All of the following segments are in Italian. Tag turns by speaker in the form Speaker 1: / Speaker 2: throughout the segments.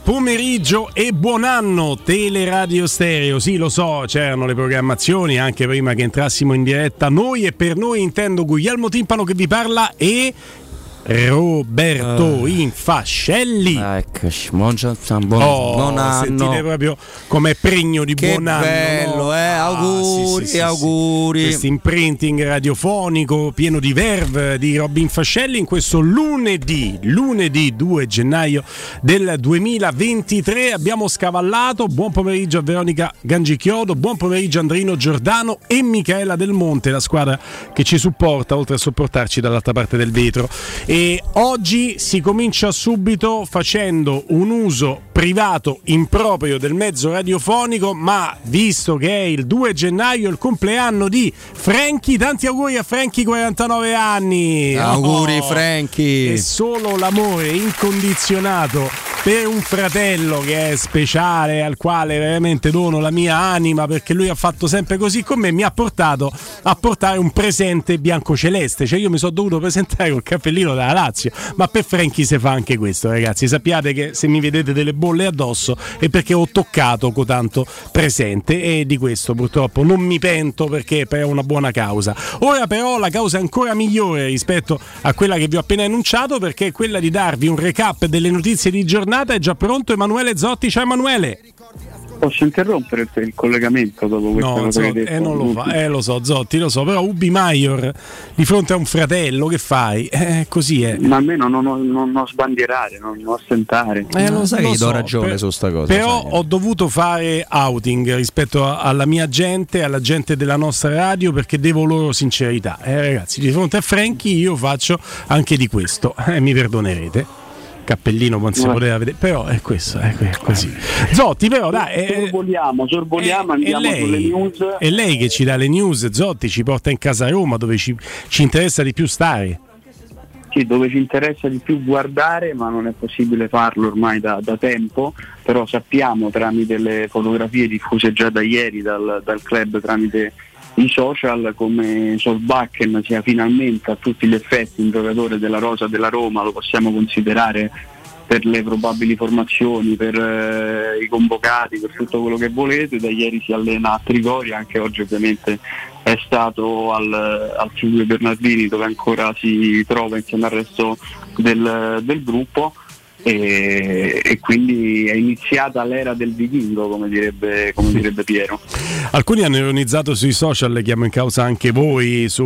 Speaker 1: pomeriggio e buon anno Teleradio Stereo. Sì, lo so, c'erano le programmazioni anche prima che entrassimo in diretta noi, e per noi intendo Guglielmo Timpano che vi parla e Roberto Infascelli.
Speaker 2: Eccoci,
Speaker 1: sentite proprio come pregno di buon anno.
Speaker 2: Bello, auguri, auguri.
Speaker 1: Questo imprinting radiofonico pieno di verve di Robin Fascelli in questo lunedì 2 gennaio del 2023. Abbiamo scavallato. Buon pomeriggio a Veronica Gangicchiodo, buon pomeriggio a Andrino Giordano e Michaela Del Monte, la squadra che ci supporta oltre a sopportarci dall'altra parte del vetro. E oggi si comincia subito facendo un uso privato improprio del mezzo radiofonico, ma visto che è il 2 gennaio, il compleanno di Frankie, tanti auguri a Frankie, 49 anni.
Speaker 2: Auguri Frankie.
Speaker 1: E solo l'amore incondizionato per un fratello che è speciale, al quale veramente dono la mia anima, perché lui ha fatto sempre così con me, mi ha portato a portare un presente biancoceleste. Cioè io mi sono dovuto presentare col cappellino della Lazio, ma per Frankie si fa anche questo, ragazzi. Sappiate che se mi vedete delle bolle addosso è perché ho toccato cotanto presente, e di questo purtroppo non mi pento, perché è per una buona causa. Ora però la causa è ancora migliore rispetto a quella che vi ho appena enunciato, perché è quella di darvi un recap delle notizie di giornata. È già pronto Emanuele Zotti. Ciao Emanuele.
Speaker 3: Posso interrompere il collegamento dopo questa cosa che hai detto?
Speaker 1: Non lo fa, lo so Zotti, lo so, però Ubi Maior di fronte a un fratello, che fai? Così è.
Speaker 3: Ma almeno non sbandierare, non ostentare.
Speaker 2: Lo sai che gli do ragione su sta cosa.
Speaker 1: Però
Speaker 2: sai.
Speaker 1: Ho dovuto fare outing rispetto alla mia gente, alla gente della nostra radio, perché devo loro sincerità. Ragazzi, di fronte a Frankie io faccio anche di questo, mi perdonerete. Cappellino non si poteva vedere, però è questo, è così. Zotti, però dai,
Speaker 3: sorvoliamo, andiamo sulle news.
Speaker 1: È lei che ci dà le news. Zotti ci porta in casa Roma, dove ci interessa di più stare.
Speaker 3: Sì, dove ci interessa di più guardare, ma non è possibile farlo ormai da tempo. Però sappiamo tramite le fotografie diffuse già da ieri dal club tramite i social come Solbakken sia finalmente a tutti gli effetti un giocatore della rosa della Roma. Lo possiamo considerare per le probabili formazioni, per i convocati, per tutto quello che volete. Da ieri si allena a Trigoria, anche oggi ovviamente è stato al Fulvio Bernardini, dove ancora si trova insieme al resto del gruppo. E quindi è iniziata l'era del vichingo, come direbbe Piero.
Speaker 1: Alcuni hanno ironizzato sui social, chiamo in causa anche voi, su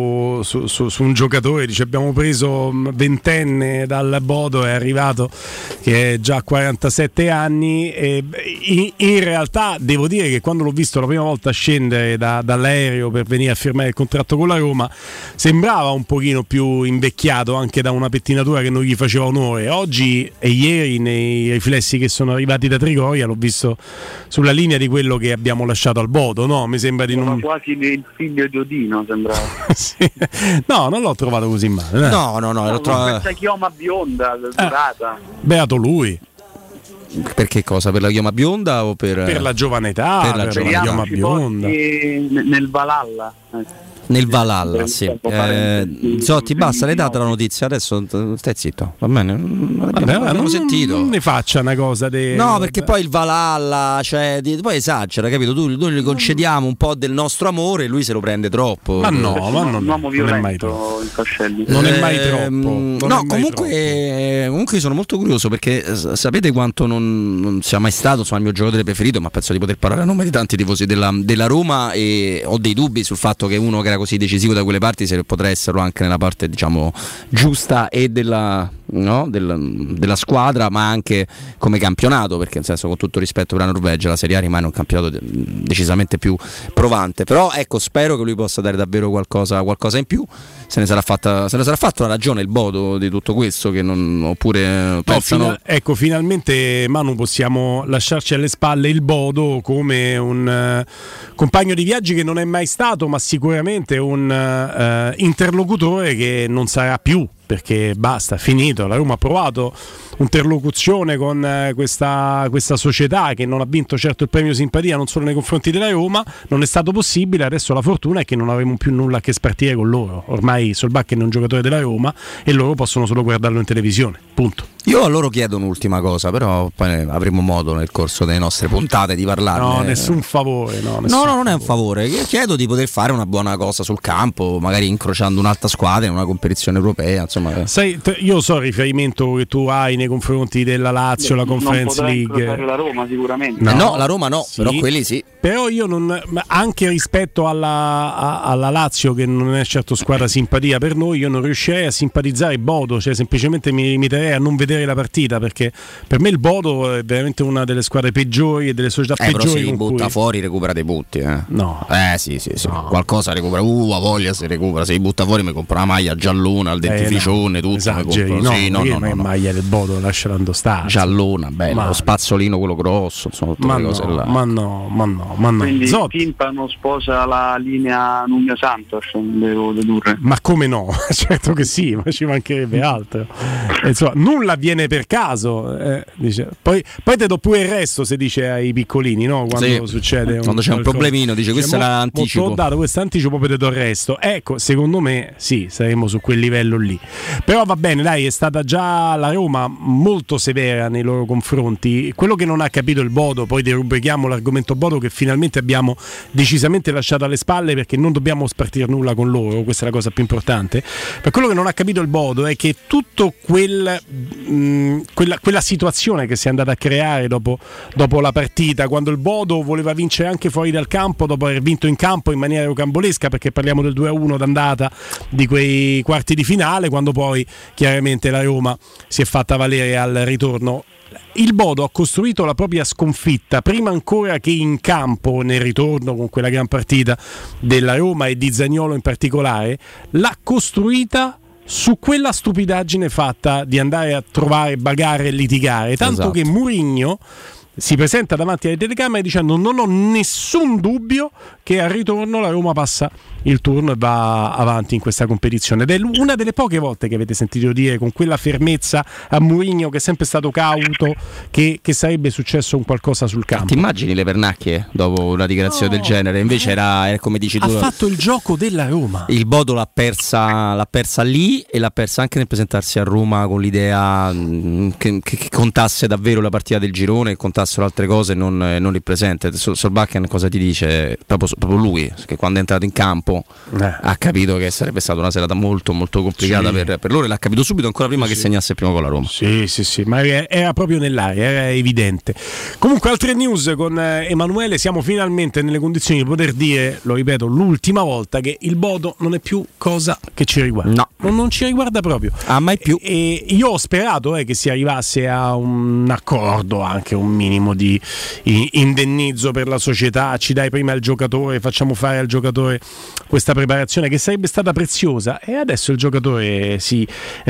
Speaker 1: un giocatore. Dice: abbiamo preso ventenne dal Bodo, è arrivato che è già a 47 anni, e in realtà devo dire che quando l'ho visto la prima volta scendere dall'aereo per venire a firmare il contratto con la Roma, sembrava un pochino più invecchiato, anche da una pettinatura che non gli faceva onore. Oggi e ieri nei riflessi che sono arrivati da Trigoria l'ho visto sulla linea di quello che abbiamo lasciato al Bodo, no? Mi sembra di non...
Speaker 3: quasi il figlio di Odino sembrava.
Speaker 1: Sì. No, non l'ho trovato così male.
Speaker 2: No, l'ho trovato...
Speaker 3: questa chioma bionda dorata.
Speaker 1: Beato lui.
Speaker 2: Per che cosa? Per la chioma bionda o per
Speaker 1: la giovane età?
Speaker 2: Per la
Speaker 1: chioma bionda.
Speaker 3: Nel Valhalla.
Speaker 2: Nel Valhalla, sì. Zotti, basta, l'hai data la notizia, adesso stai zitto, va bene? Abbiamo sentito.
Speaker 1: Non ne faccia una cosa
Speaker 2: No, perché poi il Valhalla, cioè, poi esagera, capito? Noi gli concediamo un po' del nostro amore e lui se lo prende troppo.
Speaker 1: Ma no, non è mai troppo. Non è mai troppo.
Speaker 2: Comunque sono molto curioso, perché sapete quanto non sia mai stato il mio giocatore preferito, ma penso di poter parlare a nome di tanti tifosi della Roma, e ho dei dubbi sul fatto che uno che era così decisivo da quelle parti se potrà esserlo anche nella parte, diciamo, giusta e della squadra, ma anche come campionato, perché nel senso, con tutto rispetto per la Norvegia, la Serie A rimane un campionato decisamente più provante. Però ecco, spero che lui possa dare davvero qualcosa in più. Se ne sarà fatta una ragione il Bodo di tutto questo, che non, oppure pensano...
Speaker 1: Ecco, finalmente, Manu, possiamo lasciarci alle spalle il Bodo come un compagno di viaggi che non è mai stato, ma sicuramente un interlocutore che non sarà più, perché basta, è finito. La Roma ha provato un'interlocuzione con questa società che non ha vinto certo il premio simpatia, non solo nei confronti della Roma, non è stato possibile. Adesso la fortuna è che non avremo più nulla a che spartire con loro. Ormai Solbakken è un giocatore della Roma e loro possono solo guardarlo in televisione, punto.
Speaker 2: Io a loro chiedo un'ultima cosa, però poi avremo modo nel corso delle nostre puntate di parlarne.
Speaker 1: No, nessun favore. No,
Speaker 2: non è un favore. Chiedo di poter fare una buona cosa sul campo, magari incrociando un'altra squadra in una competizione europea. Insomma.
Speaker 1: Sai, io so il riferimento che tu hai nei confronti della Lazio, la Conference League.
Speaker 3: Non la Roma sicuramente.
Speaker 2: No, la Roma no,
Speaker 1: sì,
Speaker 2: però quelli sì.
Speaker 1: Però io non, anche rispetto alla Lazio, che non è certo squadra simpatia per noi, io non riuscirei a simpatizzare Bodo, cioè semplicemente mi limiterei a non vedere la partita, perché per me il Bodo è veramente una delle squadre peggiori e delle società peggiori.
Speaker 2: Però se li butta fuori recupera dei punti.
Speaker 1: No.
Speaker 2: Sì. No. Qualcosa recupera. Ha voglia se recupera. Se li butta fuori mi compra una maglia giallona, il dentifricione, tutto.
Speaker 1: Esageri, no. Maglia del Bodo, lasciala andare stare.
Speaker 2: Giallona, bello, lo spazzolino quello grosso, insomma, tutte le cose là.
Speaker 1: Ma no.
Speaker 3: Quindi Timpano sposa la linea Nuno Santos, devo dedurre.
Speaker 1: Ma come no? Certo che sì, ma ci mancherebbe altro. Insomma, nulla viene per caso, dice. Poi te do pure il resto, se dice ai piccolini, no? Quando succede
Speaker 2: quando c'è un problemino, dice questo era anticipo.
Speaker 1: Ho dato questo anticipo, poi te do il resto. Ecco, secondo me sì, saremo su quel livello lì. Però va bene, dai, è stata già la Roma molto severa nei loro confronti. Quello che non ha capito il Bodo, poi derubrichiamo l'argomento Bodo, che finalmente abbiamo decisamente lasciato alle spalle, perché non dobbiamo spartire nulla con loro, questa è la cosa più importante. Per quello che non ha capito il Bodo è che tutto quella situazione che si è andata a creare dopo la partita, quando il Bodo voleva vincere anche fuori dal campo dopo aver vinto in campo in maniera rocambolesca, perché parliamo del 2-1 d'andata di quei quarti di finale, quando poi chiaramente la Roma si è fatta valere al ritorno. Il Bodo ha costruito la propria sconfitta prima ancora che in campo, nel ritorno con quella gran partita della Roma e di Zaniolo in particolare, l'ha costruita su quella stupidaggine fatta di andare a trovare, bagare e litigare, tanto che Mourinho si presenta davanti alle telecamere dicendo: non ho nessun dubbio che al ritorno la Roma passa il turno e va avanti in questa competizione. Ed è una delle poche volte che avete sentito dire con quella fermezza a Mourinho, che è sempre stato cauto, che sarebbe successo un qualcosa sul campo.
Speaker 2: Ti immagini le pernacchie dopo una dichiarazione del genere? Invece era come dici tu,
Speaker 1: ha fatto il gioco della Roma.
Speaker 2: Il Bodo l'ha persa lì, e l'ha persa anche nel presentarsi a Roma con l'idea che contasse davvero la partita del girone, che contassero altre cose, non il presente. Solbakken cosa ti dice? Proprio lui, che quando è entrato in campo ha capito che sarebbe stata una serata molto molto complicata per loro, e l'ha capito subito, ancora prima che segnasse il primo gol la Roma.
Speaker 1: Sì, ma era proprio nell'aria, era evidente. Comunque, altre news con Emanuele. Siamo finalmente nelle condizioni di poter dire, lo ripeto l'ultima volta, che il Bodo non è più cosa che ci riguarda.
Speaker 2: No,
Speaker 1: non ci riguarda proprio.
Speaker 2: Mai più.
Speaker 1: E io ho sperato che si arrivasse a un accordo, anche un minimo di indennizzo per la società. Ci dai prima il giocatore, facciamo fare al giocatore questa preparazione che sarebbe stata preziosa, e adesso il giocatore si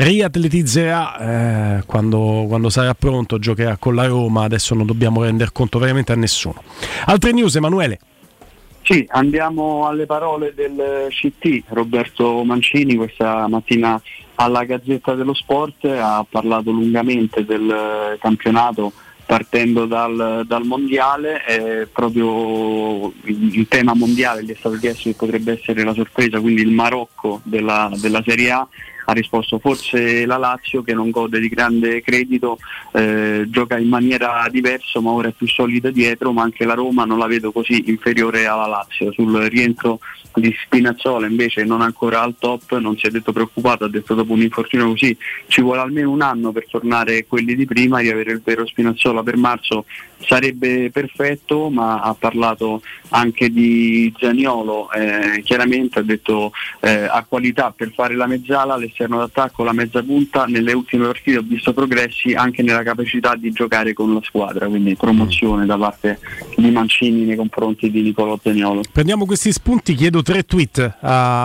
Speaker 1: riatletizzerà quando sarà pronto, giocherà con la Roma. Adesso non dobbiamo rendere conto veramente a nessuno. Altre news, Emanuele?
Speaker 3: Sì, andiamo alle parole del CT. Roberto Mancini questa mattina alla Gazzetta dello Sport ha parlato lungamente del campionato, partendo dal mondiale. Proprio il tema mondiale gli è stato chiesto che potrebbe essere la sorpresa, quindi il Marocco della Serie A. Ha risposto forse la Lazio, che non gode di grande credito, gioca in maniera diversa ma ora è più solida dietro, ma anche la Roma non la vedo così inferiore alla Lazio. Sul rientro di Spinazzola invece non ancora al top, non si è detto preoccupato, ha detto dopo un infortunio così ci vuole almeno un anno per tornare quelli di prima, di avere il vero Spinazzola per marzo sarebbe perfetto, ma ha parlato anche di Zaniolo, chiaramente ha detto ha qualità per fare la mezzala, l'esterno d'attacco, la mezza punta. Nelle ultime partite ho visto progressi anche nella capacità di giocare con la squadra, quindi promozione da parte di Mancini nei confronti di Nicolò Zaniolo.
Speaker 1: Prendiamo questi spunti, chiedo 3 tweet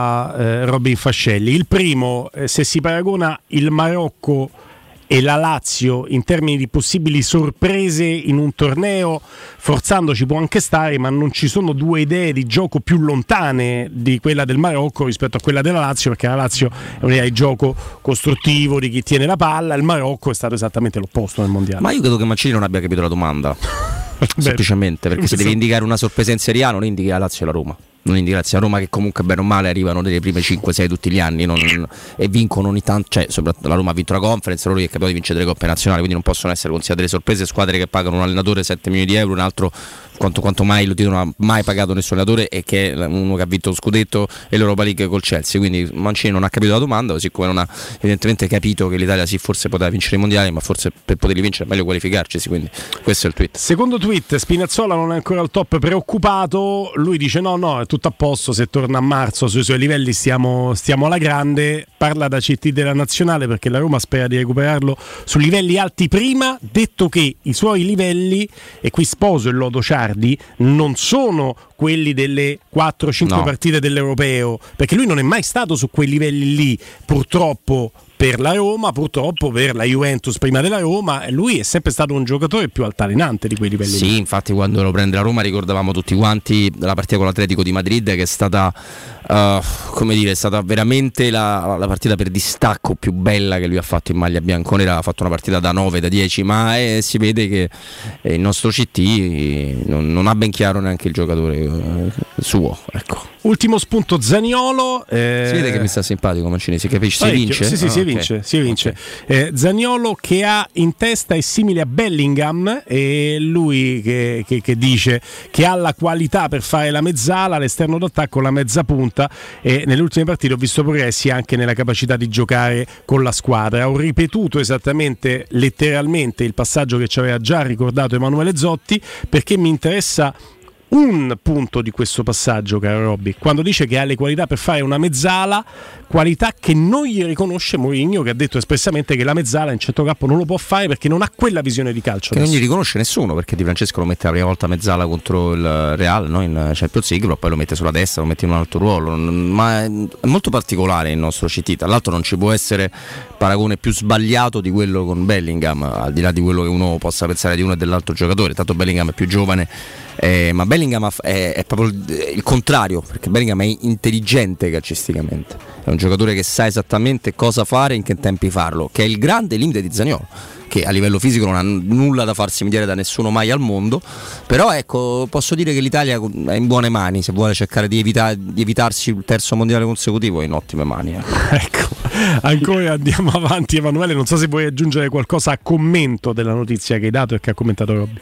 Speaker 1: a Robin Fascelli. Il primo, se si paragona il Marocco e la Lazio in termini di possibili sorprese in un torneo, forzando ci può anche stare, ma non ci sono due idee di gioco più lontane di quella del Marocco rispetto a quella della Lazio, perché la Lazio è un'idea di gioco costruttivo, di chi tiene la palla. Il Marocco è stato esattamente l'opposto nel mondiale.
Speaker 2: Ma io credo che Mancini non abbia capito la domanda semplicemente perché se devi indicare una sorpresa in Serie A non indichi la Lazio e la Roma. grazie a Roma, che comunque bene o male arrivano delle prime 5-6 tutti gli anni e vincono ogni tanto, cioè soprattutto la Roma ha vinto la Conference, loro gli è capitato di vincere delle coppe nazionali, quindi non possono essere considerate delle sorprese. Squadre che pagano un allenatore 7 milioni di euro, un altro quanto mai lo titolo non ha mai pagato nessun allenatore, e che è uno che ha vinto lo scudetto e l'Europa League col Chelsea. Quindi Mancini non ha capito la domanda, così come non ha evidentemente capito che l'Italia sì, forse poteva vincere i mondiali, ma forse per poterli vincere è meglio qualificarci, quindi questo è il tweet.
Speaker 1: Secondo tweet, Spinazzola non è ancora al top, preoccupato. Lui dice no, è tutto a posto, se torna a marzo sui suoi livelli stiamo alla grande. Parla da CT della nazionale perché la Roma spera di recuperarlo su livelli alti prima, detto che i suoi livelli, e qui sposo il lodo Ciardi, non sono quelli delle 4-5 partite dell'Europeo, perché lui non è mai stato su quei livelli lì, purtroppo per la Roma, purtroppo per la Juventus prima della Roma, e lui è sempre stato un giocatore più altalenante di quei livelli.
Speaker 2: Sì, infatti quando lo prende la Roma ricordavamo tutti quanti la partita con l'Atletico di Madrid, che è stata è stata veramente la partita per distacco più bella che lui ha fatto in maglia bianconera. Ha fatto una partita da 9, da 10, ma si vede che il nostro CT non ha ben chiaro neanche il giocatore suo, ecco.
Speaker 1: Ultimo spunto, Zaniolo.
Speaker 2: Si vede che mi sta simpatico Mancini, si capisce? Si vince?
Speaker 1: Sì, si vince. Okay. Zaniolo che ha in testa è simile a Bellingham, e lui che dice che ha la qualità per fare la mezzala, l'esterno d'attacco, la mezza punta, e nelle ultime partite ho visto progressi anche nella capacità di giocare con la squadra. Ho ripetuto esattamente, letteralmente, il passaggio che ci aveva già ricordato Emanuele Zotti, perché mi interessa un punto di questo passaggio, caro Robby, quando dice che ha le qualità per fare una mezzala, qualità che non gli riconosce Mourinho, che ha detto espressamente che la mezzala in centrocampo non lo può fare perché non ha quella visione di calcio.
Speaker 2: Che non gli riconosce nessuno, perché Di Francesco lo mette la prima volta mezzala contro il Real, no? In Champions League, però poi lo mette sulla destra, lo mette in un altro ruolo, ma è molto particolare il nostro CT. Tra l'altro non ci può essere paragone più sbagliato di quello con Bellingham, al di là di quello che uno possa pensare di uno e dell'altro giocatore. Tanto Bellingham è più giovane, ma Bellingham è proprio il contrario, perché Bellingham è intelligente calcisticamente, è un giocatore che sa esattamente cosa fare e in che tempi farlo, che è il grande limite di Zaniolo, che a livello fisico non ha nulla da farsi invidiare da nessuno mai al mondo. Però ecco, posso dire che l'Italia è in buone mani, se vuole cercare di evitarsi il terzo mondiale consecutivo è in ottime mani.
Speaker 1: Ecco, ancora andiamo avanti. Emanuele, non so se vuoi aggiungere qualcosa a commento della notizia che hai dato e che ha commentato Robby.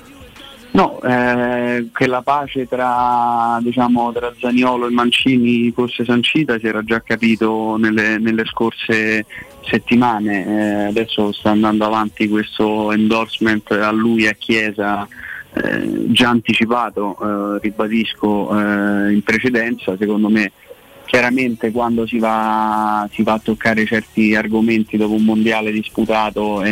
Speaker 3: No, che la pace tra Zaniolo e Mancini fosse sancita si era già capito nelle scorse settimane. Adesso sta andando avanti questo endorsement a lui e a Chiesa, già anticipato, ribadisco, in precedenza. Secondo me chiaramente quando si va a toccare certi argomenti dopo un mondiale disputato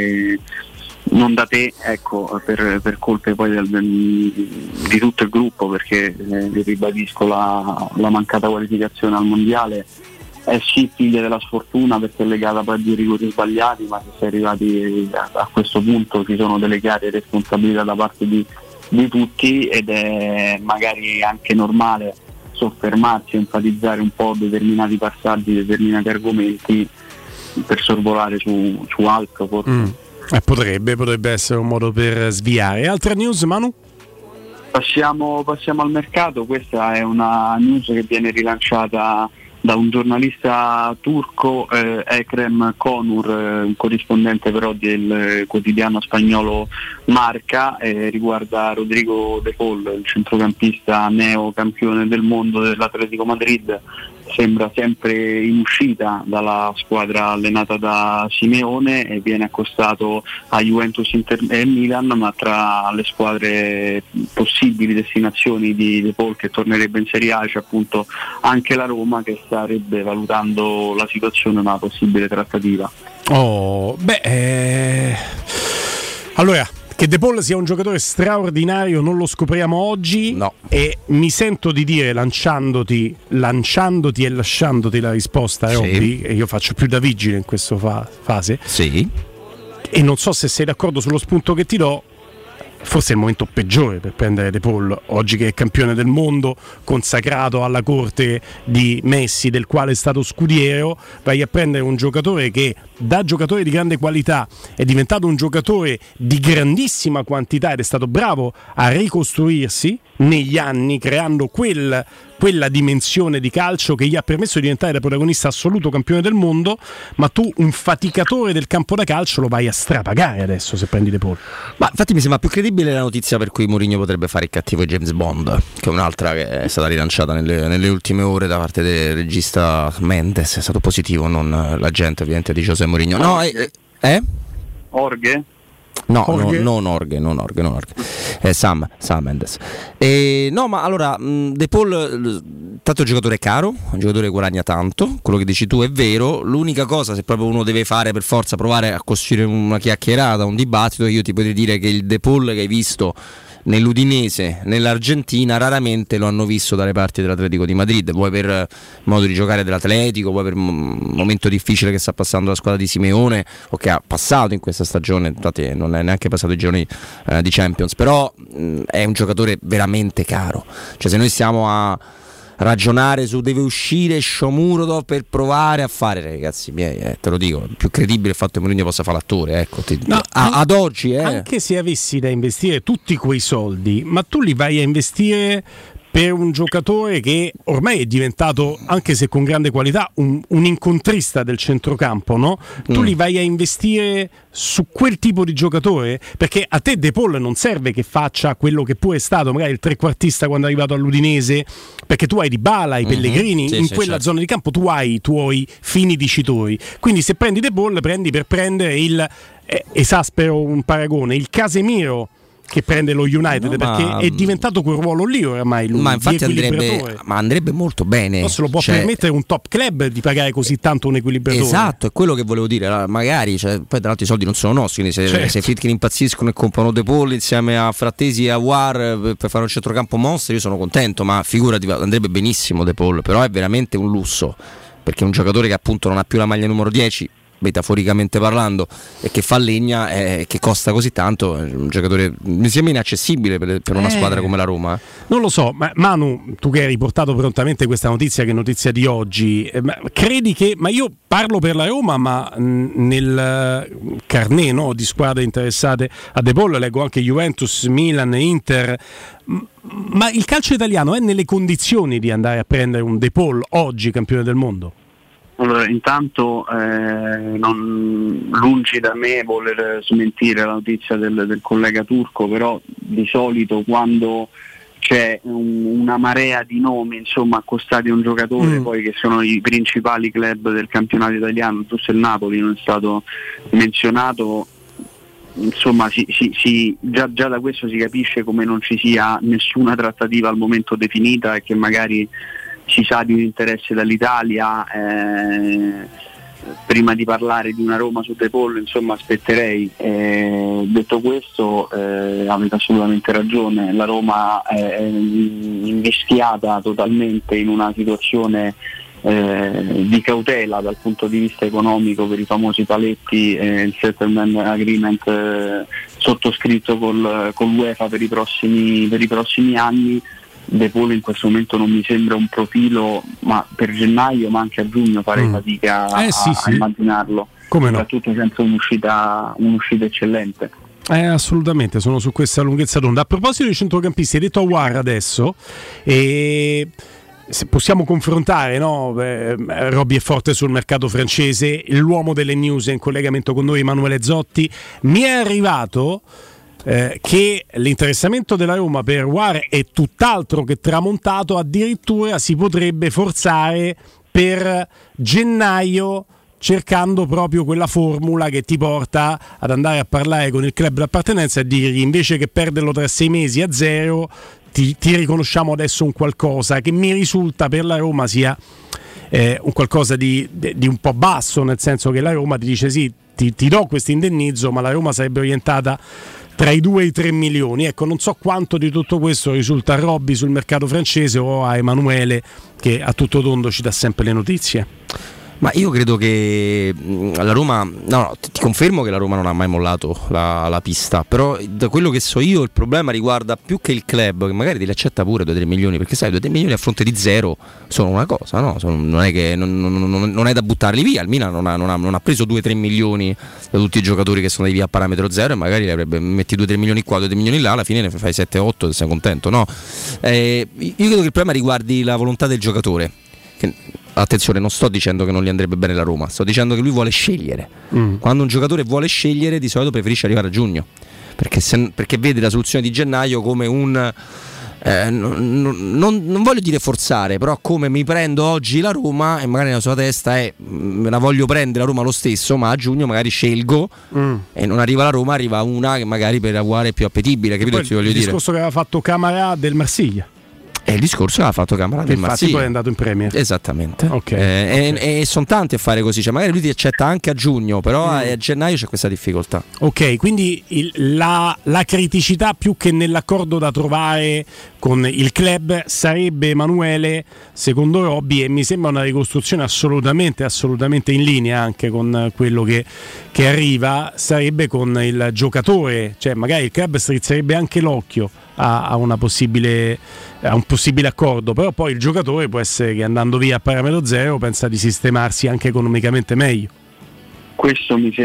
Speaker 3: non da te, ecco, per colpe poi di tutto il gruppo, perché ribadisco la mancata qualificazione al mondiale è sì figlia della sfortuna, perché è legata poi a due rigori sbagliati, ma se si è arrivati a questo punto ci sono delle chiare responsabilità da parte di tutti, ed è magari anche normale soffermarsi, enfatizzare un po' determinati passaggi, determinati argomenti per sorvolare su altro forse.
Speaker 1: Potrebbe essere un modo per sviare. Altre news, Manu?
Speaker 3: Passiamo al mercato. Questa è una news che viene rilanciata da un giornalista turco, Ekrem Konur, un corrispondente però del quotidiano spagnolo Marca, riguarda Rodrigo De Paul, il centrocampista neo campione del mondo dell'Atletico Madrid. Sembra sempre in uscita dalla squadra allenata da Simeone e viene accostato a Juventus, Inter e Milan, ma tra le squadre possibili destinazioni di De Paul, che tornerebbe in Serie A, c'è appunto anche la Roma, che starebbe valutando la situazione, una possibile trattativa.
Speaker 1: Allora, che De Paul sia un giocatore straordinario non lo scopriamo oggi,
Speaker 2: no.
Speaker 1: E mi sento di dire, lanciandoti e lasciandoti la risposta, Robby, e io faccio più da vigile in questa fase,
Speaker 2: sì.
Speaker 1: E non so se sei d'accordo sullo spunto che ti do. Forse è il momento peggiore per prendere De Paul, oggi che è campione del mondo, consacrato alla corte di Messi, del quale è stato scudiero. Vai a prendere un giocatore che da giocatore di grande qualità è diventato un giocatore di grandissima quantità ed è stato bravo a ricostruirsi, negli anni, creando quella dimensione di calcio che gli ha permesso di diventare da protagonista assoluto campione del mondo, ma tu un faticatore del campo da calcio lo vai a strapagare adesso se prendi De Paul.
Speaker 2: Ma infatti mi sembra più credibile la notizia per cui Mourinho potrebbe fare il cattivo di James Bond, che è un'altra che è stata rilanciata nelle ultime ore da parte del regista Mendes. È stato positivo, non l'agente ovviamente di José Mourinho. No,
Speaker 3: Orghe?
Speaker 2: No, non Orghe. Sam Mendes. No, ma allora De Paul, tanto un giocatore caro, un giocatore che guadagna tanto, quello che dici tu è vero. L'unica cosa, se proprio uno deve fare per forza, provare a costruire una chiacchierata, un dibattito, io ti potrei dire che il De Paul che hai visto nell'Udinese, nell'Argentina, raramente lo hanno visto dalle parti dell'Atletico di Madrid, vuoi per modo di giocare dell'Atletico, vuoi per un momento difficile che sta passando la squadra di Simeone o che ha passato in questa stagione, infatti non è neanche passato i gironi di Champions, però è un giocatore veramente caro. Cioè, se noi stiamo a ragionare su deve uscire Shomurodov per provare a fare, ragazzi miei, te lo dico, più credibile il fatto che Mourinho possa fare l'attore, ecco, ad oggi
Speaker 1: anche se avessi da investire tutti quei soldi, ma tu li vai a investire per un giocatore che ormai è diventato, anche se con grande qualità, un incontrista del centrocampo, no? Tu li vai a investire su quel tipo di giocatore, perché a te De Paul non serve che faccia quello che pure è stato magari il trequartista quando è arrivato all'Udinese, perché tu hai Dybala, i Pellegrini, in quella zona di campo tu hai i tuoi fini dicitori. Quindi se prendi De Paul prendi per prendere esaspero un paragone, il Casemiro che prende lo United, perché è diventato quel ruolo lì oramai lui,
Speaker 2: ma infatti andrebbe molto bene.
Speaker 1: Non se lo può permettere un top club di pagare così tanto un equilibratore.
Speaker 2: Esatto, è quello che volevo dire. Magari, poi tra l'altro i soldi non sono nostri, quindi se Friedkin impazziscono e comprano De Paul insieme a Frattesi e a War per fare un centrocampo mostro, io sono contento, ma figurati, andrebbe benissimo De Paul, però è veramente un lusso, perché è un giocatore che appunto non ha più la maglia numero 10, metaforicamente parlando, e che fa legna, che costa così tanto, è un giocatore mi sembra inaccessibile per una squadra come la Roma.
Speaker 1: Non lo so, ma Manu, tu che hai riportato prontamente questa notizia, che è notizia di oggi, credi che, ma io parlo per la Roma, ma nel carnet, no, di squadre interessate a De Paul leggo anche Juventus, Milan, Inter, ma il calcio italiano è nelle condizioni di andare a prendere un De Paul oggi campione del mondo?
Speaker 3: Allora, intanto lungi da me voler smentire la notizia del collega turco, però di solito quando c'è una marea di nomi, insomma, accostati a un giocatore, poi che sono i principali club del campionato italiano, giusto il Napoli non è stato menzionato, insomma già da questo si capisce come non ci sia nessuna trattativa al momento definita e che magari si sa di un interesse dall'Italia. Prima di parlare di una Roma su De Paul, insomma, aspetterei. Detto questo, avete assolutamente ragione, la Roma è invischiata totalmente in una situazione di cautela dal punto di vista economico per i famosi paletti, il settlement agreement sottoscritto con l'UEFA per i prossimi anni. De Paul in questo momento non mi sembra un profilo, ma per gennaio ma anche a giugno farei fatica a immaginarlo.
Speaker 1: Come no?
Speaker 3: Soprattutto senza un'uscita eccellente.
Speaker 1: Assolutamente, sono su questa lunghezza d'onda. A proposito dei centrocampisti, hai detto Aouar adesso, e se possiamo confrontare, no? Robby è forte sul mercato francese, l'uomo delle news è in collegamento con noi, Emanuele Zotti. Mi è arrivato che l'interessamento della Roma per Aouar è tutt'altro che tramontato, addirittura si potrebbe forzare per gennaio, cercando proprio quella formula che ti porta ad andare a parlare con il club d'appartenenza e dirgli, invece che perderlo tra 6 mesi a 0, ti riconosciamo adesso un qualcosa che mi risulta per la Roma sia un qualcosa di un po' basso, nel senso che la Roma ti dice sì, ti do questo indennizzo, ma la Roma sarebbe orientata tra i 2 e i 3 milioni. Ecco, non so quanto di tutto questo risulta a Robby sul mercato francese o a Emanuele, che a tutto tondo ci dà sempre le notizie.
Speaker 2: Ma io credo che la Roma, ti confermo che la Roma non ha mai mollato la pista, però da quello che so io il problema riguarda più che il club, che magari ti li accetta pure 2-3 milioni, perché sai 2-3 milioni a fronte di zero sono una cosa, no? Non è che non è da buttarli via. Il Milan non ha preso 2-3 milioni da tutti i giocatori che sono dei via a parametro zero e magari metti 2-3 milioni qua, 2-3 milioni là, alla fine ne fai 7-8 e sei contento, no? Io credo che il problema riguardi la volontà del giocatore. Attenzione, non sto dicendo che non gli andrebbe bene la Roma, sto dicendo che lui vuole scegliere. Quando un giocatore vuole scegliere, di solito preferisce arrivare a giugno, perché vede la soluzione di gennaio come un non voglio dire forzare, però come mi prendo oggi la Roma e magari nella sua testa è me la voglio prendere la Roma lo stesso, ma a giugno magari scelgo e non arriva la Roma, arriva una che magari per Aouar è più appetibile, capito? Ti voglio dire.
Speaker 1: Il discorso che aveva fatto Camara del Marsiglia.
Speaker 2: È il discorso che aveva fatto Camara del Marsiglia.
Speaker 1: Infatti poi è andato in Premier.
Speaker 2: Esattamente.
Speaker 1: Okay.
Speaker 2: E sono tanti a fare così, cioè magari lui ti accetta anche a giugno, però a gennaio c'è questa difficoltà.
Speaker 1: Ok, quindi la criticità più che nell'accordo da trovare con il club sarebbe, Emanuele, secondo Robby, e mi sembra una ricostruzione assolutamente in linea anche con quello che arriva, sarebbe con il giocatore, cioè magari il club strizzerebbe anche l'occhio a un possibile accordo, però poi il giocatore può essere che andando via a parametro zero pensa di sistemarsi anche economicamente meglio.
Speaker 3: Questo mi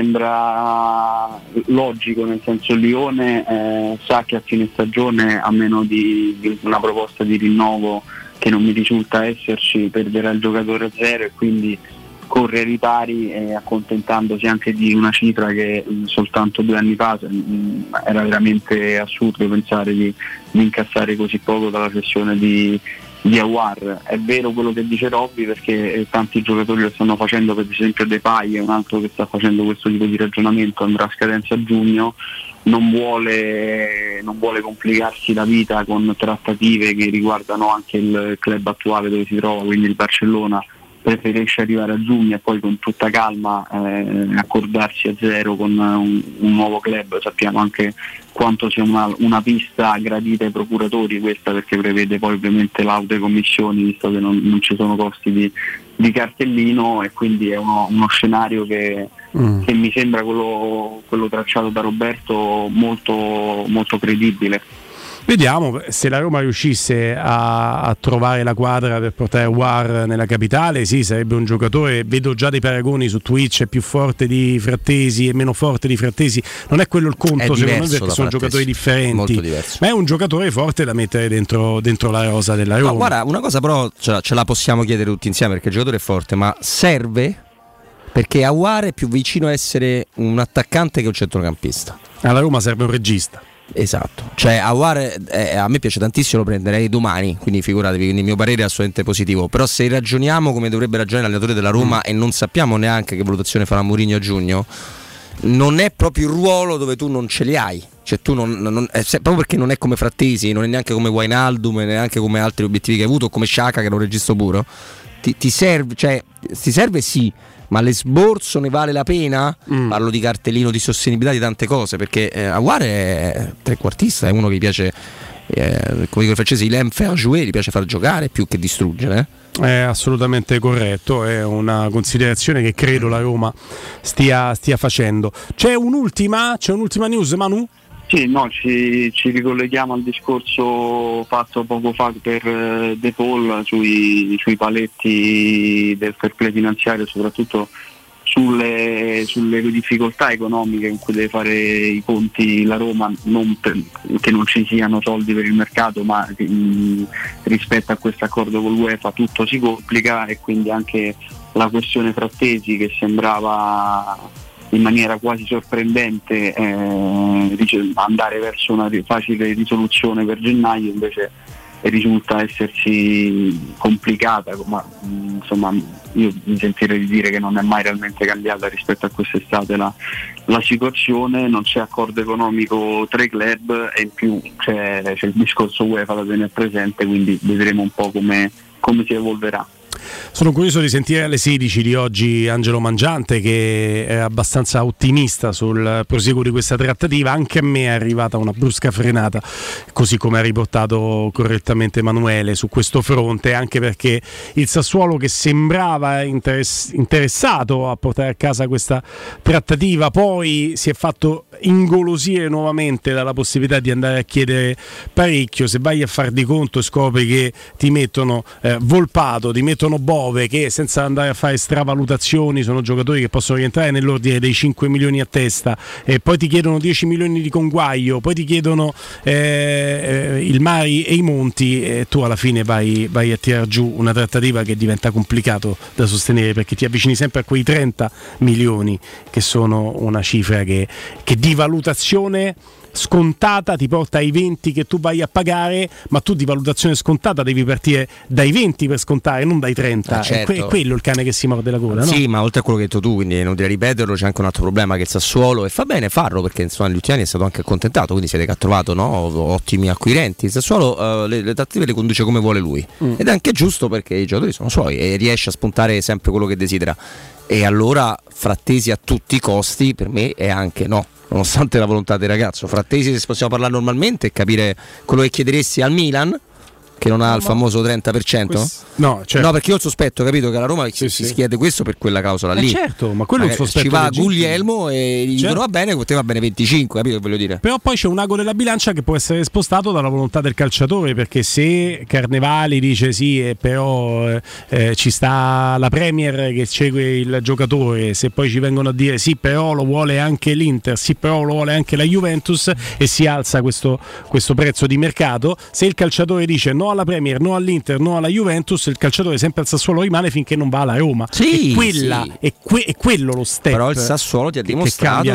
Speaker 3: sembra logico, nel senso Lione sa che a fine stagione, a meno di una proposta di rinnovo che non mi risulta esserci, perderà il giocatore a zero e quindi corre ai ripari, accontentandosi anche di una cifra che soltanto 2 anni fa era veramente assurdo pensare di incassare così poco dalla cessione di Aouar. È vero quello che dice Robby, perché tanti giocatori lo stanno facendo, per esempio Depay è un altro che sta facendo questo tipo di ragionamento, andrà a scadenza a giugno, non vuole complicarsi la vita con trattative che riguardano anche il club attuale dove si trova, quindi il Barcellona. Preferisce arrivare a giugno e poi con tutta calma accordarsi a zero con un nuovo club. Sappiamo anche quanto sia una pista gradita ai procuratori questa, perché prevede poi ovviamente laude commissioni, visto che non ci sono costi di cartellino, e quindi è uno scenario che mi sembra quello tracciato da Roberto molto, molto credibile.
Speaker 1: Vediamo se la Roma riuscisse a trovare la quadra per portare Aouar nella capitale. Sì, sarebbe un giocatore, vedo già dei paragoni su Twitch, è più forte di Frattesi e meno forte di Frattesi. Non è quello il conto, secondo me, perché sono giocatori differenti, ma è un giocatore forte da mettere dentro la rosa della Roma.
Speaker 2: No, guarda, una cosa però ce la possiamo chiedere tutti insieme, perché il giocatore è forte, ma serve? Perché Aouar è più vicino a essere un attaccante che un centrocampista.
Speaker 1: Alla Roma serve un regista.
Speaker 2: Esatto, cioè Aouar a me piace tantissimo, lo prenderei domani, quindi figuratevi, quindi il mio parere è assolutamente positivo. Però se ragioniamo come dovrebbe ragionare l'allenatore della Roma e non sappiamo neanche che valutazione farà Mourinho a giugno, non è proprio il ruolo dove tu non ce li hai, cioè tu proprio perché non è come Frattesi, non è neanche come Wijnaldum, neanche come altri obiettivi che hai avuto, come Xhaka che è un registro puro, ti serve, cioè ti serve sì, ma l'esborso ne vale la pena? Parlo di cartellino, di sostenibilità, di tante cose, perché Aouar è trequartista, è uno che gli piace, come dico i francesi, il aime faire jouer, gli piace far giocare più che distruggere.
Speaker 1: È assolutamente corretto, è una considerazione che credo la Roma stia facendo. C'è un'ultima news, Manu?
Speaker 3: Sì, no, ci ricolleghiamo al discorso fatto poco fa per De Paul sui paletti del fair play finanziario, soprattutto sulle difficoltà economiche in cui deve fare i conti la Roma, che non ci siano soldi per il mercato, ma rispetto a questo accordo con l'UEFA tutto si complica, e quindi anche la questione Frattesi, che sembrava in maniera quasi sorprendente andare verso una facile risoluzione per gennaio, invece risulta essersi complicata, ma insomma io mi sentirei di dire che non è mai realmente cambiata rispetto a quest'estate la situazione. Non c'è accordo economico tra i club e in più c'è il discorso UEFA da tenere presente, quindi vedremo un po' come si evolverà.
Speaker 1: Sono curioso di sentire alle 16 di oggi Angelo Mangiante, che è abbastanza ottimista sul proseguo di questa trattativa. Anche a me è arrivata una brusca frenata, così come ha riportato correttamente Emanuele, su questo fronte, anche perché il Sassuolo, che sembrava interessato a portare a casa questa trattativa, poi si è fatto ingolosire nuovamente dalla possibilità di andare a chiedere parecchio. Se vai a far di conto e scopri che ti mettono Volpato, ti mettono Bove, che senza andare a fare stravalutazioni sono giocatori che possono rientrare nell'ordine dei 5 milioni a testa, e poi ti chiedono 10 milioni di conguaglio, poi ti chiedono il Mari e i Monti, e tu alla fine vai a tirar giù una trattativa che diventa complicato da sostenere, perché ti avvicini sempre a quei 30 milioni che sono una cifra che di valutazione scontata ti porta ai 20 che tu vai a pagare, ma tu di valutazione scontata devi partire dai 20 per scontare, non dai 30.
Speaker 2: Certo.
Speaker 1: È quello il cane che si morde la coda, no?
Speaker 2: Sì, ma oltre a quello che hai detto tu, quindi non devi ripeterlo, c'è anche un altro problema, che il Sassuolo, e fa bene farlo perché insomma negli ultimi anni è stato anche accontentato, quindi siete che ha trovato, no, ottimi acquirenti. Il Sassuolo le trattative le conduce come vuole lui, ed è anche giusto, perché i giocatori sono suoi e riesce a spuntare sempre quello che desidera, e allora Frattesi a tutti i costi per me è anche no, nonostante la volontà del ragazzo. Frattesi, se possiamo parlare normalmente, e capire quello che chiederesti al Milan, che non ha il famoso 30%?
Speaker 1: No, certo.
Speaker 2: No, perché io ho il sospetto, capito, che alla Roma si chiede questo per quella clausola lì.
Speaker 1: Certo, ma quello è il sospetto.
Speaker 2: Ci va Guglielmo e gli dicono va bene, te va bene 25, capito che voglio dire?
Speaker 1: Però poi c'è un ago della bilancia che può essere spostato dalla volontà del calciatore, perché se Carnevali dice sì, però ci sta la Premier che segue il giocatore, se poi ci vengono a dire sì, però lo vuole anche l'Inter, sì, però lo vuole anche la Juventus, e si alza questo prezzo di mercato, se il calciatore dice no alla Premier, no all'Inter, no alla Juventus, il calciatore sempre al Sassuolo rimane finché non va alla Roma.
Speaker 2: Sì,
Speaker 1: e quella è quello lo step.
Speaker 2: Però il Sassuolo ti ha dimostrato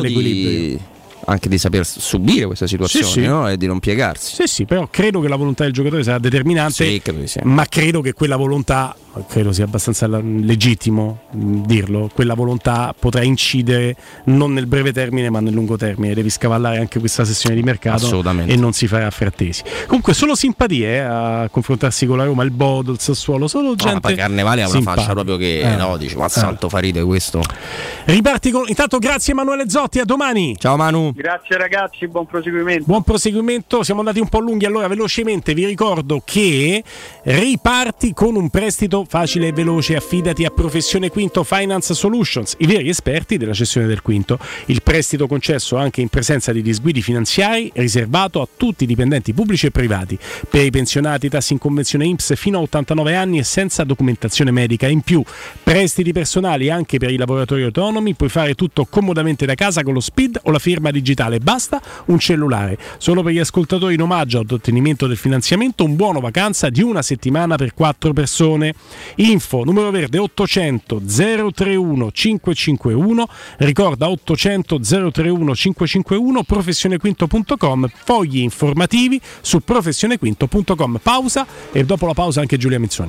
Speaker 2: anche di saper subire questa situazione, no? E di non piegarsi.
Speaker 1: Sì, però credo che la volontà del giocatore sarà determinante, ma credo che quella volontà, credo sia abbastanza legittimo dirlo, quella volontà potrà incidere non nel breve termine ma nel lungo termine. Devi scavallare anche questa sessione di mercato e non si farà a Frattesi. Comunque solo simpatie a confrontarsi con la Roma, il Bodo, il Sassuolo, solo gente.
Speaker 2: Poi Carnevale ha una faccia proprio che dice ma santo fa ride questo.
Speaker 1: Riparti con... Intanto grazie Emanuele Zotti, a domani.
Speaker 2: Ciao Manu.
Speaker 3: Grazie ragazzi, buon proseguimento.
Speaker 1: Buon proseguimento, siamo andati un po' lunghi, allora velocemente vi ricordo che riparti con un prestito facile e veloce, affidati a Professione Quinto Finance Solutions, i veri esperti della cessione del quinto. Il prestito concesso anche in presenza di disguidi finanziari, riservato a tutti i dipendenti pubblici e privati, per i pensionati, tassi in convenzione INPS fino a 89 anni e senza documentazione medica. In più, prestiti personali anche per i lavoratori autonomi, puoi fare tutto comodamente da casa con lo SPID o la firma digitale, basta un cellulare. Solo per gli ascoltatori in omaggio ad ottenimento del finanziamento un buono vacanza di una settimana per 4 persone. Info numero verde 800 031 551, ricorda 800 031 551, professionequinto.com, fogli informativi su professionequinto.com. Pausa, e dopo la pausa anche Giulia Mizzoni.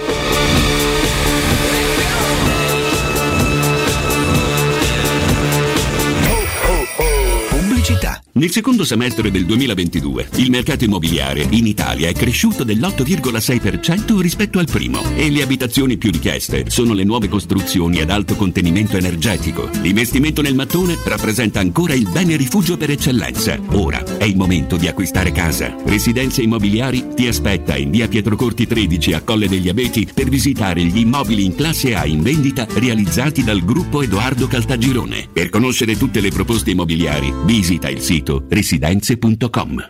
Speaker 4: Nel secondo semestre del 2022 il mercato immobiliare in Italia è cresciuto dell'8,6% rispetto al primo, e le abitazioni più richieste sono le nuove costruzioni ad alto contenimento energetico. L'investimento nel mattone rappresenta ancora il bene rifugio per eccellenza. Ora è il momento di acquistare casa. Residenze Immobiliari ti aspetta in via Pietrocorti 13 a Colle degli Abeti per visitare gli immobili in classe A in vendita realizzati dal gruppo Edoardo Caltagirone. Per conoscere tutte le proposte immobiliari visita il sito residenze.com.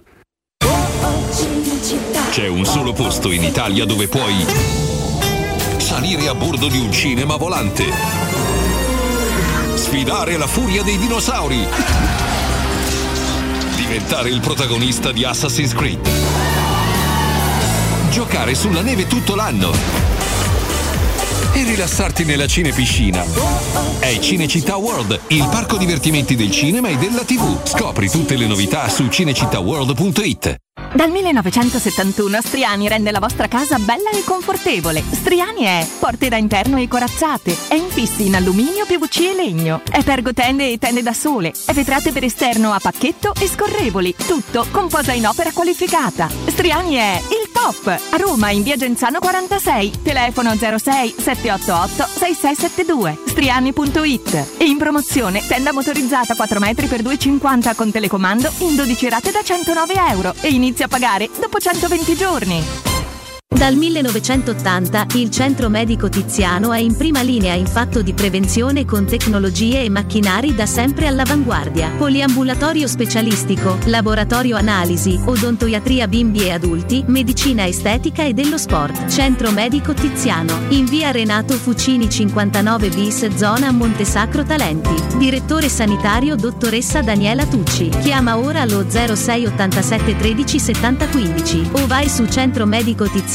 Speaker 5: C'è un solo posto in Italia dove puoi salire a bordo di un cinema volante, sfidare la furia dei dinosauri, diventare il protagonista di Assassin's Creed, giocare sulla neve tutto l'anno e rilassarti nella cinepiscina. È Cinecittà World, il parco divertimenti del cinema e della TV. Scopri tutte le novità su cinecittàworld.it.
Speaker 6: Dal 1971 Striani rende la vostra casa bella e confortevole. Striani è porte da interno e corazzate, è infissi in alluminio, PVC e legno, è pergotende e tende da sole, è vetrate per esterno a pacchetto e scorrevoli, tutto con posa in opera qualificata. Striani è il top! A Roma in via Genzano 46, telefono 06 788 6672, striani.it. E in promozione tenda motorizzata 4 metri per 2,50 con telecomando in 12 rate da €109 e inizia a pagare dopo 120 giorni.
Speaker 7: Dal 1980 il Centro Medico Tiziano è in prima linea in fatto di prevenzione con tecnologie e macchinari da sempre all'avanguardia. Poliambulatorio specialistico, laboratorio analisi, odontoiatria bimbi e adulti, medicina estetica e dello sport. Centro Medico Tiziano, in via Renato Fucini 59 bis, zona Montesacro Talenti. Direttore sanitario dottoressa Daniela Tucci. Chiama ora allo 06 87 13 70 15 o vai su centromedicotiziano.it.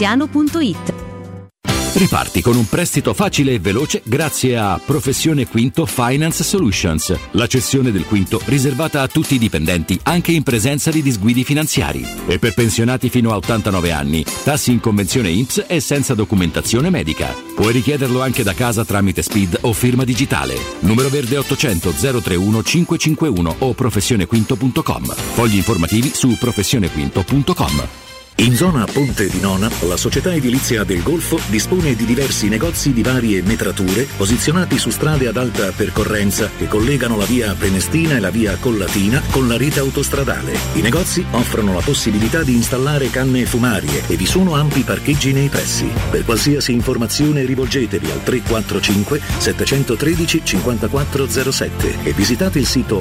Speaker 8: Riparti con un prestito facile e veloce grazie a Professione Quinto Finance Solutions, la cessione del quinto riservata a tutti i dipendenti anche in presenza di disguidi finanziari. E per pensionati fino a 89 anni, tassi in convenzione INPS e senza documentazione medica. Puoi richiederlo anche da casa tramite SPID o firma digitale. Numero verde 800 031 551 o professionequinto.com. Fogli informativi su professionequinto.com.
Speaker 9: In zona Ponte di Nona, la società edilizia del Golfo dispone di diversi negozi di varie metrature posizionati su strade ad alta percorrenza che collegano la via Prenestina e la via Collatina con la rete autostradale. I negozi offrono la possibilità di installare canne fumarie e vi sono ampi parcheggi nei pressi. Per qualsiasi informazione rivolgetevi al 345 713 5407 e visitate il sito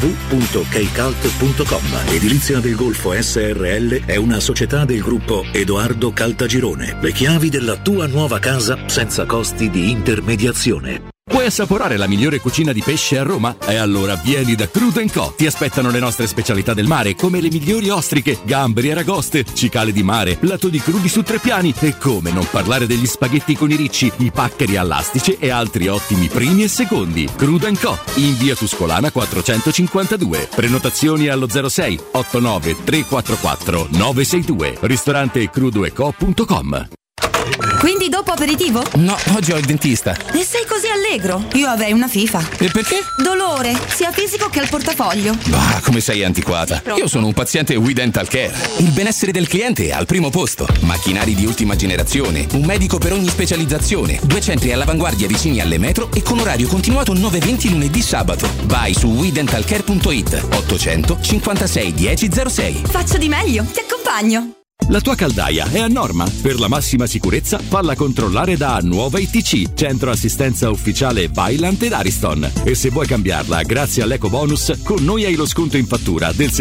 Speaker 9: www.keicalt.com. Edilizia del Golfo SRL è una società del gruppo Edoardo Caltagirone. Le chiavi della tua nuova casa senza costi di intermediazione.
Speaker 8: Vuoi assaporare la migliore cucina di pesce a Roma? E allora vieni da Crudo & Co. Ti aspettano le nostre specialità del mare, come le migliori ostriche, gamberi, aragoste, cicale di mare, plato di crudi su 3 piani e come non parlare degli spaghetti con i ricci, i paccheri all'astice e altri ottimi primi e secondi. Crudo & Co. in via Tuscolana 452. Prenotazioni allo 06 89 344 962. Ristorante crudoeco.com.
Speaker 10: Quindi dopo aperitivo?
Speaker 11: No, oggi ho il dentista.
Speaker 10: E sei così allegro? Io avrei una FIFA.
Speaker 11: E perché?
Speaker 10: Dolore, sia fisico che al portafoglio.
Speaker 11: Bah, come sei antiquata. Io sono un paziente We Dental Care. Il benessere del cliente è al primo posto. Macchinari di ultima generazione, un medico per ogni specializzazione, 2 centri all'avanguardia vicini alle metro e con orario continuato 9-20 lunedì sabato. Vai su wedentalcare.it 800 56 1006.
Speaker 10: Faccio di meglio, ti accompagno.
Speaker 8: La tua caldaia è a norma? Per la massima sicurezza falla controllare da Nuova ITC, centro assistenza ufficiale Vaillant ed Ariston. E se vuoi cambiarla grazie all'eco bonus, con noi hai lo sconto in fattura del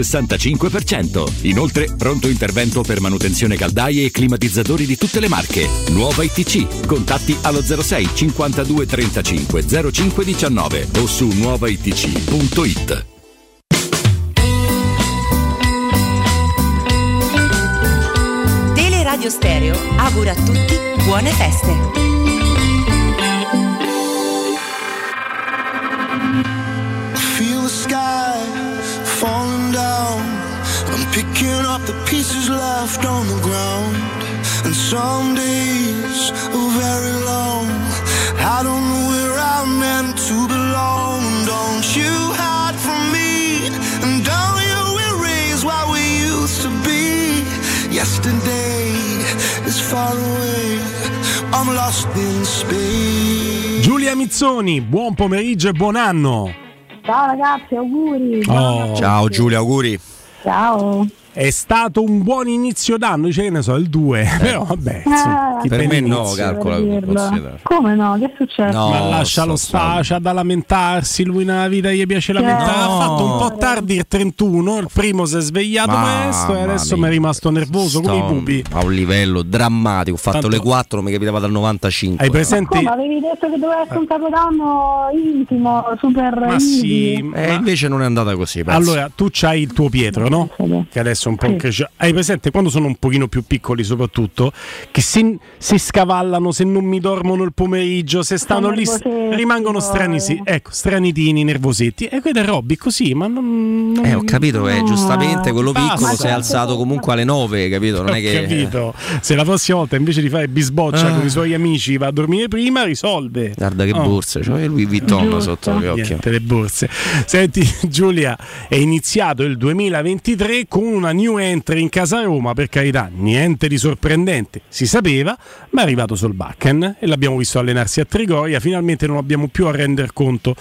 Speaker 8: 65%. Inoltre pronto intervento per manutenzione caldaie e climatizzatori di tutte le marche. Nuova ITC, contatti allo 06 52 35 05 19 o su nuovaitc.it.
Speaker 10: Radio Stereo augura a tutti buone feste.
Speaker 12: Feel the sky falling down. I'm picking up the pieces left on the ground. And some days are very long. I don't know where I'm meant to belong. Don't you hide from me, and don't you erase what we used to be. Yesterday is far away, I'm lost in space.
Speaker 1: Giulia Mizzoni, buon pomeriggio e buon anno.
Speaker 13: Ciao ragazzi, auguri.
Speaker 2: Ciao Giulia, auguri.
Speaker 13: Ciao.
Speaker 1: È stato un buon inizio d'anno, dice che ne so, il 2, però vabbè.
Speaker 2: Per me no, calcola.
Speaker 13: Come no? Che è successo?
Speaker 1: No, ma lascialo stare, c'ha da lamentarsi, lui nella vita gli piace lamentare. Ha fatto un po' tardi il 31, il primo si è svegliato presto e adesso mi è rimasto nervoso come i pupi.
Speaker 2: A un livello drammatico, ho fatto le 4, mi capitava dal 95.
Speaker 1: Hai presente?
Speaker 13: Ma avevi detto che doveva essere un capodanno intimo, super
Speaker 1: ma sì,
Speaker 2: invece non è andata così.
Speaker 1: Allora, tu c'hai il tuo Pietro, no? Che adesso adesso un po' hai presente quando sono un pochino più piccoli soprattutto, che se scavallano, se non mi dormono il pomeriggio, se stanno lì rimangono stranitini, nervosetti, e quello è Robby così, ma non
Speaker 2: ho capito, giustamente quello piccolo si è alzato comunque alle 9, capito? Non è che
Speaker 1: capito. Se la prossima volta invece di fare bisboccia con i suoi amici va a dormire prima, risolve.
Speaker 2: Guarda che borse, cioè Louis Vuitton sotto gli occhi.
Speaker 1: Niente, le borse. Senti Giulia, è iniziato il 2023 con una new entry in casa Roma, per carità, niente di sorprendente, si sapeva, ma è arrivato Solbakken e l'abbiamo visto allenarsi a Trigoria, finalmente non abbiamo più a render conto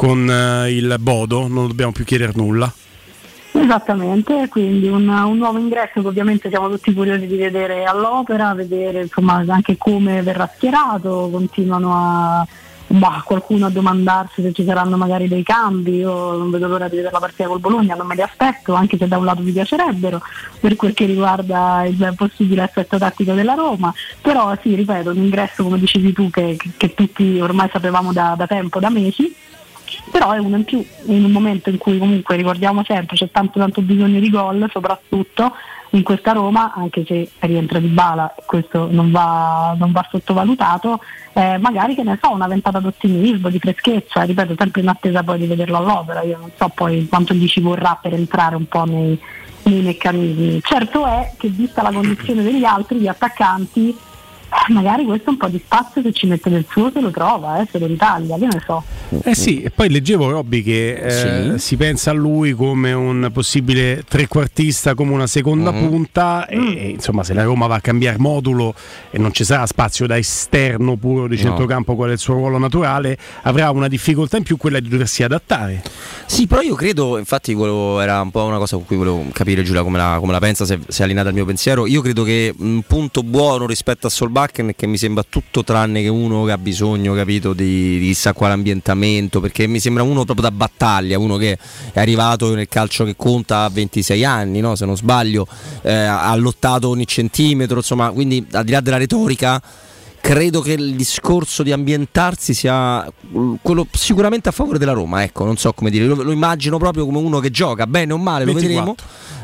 Speaker 1: con il Bodo, non dobbiamo più chiedere nulla.
Speaker 13: Esattamente, quindi un nuovo ingresso che ovviamente siamo tutti curiosi di vedere all'opera, vedere insomma anche come verrà schierato, continuano qualcuno a domandarsi se ci saranno magari dei cambi. Io non vedo l'ora di vedere la partita col Bologna, non me li aspetto, anche se da un lato mi piacerebbero per quel che riguarda il possibile assetto tattico della Roma, però sì, ripeto, un ingresso come dicevi tu che tutti ormai sapevamo da tempo, da mesi, però è uno in più in un momento in cui comunque ricordiamo sempre c'è tanto bisogno di gol, soprattutto in questa Roma, anche se rientra Dybala, questo non va sottovalutato, magari che ne so, una ventata d'ottimismo, di freschezza, ripeto, sempre in attesa poi di vederlo all'opera. Io non so poi quanto gli ci vorrà per entrare un po' nei meccanismi. Certo è che vista la condizione degli altri, gli attaccanti, magari questo un po' di spazio che ci mette del suo se lo trova, se lo ritaglia, che ne so.
Speaker 1: Sì, e poi leggevo Robby che si pensa a lui come un possibile trequartista, come una seconda punta, e insomma se la Roma va a cambiare modulo e non ci sarà spazio da esterno puro di centrocampo, qual è il suo ruolo naturale, avrà una difficoltà in più, quella di doversi adattare.
Speaker 2: Sì, però io credo, infatti era un po' una cosa con cui volevo capire Giulia come la pensa, se è allineata al mio pensiero. Io credo che un punto buono rispetto a Solbakken è che mi sembra tutto tranne che uno che ha bisogno, capito, di chissà quale ambientamento, perché mi sembra uno proprio da battaglia, uno che è arrivato nel calcio che conta a 26 anni, no? Se non sbaglio, ha lottato ogni centimetro, insomma, quindi al di là della retorica credo che il discorso di ambientarsi sia quello sicuramente a favore della Roma, ecco, non so come dire, lo immagino proprio come uno che gioca bene o male, 24. Lo vedremo.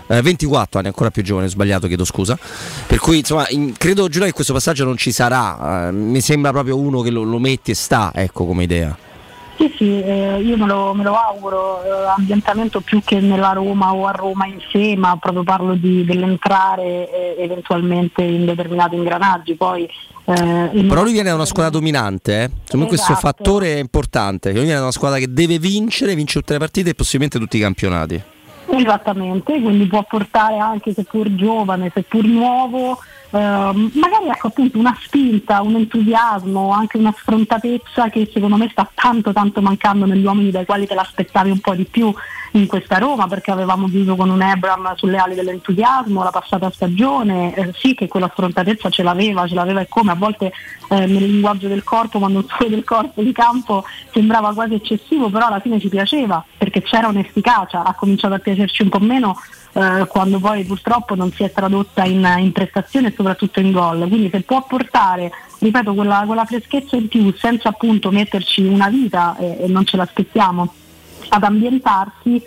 Speaker 2: 24 anni, ancora più giovane, ho sbagliato, chiedo scusa. Per cui insomma credo Giulia che questo passaggio non ci sarà, mi sembra proprio uno che lo metti e sta, ecco, come idea.
Speaker 13: Sì, io me lo auguro, ambientamento più che nella Roma o a Roma in sé, ma proprio parlo dell'entrare eventualmente in determinati ingranaggi. Poi
Speaker 2: però lui viene da una squadra dominante, secondo me questo fattore è importante, lui viene da una squadra che deve vince tutte le partite e possibilmente tutti i campionati.
Speaker 13: Esattamente, quindi può portare anche, seppur giovane, seppur nuovo, magari ecco appunto una spinta, un entusiasmo, anche una sfrontatezza che secondo me sta tanto mancando negli uomini dai quali te l'aspettavi un po' di più in questa Roma, perché avevamo chiuso con un Ebram sulle ali dell'entusiasmo la passata stagione, sì che quella sfrontatezza ce l'aveva e come a volte nel linguaggio del corpo, ma non solo del corpo, di campo sembrava quasi eccessivo, però alla fine ci piaceva perché c'era un'efficacia, ha cominciato a piacerci un po' meno quando poi purtroppo non si è tradotta in prestazione e soprattutto in gol. Quindi se può portare, ripeto, quella freschezza in più senza appunto metterci una vita e non ce l'aspettiamo ad ambientarsi,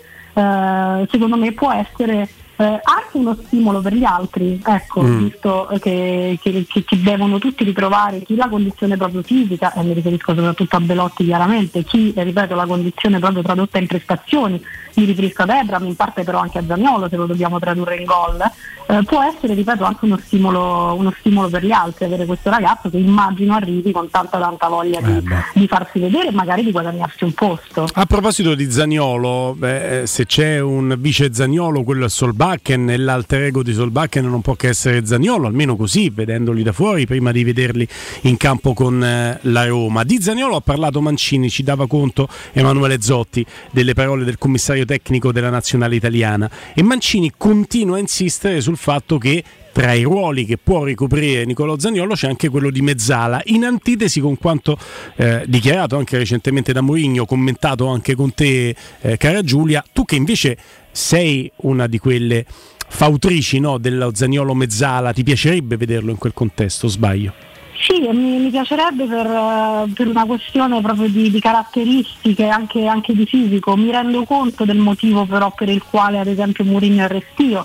Speaker 13: secondo me può essere anche uno stimolo per gli altri, ecco, visto che devono tutti ritrovare chi la condizione proprio fisica, e mi riferisco soprattutto a Belotti chiaramente, chi, ripeto, la condizione proprio tradotta in prestazioni, mi riferisco ad Ebram, in parte però anche a Zaniolo se lo dobbiamo tradurre in gol, può essere, ripeto, anche uno stimolo per gli altri, avere questo ragazzo che immagino arrivi con tanta voglia di farsi vedere e magari di guadagnarsi un posto.
Speaker 1: A proposito di Zaniolo, se c'è un vice Zaniolo, quello è Solbakken, e l'alter ego di Solbakken non può che essere Zaniolo, almeno così, vedendoli da fuori prima di vederli in campo con la Roma. Di Zaniolo ha parlato Mancini, ci dava conto Emanuele Zotti delle parole del commissario tecnico della nazionale italiana, e Mancini continua a insistere sul fatto che tra i ruoli che può ricoprire Nicolò Zaniolo c'è anche quello di mezzala, in antitesi con quanto dichiarato anche recentemente da Mourinho, commentato anche con te, cara Giulia, tu che invece sei una di quelle fautrici, no, dello Zaniolo mezzala, ti piacerebbe vederlo in quel contesto, sbaglio?
Speaker 13: Sì, mi piacerebbe per una questione proprio di caratteristiche, anche di fisico. Mi rendo conto del motivo però per il quale ad esempio Mourinho è restio,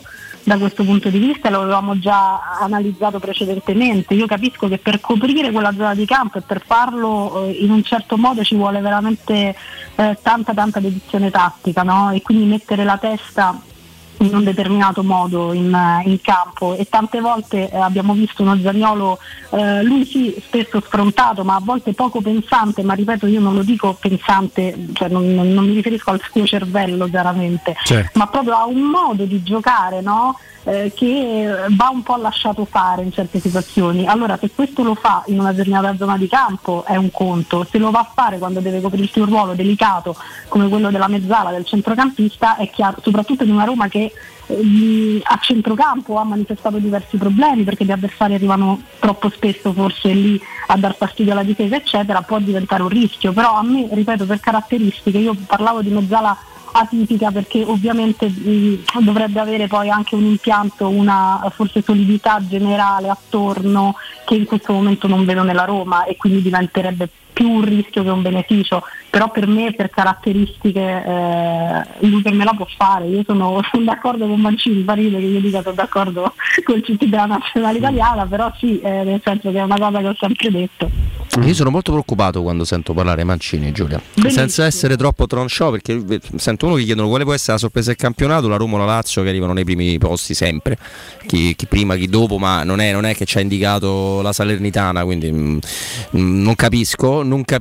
Speaker 13: da questo punto di vista, lo avevamo già analizzato precedentemente. Io capisco che per coprire quella zona di campo e per farlo in un certo modo ci vuole veramente tanta dedizione tattica, no? E quindi mettere la testa in un determinato modo in campo, e tante volte abbiamo visto uno Zaniolo lui sì, spesso sfrontato, ma a volte poco pensante, ma ripeto, io non lo dico pensante, cioè non mi riferisco al suo cervello chiaramente, certo, ma proprio a un modo di giocare, no? Che va un po' lasciato fare in certe situazioni. Allora, se questo lo fa in una determinata zona di campo è un conto, se lo va a fare quando deve coprirsi un ruolo delicato come quello della mezzala, del centrocampista, è chiaro, soprattutto in una Roma che a centrocampo ha manifestato diversi problemi, perché gli avversari arrivano troppo spesso forse lì a dar fastidio alla difesa eccetera, può diventare un rischio. Però a me, ripeto, per caratteristiche, io parlavo di mezzala atipica perché ovviamente dovrebbe avere poi anche un impianto, una forse solidità generale attorno, che in questo momento non vedo nella Roma, e quindi diventerebbe più un rischio che un beneficio. Però per me, per caratteristiche, lui per me la può fare. Io sono d'accordo con Mancini, pare che io dica sono d'accordo con il CT della nazionale italiana, però sì, nel senso che è una cosa che ho sempre detto.
Speaker 2: Io sono molto preoccupato quando sento parlare Mancini, Giulia, senza essere troppo tronchò, perché sento uno che chiedono quale può essere la sorpresa del campionato, la Roma o la Lazio, che arrivano nei primi posti sempre, chi prima, chi dopo, ma non è che ci ha indicato la Salernitana, quindi non capisco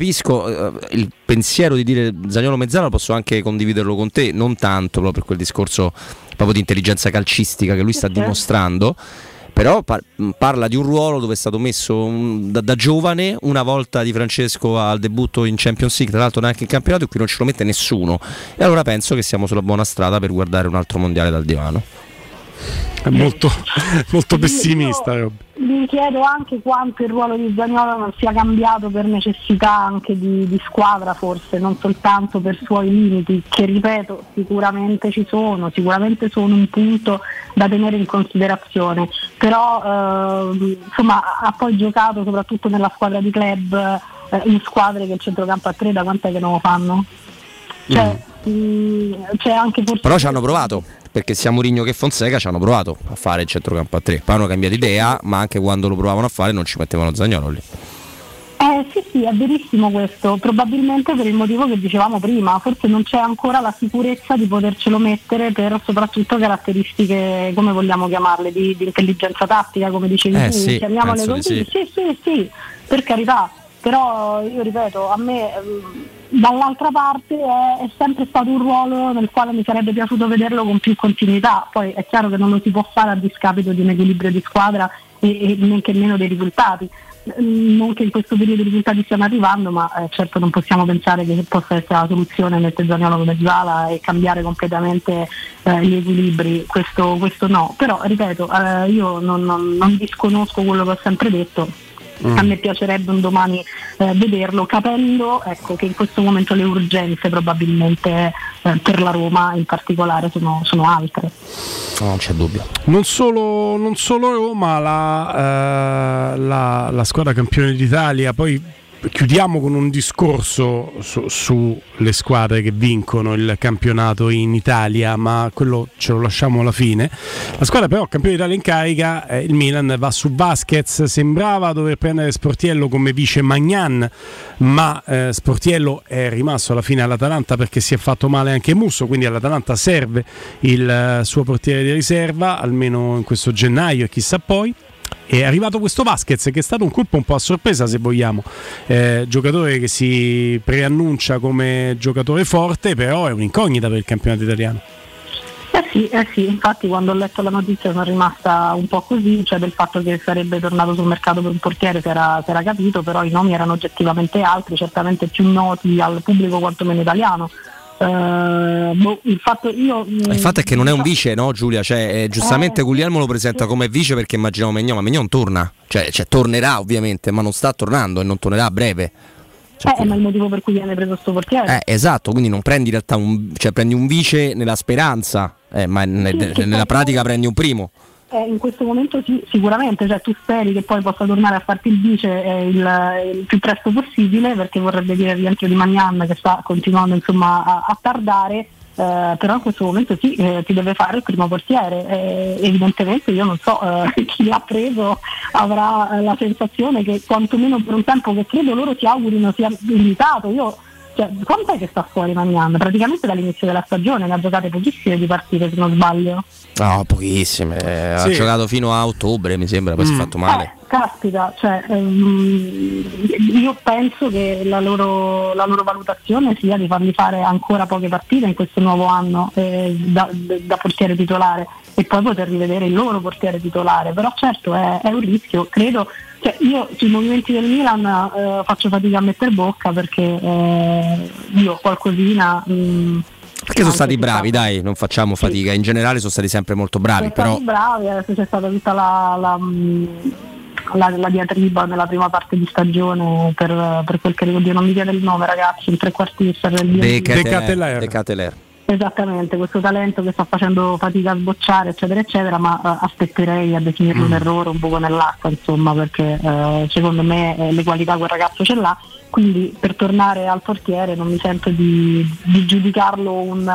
Speaker 2: il pensiero di dire Zaniolo mezzala. Posso anche condividerlo con te, non tanto proprio per quel discorso proprio di intelligenza calcistica che lui sta dimostrando, però parla di un ruolo dove è stato messo da giovane, una volta di Francesco al debutto in Champions League, tra l'altro neanche in campionato, e qui non ce lo mette nessuno, e allora penso che siamo sulla buona strada per guardare un altro mondiale dal divano.
Speaker 1: È molto pessimista, Robby.
Speaker 13: Mi chiedo anche quanto il ruolo di Zaniolo non sia cambiato per necessità anche di squadra, forse non soltanto per suoi limiti, che ripeto sicuramente ci sono, sicuramente sono un punto da tenere in considerazione, però insomma ha poi giocato soprattutto nella squadra di club, in squadre che il centrocampo a 3 da quant'è che non lo fanno? C'è anche forse,
Speaker 2: però ci hanno provato, perché sia Mourinho che Fonseca ci hanno provato a fare il centrocampo a 3, poi hanno cambiato idea, ma anche quando lo provavano a fare non ci mettevano Zaniolo lì.
Speaker 13: Sì, è verissimo questo, probabilmente per il motivo che dicevamo prima, forse non c'è ancora la sicurezza di potercelo mettere per soprattutto caratteristiche, come vogliamo chiamarle, di intelligenza tattica, come dicevi tu,
Speaker 2: sì,
Speaker 13: chiamiamole così, sì, per carità, però io ripeto, a me dall'altra parte è sempre stato un ruolo nel quale mi sarebbe piaciuto vederlo con più continuità. Poi è chiaro che non lo si può fare a discapito di un equilibrio di squadra e neanche meno dei risultati, non che in questo periodo i risultati stiano arrivando, ma certo non possiamo pensare che possa essere la soluzione mettere Zaniolo come mezzala e cambiare completamente gli equilibri, questo no. Però ripeto, io non disconosco quello che ho sempre detto. A me piacerebbe un domani vederlo, capendo che in questo momento le urgenze probabilmente per la Roma in particolare sono altre.
Speaker 2: Non c'è dubbio.
Speaker 1: Non solo Roma, la squadra campione d'Italia. Poi chiudiamo con un discorso sulle squadre che vincono il campionato in Italia, ma quello ce lo lasciamo alla fine. La squadra però campione d'Italia in carica, il Milan, va su Vasquez. Sembrava dover prendere Sportiello come vice Magnan, ma Sportiello è rimasto alla fine all'Atalanta perché si è fatto male anche Musso, quindi all'Atalanta serve il suo portiere di riserva almeno in questo gennaio e chissà poi. È arrivato questo Vasquez, che è stato un colpo un po' a sorpresa, se vogliamo, giocatore che si preannuncia come giocatore forte, però è un'incognita per il campionato italiano.
Speaker 13: Sì, infatti quando ho letto la notizia sono rimasta un po' così, cioè del fatto che sarebbe tornato sul mercato per un portiere si era capito, però i nomi erano oggettivamente altri, certamente più noti al pubblico quantomeno italiano. Il fatto è
Speaker 2: che non è un vice, no Giulia? Cioè, giustamente Guglielmo lo presenta come vice perché immaginavo Maignan, ma Maignan torna, cioè tornerà ovviamente, ma non sta tornando e non tornerà a breve.
Speaker 13: Ma il motivo per cui viene preso sto portiere?
Speaker 2: Esatto, quindi non prendi in realtà prendi un vice nella speranza, ma nella pratica prendi un primo.
Speaker 13: In questo momento sì, sicuramente, cioè tu speri che poi possa tornare a farti il vice il più presto possibile, perché vorrebbe dire il rientro di Maignan che sta continuando insomma a tardare, però in questo momento sì, ti deve fare il primo portiere, evidentemente io non so chi l'ha preso avrà la sensazione che quantomeno per un tempo che credo loro si augurino sia limitato. Quanto è che sta fuori Maignan? Praticamente dall'inizio della stagione, ne ha giocate pochissime di partite se non sbaglio.
Speaker 2: No, pochissime, ha giocato fino a ottobre mi sembra, poi si è fatto male.
Speaker 13: Caspita, io penso che la loro valutazione sia di fargli fare ancora poche partite in questo nuovo anno da portiere titolare e poi poter rivedere il loro portiere titolare, però certo è un rischio, credo. Io sui movimenti del Milan faccio fatica a mettere bocca perché io qualcosina
Speaker 2: perché sono stati bravi, dai, non facciamo fatica, in generale sono stati sempre molto bravi,
Speaker 13: sono stati bravi, adesso c'è stata tutta la diatriba nella prima parte di stagione per quel che oddio, non mi viene il nome, ragazzi, il trequartista
Speaker 2: De Ketelaere.
Speaker 13: Esattamente, questo talento che sta facendo fatica a sbocciare eccetera eccetera, ma aspetterei a definirlo un errore un po' nell'acqua, insomma, perché secondo me le qualità quel ragazzo ce l'ha, quindi per tornare al portiere non mi sento di giudicarlo un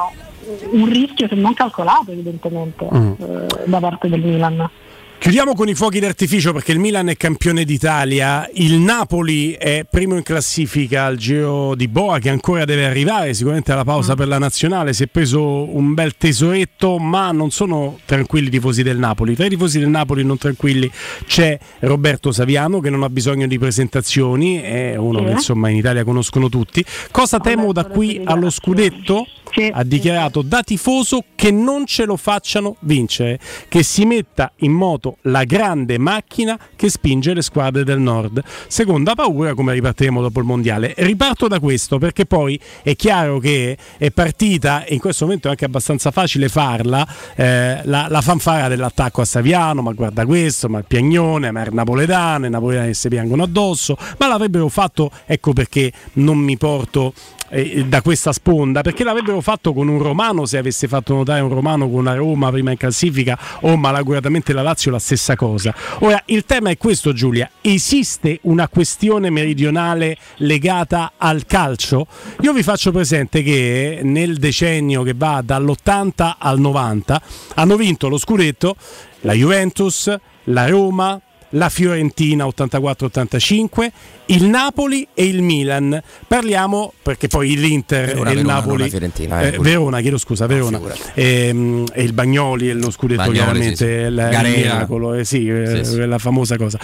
Speaker 13: rischio se non calcolato evidentemente da parte del Milan.
Speaker 1: Chiudiamo con i fuochi d'artificio perché il Milan è campione d'Italia, il Napoli è primo in classifica al Giro di Boa che ancora deve arrivare, sicuramente alla pausa per la nazionale, si è preso un bel tesoretto, ma non sono tranquilli i tifosi del Napoli. Tra i tifosi del Napoli non tranquilli c'è Roberto Saviano che non ha bisogno di presentazioni, è uno che insomma in Italia conoscono tutti. Cosa temo da qui allo scudetto? Ha dichiarato da tifoso che non ce lo facciano vincere, che si metta in moto la grande macchina che spinge le squadre del nord. Seconda paura, come ripartiremo dopo il mondiale. Riparto da questo perché poi è chiaro che è partita, e in questo momento è anche abbastanza facile farla, la fanfara dell'attacco a Saviano, ma guarda questo, ma il piagnone, ma il napoletano, i napoletani si piangono addosso, ma l'avrebbero fatto, ecco perché non mi porto da questa sponda, perché l'avrebbero fatto con un romano, se avesse fatto notare un romano con la Roma prima in classifica o malauguratamente la Lazio la stessa cosa. Ora il tema è questo, Giulia: esiste una questione meridionale legata al calcio? Io vi faccio presente che nel decennio che va dall'80 al 90 hanno vinto lo scudetto la Juventus, la Roma, la Fiorentina 84-85, il Napoli e il Milan. Parliamo perché poi l'Inter e il Napoli, Verona, chiedo scusa, Verona e il Bagnoli e lo scudetto chiaramente il miracolo, la famosa cosa.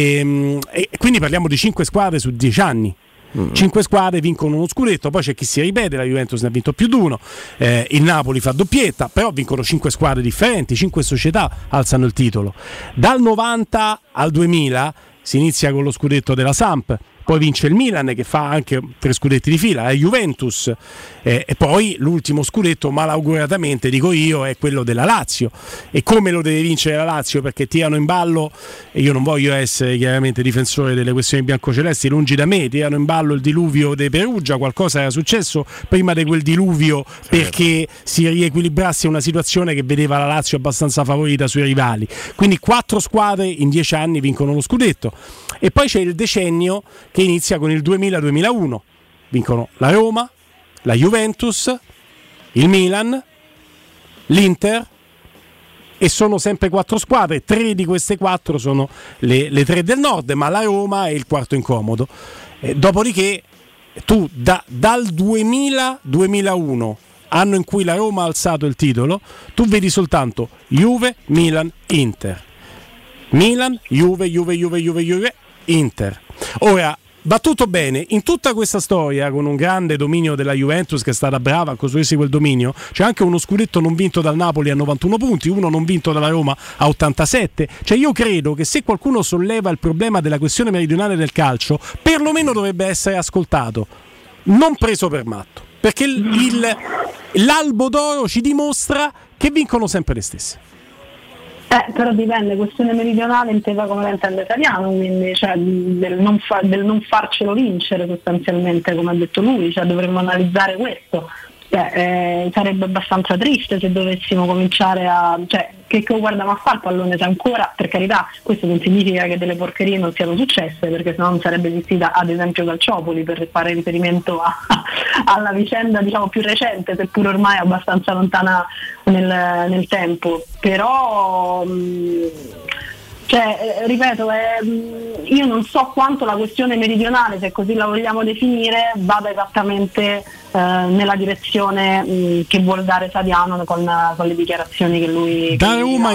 Speaker 1: E quindi parliamo di 5 squadre su 10 anni. 5 squadre vincono uno scudetto, poi c'è chi si ripete, la Juventus ne ha vinto più di uno, il Napoli fa doppietta, però vincono 5 squadre differenti, 5 società alzano il titolo. Dal 90 al 2000 si inizia con lo scudetto della Samp, poi vince il Milan che fa anche 3 scudetti di fila, la Juventus, e poi l'ultimo scudetto malauguratamente, dico io, è quello della Lazio. E come lo deve vincere la Lazio? Perché tirano in ballo, e io non voglio essere chiaramente difensore delle questioni biancocelesti, lungi da me, tirano in ballo il diluvio di Perugia, qualcosa era successo prima di quel diluvio perché si riequilibrasse una situazione che vedeva la Lazio abbastanza favorita sui rivali. Quindi 4 squadre in 10 anni vincono lo scudetto. E poi c'è il decennio che inizia con il 2000-2001, vincono la Roma, la Juventus, il Milan, l'Inter, e sono sempre 4 squadre. 3 di queste 4 sono le 3 del nord, ma la Roma è il quarto incomodo. Dopodiché tu dal 2000-2001, anno in cui la Roma ha alzato il titolo, tu vedi soltanto Juve, Milan, Inter. Milan, Juve, Inter. Ora va tutto bene in tutta questa storia, con un grande dominio della Juventus che è stata brava a costruirsi quel dominio. C'è anche uno scudetto non vinto dal Napoli a 91 punti, uno non vinto dalla Roma a 87. Cioè io credo che se qualcuno solleva il problema della questione meridionale del calcio, perlomeno dovrebbe essere ascoltato, non preso per matto, perché l'albo d'oro ci dimostra che vincono sempre le stesse.
Speaker 13: Però dipende, questione meridionale intesa come la intende Saviano, quindi cioè, del non farcelo vincere sostanzialmente, come ha detto lui, cioè dovremmo analizzare questo. sarebbe abbastanza triste se dovessimo cominciare che guardiamo a fare il pallone, se ancora, per carità, questo non significa che delle porcherie non siano successe, perché sennò non sarebbe esistita ad esempio Calciopoli, per fare riferimento alla vicenda diciamo più recente, seppur ormai abbastanza lontana nel tempo, però ripeto, io non so quanto la questione meridionale, se così la vogliamo definire, vada esattamente nella direzione che vuol dare Saviano con le dichiarazioni che lui
Speaker 1: da Roma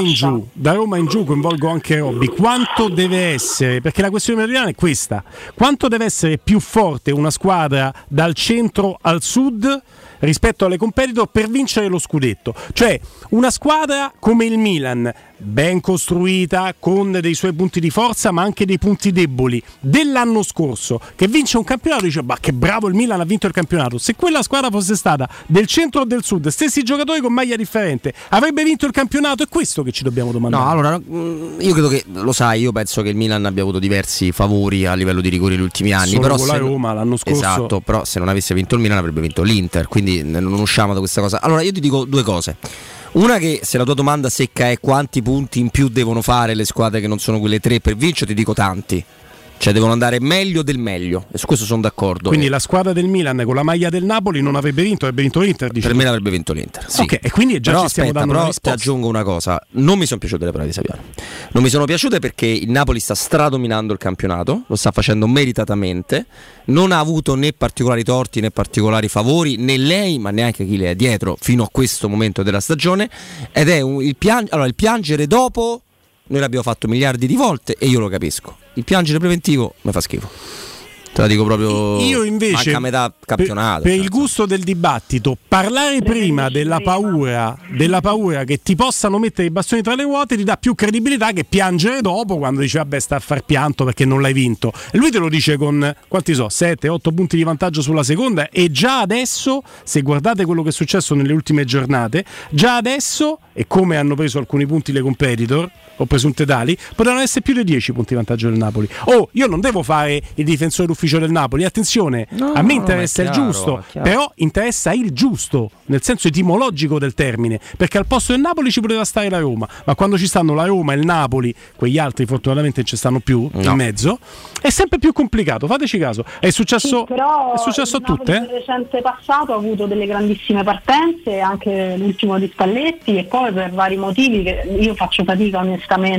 Speaker 1: in giù coinvolgo anche Robby. Quanto deve essere, perché la questione meridionale è questa, quanto deve essere più forte una squadra dal centro al sud rispetto alle competitor per vincere lo scudetto? Cioè una squadra come il Milan, ben costruita, con dei suoi punti di forza ma anche dei punti deboli, dell'anno scorso, che vince un campionato, dice che bravo il Milan, ha vinto il campionato. Se quella squadra fosse stata del centro o del sud, stessi giocatori con maglia differente, avrebbe vinto il campionato? È questo che ci dobbiamo domandare.
Speaker 2: No, allora io credo che, lo sai, io penso che il Milan abbia avuto diversi favori a livello di rigori negli ultimi anni.
Speaker 1: Solo
Speaker 2: però
Speaker 1: con la Roma l'anno scorso.
Speaker 2: Esatto, però se non avesse vinto il Milan avrebbe vinto l'Inter, quindi non usciamo da questa cosa. Allora io ti dico due cose. Una, che se la tua domanda secca è quanti punti in più devono fare le squadre che non sono quelle tre per vincere, ti dico tanti. Cioè devono andare meglio del meglio, e su questo sono d'accordo.
Speaker 1: Quindi la squadra del Milan con la maglia del Napoli non avrebbe vinto, avrebbe vinto l'Inter, dice.
Speaker 2: Per me l'avrebbe vinto l'Inter, sì.
Speaker 1: Ok, e quindi già
Speaker 2: però
Speaker 1: ci stiamo dando una risposta.
Speaker 2: Ti aggiungo una cosa, non mi sono piaciute le prove di Saviano. Non mi sono piaciute perché il Napoli sta stradominando il campionato, lo sta facendo meritatamente, non ha avuto né particolari torti né particolari favori, né lei ma neanche chi le è dietro fino a questo momento della stagione, ed è il piangere dopo. Noi l'abbiamo fatto miliardi di volte e io lo capisco. Il piangere preventivo mi fa schifo. Te la dico proprio.
Speaker 1: Io invece,
Speaker 2: manca metà campionato.
Speaker 1: Per il gusto del dibattito, parlare prima della paura che ti possano mettere i bastoni tra le ruote ti dà più credibilità che piangere dopo, quando dici vabbè, sta a far pianto perché non l'hai vinto. E lui te lo dice con, quanti so, 7-8 punti di vantaggio sulla seconda, e già adesso, se guardate quello che è successo nelle ultime giornate, già adesso, e come hanno preso alcuni punti le competitor o presunte tali, potranno essere più di 10 punti di vantaggio del Napoli. Io non devo fare il difensore d'ufficio del Napoli, attenzione, a me interessa il giusto, però interessa il giusto nel senso etimologico del termine, perché al posto del Napoli ci poteva stare la Roma, ma quando ci stanno la Roma e il Napoli, quegli altri fortunatamente non ci stanno più in mezzo, è sempre più complicato. Fateci caso, è successo, è successo a tutte.
Speaker 13: Nel recente passato ha avuto delle grandissime partenze, anche l'ultimo di Spalletti, e poi per vari motivi che io faccio fatica onestamente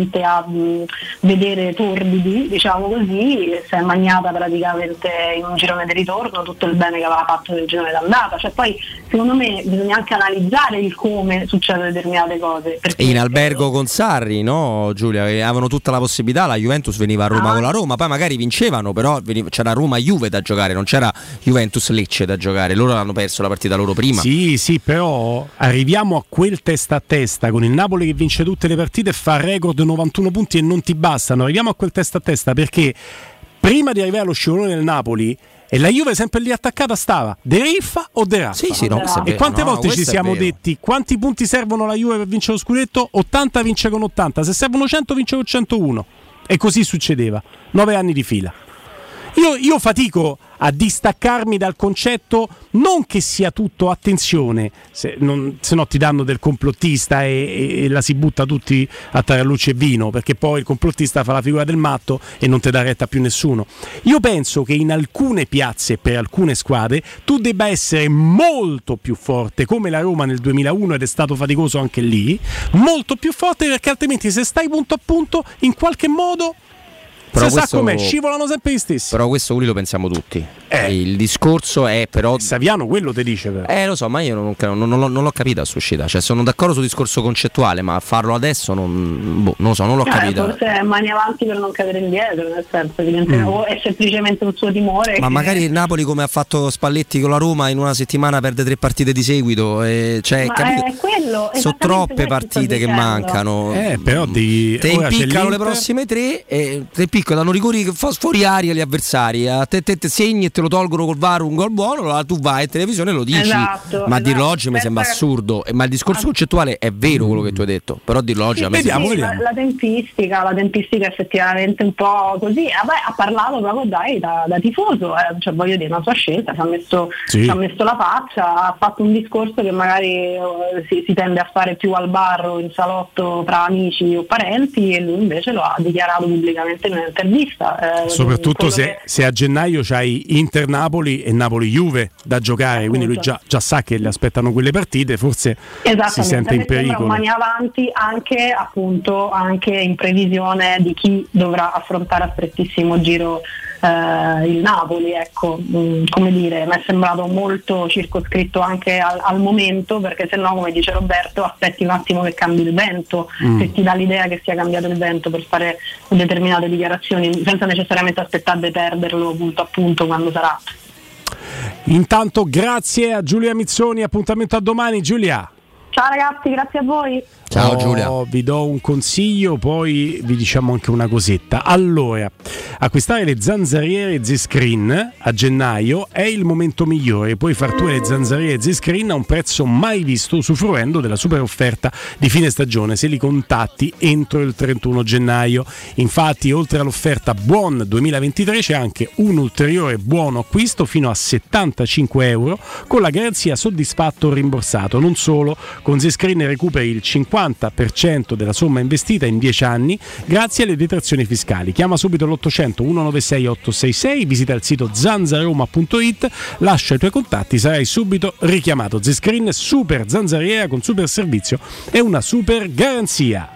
Speaker 13: a vedere torbidi, diciamo così, si è magnata praticamente in un girone di ritorno tutto il bene che aveva fatto nel girone d'andata. Cioè poi secondo me bisogna anche analizzare il come succedono determinate cose.
Speaker 2: E in albergo con Sarri, no Giulia, che avevano tutta la possibilità, la Juventus veniva a Roma con la Roma, poi magari vincevano, però c'era Roma-Juve da giocare, non c'era Juventus-Lecce da giocare, loro hanno perso la partita loro prima.
Speaker 1: Sì, però arriviamo a quel testa a testa con il Napoli che vince tutte le partite e fa record 91 punti e non ti bastano. Arriviamo a quel testa a testa perché prima di arrivare allo scivolone del Napoli e la Juve sempre lì attaccata stava De Riffa o De Raffa.
Speaker 2: Sì, no,
Speaker 1: e quante volte ci siamo detti quanti punti servono alla Juve per vincere lo scudetto? 80 vince con 80, se servono 100 vince con 101, e così succedeva 9 anni di fila. Io fatico a distaccarmi dal concetto, non che sia tutto, attenzione, se no ti danno del complottista e la si butta tutti a tarallucci e vino, perché poi il complottista fa la figura del matto e non ti dà retta più nessuno. Io penso che in alcune piazze, per alcune squadre, tu debba essere molto più forte, come la Roma nel 2001, ed è stato faticoso anche lì, molto più forte, perché altrimenti se stai punto a punto in qualche modo
Speaker 2: però
Speaker 1: si sa com'è, scivolano sempre gli stessi.
Speaker 2: Però questo lo pensiamo tutti. Il discorso è però
Speaker 1: Saviano quello te dice però.
Speaker 2: Lo so, ma io non l'ho capita questa uscita. Cioè sono d'accordo sul discorso concettuale, ma farlo adesso non lo so, non l'ho capita.
Speaker 13: Forse è mani avanti per non cadere indietro, nel senso che o è semplicemente un suo timore.
Speaker 2: Ma magari il Napoli, come ha fatto Spalletti con la Roma, in una settimana perde 3 partite di seguito, cioè,
Speaker 13: quello,
Speaker 2: sono troppe partite che mancano.
Speaker 1: Però te
Speaker 2: impiccano le prossime 3 e te danno rigori fuori aria agli avversari, a te segni e te lo lo tolgono col VAR un gol buono, allora tu vai in televisione e lo dici. Ma dirlo oggi mi sembra assurdo. Ma il discorso concettuale è vero quello che tu hai detto, però dirlo oggi a me
Speaker 13: vediamo. La tempistica effettivamente un po' così. Ha parlato proprio da tifoso, cioè voglio dire, una sua scelta, ci ha messo la faccia, ha fatto un discorso che magari si tende a fare più al bar o in salotto tra amici o parenti, e lui invece lo ha dichiarato pubblicamente in un'intervista.
Speaker 1: Soprattutto se a gennaio c'hai Inter-Napoli e Napoli-Juve da giocare, quindi lui già sa che le aspettano quelle partite, forse si sente in pericolo.
Speaker 13: Mani avanti anche in previsione di chi dovrà affrontare a strettissimo giro il Napoli, ecco. Come dire, mi è sembrato molto circoscritto anche al momento, perché se no, come dice Roberto, aspetti un attimo che cambi il vento, se ti dà l'idea che sia cambiato il vento per fare determinate dichiarazioni, senza necessariamente aspettare di perderlo punto a punto quando sarà.
Speaker 1: Intanto grazie a Giulia Mizzoni, appuntamento a domani. Giulia.
Speaker 13: Ciao ragazzi, grazie a voi.
Speaker 2: Ciao Giulia.
Speaker 1: Vi do un consiglio, poi vi diciamo anche una cosetta. Allora, acquistare le zanzariere Z-Screen a gennaio è il momento migliore. Puoi far tu le zanzariere Z-Screen a un prezzo mai visto, usufruendo della super offerta di fine stagione se li contatti entro il 31 gennaio. Infatti, oltre all'offerta Buon 2023 c'è anche un ulteriore buono acquisto fino a €75 con la garanzia soddisfatto o rimborsato. Non solo, con Z-Screen recuperi il 50% della somma investita in 10 anni grazie alle detrazioni fiscali. Chiama subito l'800 196 866, visita il sito zanzaroma.it, lascia i tuoi contatti, sarai subito richiamato. Z-Screen, super zanzariera con super servizio e una super garanzia.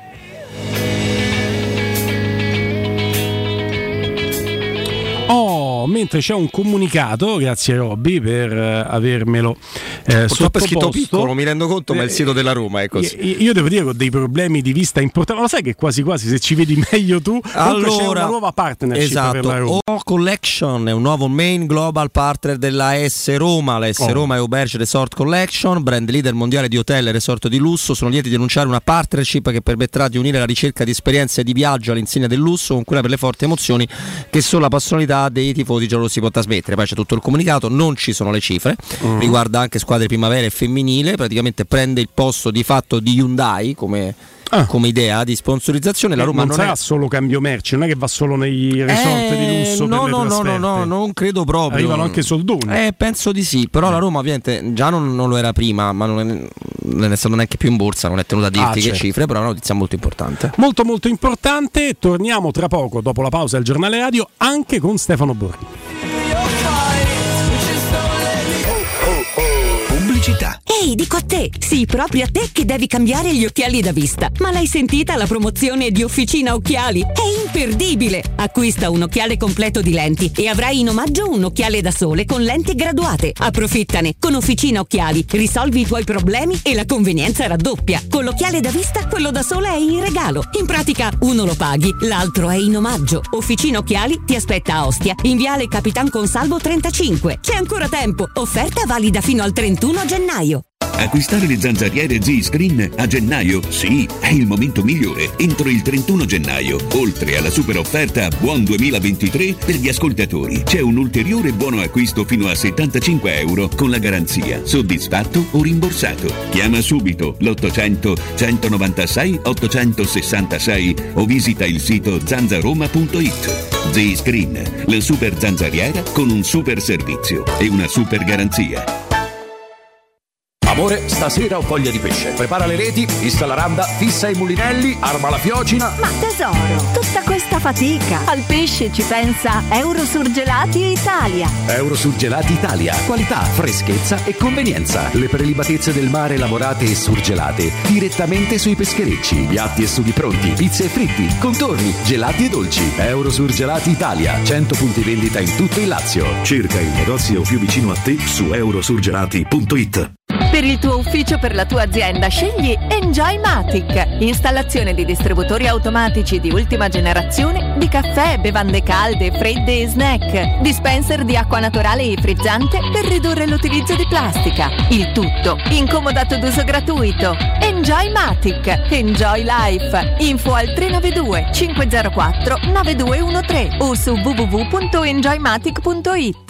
Speaker 1: Mentre c'è un comunicato, grazie Robby per avermelo
Speaker 2: purtroppo è scritto piccolo, mi rendo conto, ma il sito della Roma è così.
Speaker 1: Io devo dire che ho dei problemi di vista importanti, ma lo sai che quasi se ci vedi meglio tu. Allora, c'è una nuova partnership per la Roma.
Speaker 2: O Collection è un nuovo main global partner della AS Roma. La AS Roma è Auberge Resort Collection, brand leader mondiale di hotel e resort di lusso. Sono lieti di annunciare una partnership che permetterà di unire la ricerca di esperienze di viaggio all'insegna del lusso con quella per le forti emozioni che solo la passionalità dei tifosi giallorossi può trasmettere. Poi c'è tutto il comunicato, non ci sono le cifre, riguarda anche squadre primavera e femminile, praticamente prende il posto di fatto di Hyundai come idea di sponsorizzazione. La Roma
Speaker 1: non sarà solo cambio merci, non è che va solo nei resort di lusso per le trasferte.
Speaker 2: No, non credo proprio.
Speaker 1: Arrivano anche soldoni.
Speaker 2: Penso di sì, però la Roma ovviamente già non lo era prima, ma non è stato neanche più in borsa, non è tenuta a dirti che cifre, però è una notizia molto importante.
Speaker 1: Molto molto importante. Torniamo tra poco, dopo la pausa del giornale radio, anche con Stefano Borghi.
Speaker 14: Ehi, dico a te, sì, proprio a te che devi cambiare gli occhiali da vista. Ma l'hai sentita la promozione di Officina Occhiali? È imperdibile! Acquista un occhiale completo di lenti e avrai in omaggio un occhiale da sole con lenti graduate. Approfittane! Con Officina Occhiali risolvi i tuoi problemi e la convenienza raddoppia. Con l'occhiale da vista, quello da sole è in regalo. In pratica, uno lo paghi, l'altro è in omaggio. Officina Occhiali ti aspetta a Ostia, in viale Capitan Consalvo 35. C'è ancora tempo! Offerta valida fino al 31 gennaio.
Speaker 4: Acquistare le zanzariere Z-Screen a gennaio? Sì, è il momento migliore. Entro il 31 gennaio, oltre alla super offerta Buon 2023 per gli ascoltatori, c'è un ulteriore buono acquisto fino a €75 con la garanzia soddisfatto o rimborsato. Chiama subito l'800 196 866 o visita il sito zanzaroma.it. Z-Screen, la super zanzariera con un super servizio e una super garanzia.
Speaker 15: Amore, stasera ho voglia di pesce. Prepara le reti, fissa la randa, fissa i mulinelli, arma la fiocina.
Speaker 16: Ma tesoro, tutta questa fatica. Al pesce ci pensa Eurosurgelati Italia.
Speaker 15: Eurosurgelati Italia. Qualità, freschezza e convenienza. Le prelibatezze del mare lavorate e surgelate direttamente sui pescherecci. Piatti e sughi pronti, pizze e fritti, contorni, gelati e dolci. Eurosurgelati Italia. 100 punti vendita in tutto il Lazio.
Speaker 9: Cerca il negozio più vicino a te su eurosurgelati.it.
Speaker 6: Per il tuo ufficio, per la tua azienda, scegli Enjoymatic. Installazione di distributori automatici di ultima generazione di caffè, bevande calde, fredde e snack. Dispenser di acqua naturale e frizzante per ridurre l'utilizzo di plastica. Il tutto in comodato d'uso gratuito. Enjoymatic. Enjoy Life. Info al 392 504 9213 o su www.enjoymatic.it.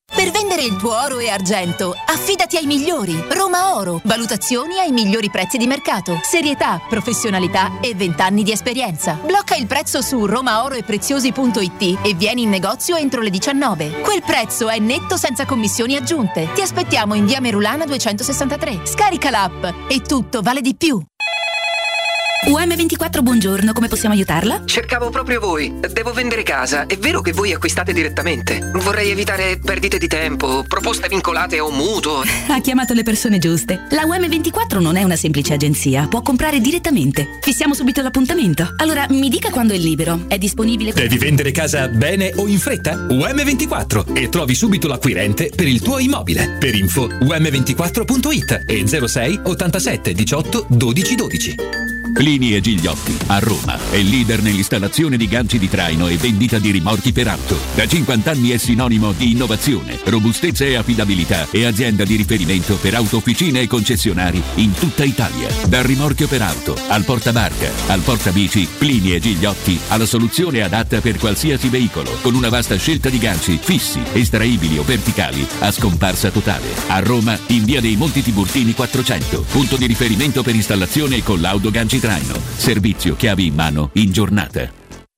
Speaker 17: Per vendere il tuo oro e argento, affidati ai migliori. Roma Oro. Valutazioni ai migliori prezzi di mercato. Serietà, professionalità e 20 anni di esperienza. Blocca il prezzo su romaoroepreziosi.it e vieni in negozio entro le 19. Quel prezzo è netto senza commissioni aggiunte. Ti aspettiamo in via Merulana 263. Scarica l'app e tutto vale di più.
Speaker 18: UM24, buongiorno, come possiamo aiutarla?
Speaker 19: Cercavo proprio voi. Devo vendere casa. È vero che voi acquistate direttamente? Vorrei evitare perdite di tempo, proposte vincolate o mutuo.
Speaker 18: Ha chiamato le persone giuste. La UM24 non è una semplice agenzia, può comprare direttamente. Fissiamo subito l'appuntamento. Allora, mi dica quando è libero. È disponibile?
Speaker 20: Devi vendere casa bene o in fretta? UM24 e trovi subito l'acquirente per il tuo immobile. Per info um24.it e 06 87 18 12 12.
Speaker 4: Plini e Gigliotti, a Roma, è leader nell'installazione di ganci di traino e vendita di rimorchi per auto. Da 50 anni è sinonimo di innovazione, robustezza e affidabilità e azienda di riferimento per autofficine e concessionari in tutta Italia. Dal rimorchio per auto, al portabarca, al portabici, Plini e Gigliotti ha la soluzione adatta per qualsiasi veicolo, con una vasta scelta di ganci fissi, estraibili o verticali, a scomparsa totale. A Roma, in via dei Monti Tiburtini 400, punto di riferimento per installazione e collaudo ganci traino. Servizio chiavi in mano in giornata.
Speaker 12: È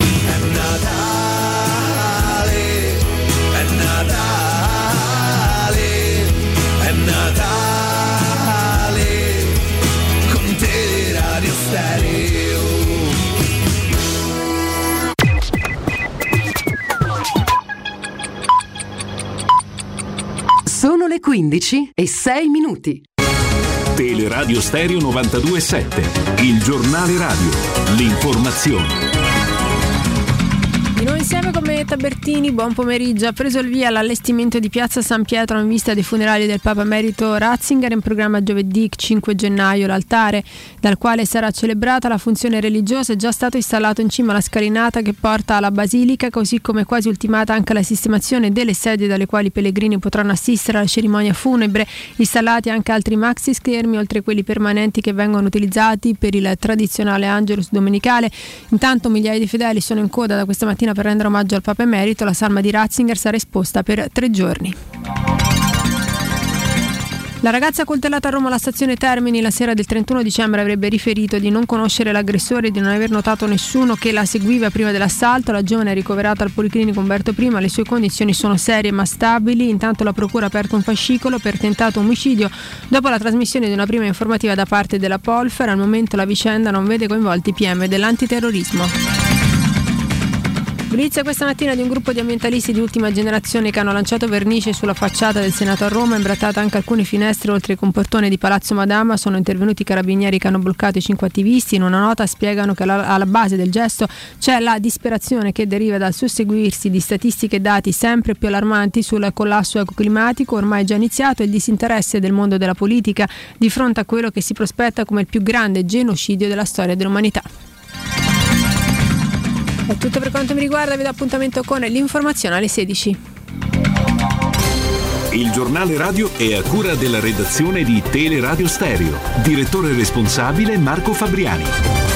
Speaker 12: Natale, è Natale, con Teleradio Stereo.
Speaker 21: Sono le 15:06.
Speaker 22: Teleradio Stereo 92.7, il giornale radio, l'informazione.
Speaker 23: Di nuovo insieme con me Tabertini, buon pomeriggio. Ha preso il via l'allestimento di Piazza San Pietro in vista dei funerali del Papa Emerito Ratzinger, in programma giovedì 5 gennaio. L'altare dal quale sarà celebrata la funzione religiosa è già stato installato in cima alla scalinata che porta alla Basilica, così come quasi ultimata anche la sistemazione delle sedie dalle quali i pellegrini potranno assistere alla cerimonia funebre, installati anche altri maxi schermi oltre quelli permanenti che vengono utilizzati per il tradizionale Angelus domenicale. Intanto migliaia di fedeli sono in coda da questa mattina per rendere omaggio al Papa Emerito. La salma di Ratzinger sarà esposta per 3 giorni. La ragazza coltellata a Roma alla stazione Termini la sera del 31 dicembre avrebbe riferito di non conoscere l'aggressore e di non aver notato nessuno che la seguiva prima dell'assalto. La giovane è ricoverata al Policlinico Umberto I, le sue condizioni sono serie ma stabili. Intanto la procura ha aperto un fascicolo per tentato omicidio dopo la trasmissione di una prima informativa da parte della Polfer. Al momento la vicenda non vede coinvolti i PM dell'antiterrorismo. Notizia questa mattina di un gruppo di ambientalisti di ultima generazione che hanno lanciato vernice sulla facciata del Senato a Roma, imbrattate anche alcune finestre oltre il comportone di Palazzo Madama. Sono intervenuti i carabinieri che hanno bloccato i 5 attivisti. In una nota spiegano che alla base del gesto c'è la disperazione che deriva dal susseguirsi di statistiche e dati sempre più allarmanti sul collasso ecoclimatico ormai già iniziato e il disinteresse del mondo della politica di fronte a quello che si prospetta come il più grande genocidio della storia dell'umanità. È tutto per quanto mi riguarda, vi do appuntamento con l'informazione alle 16.
Speaker 22: Il giornale radio è a cura della redazione di Teleradio Stereo. Direttore responsabile Marco Fabriani.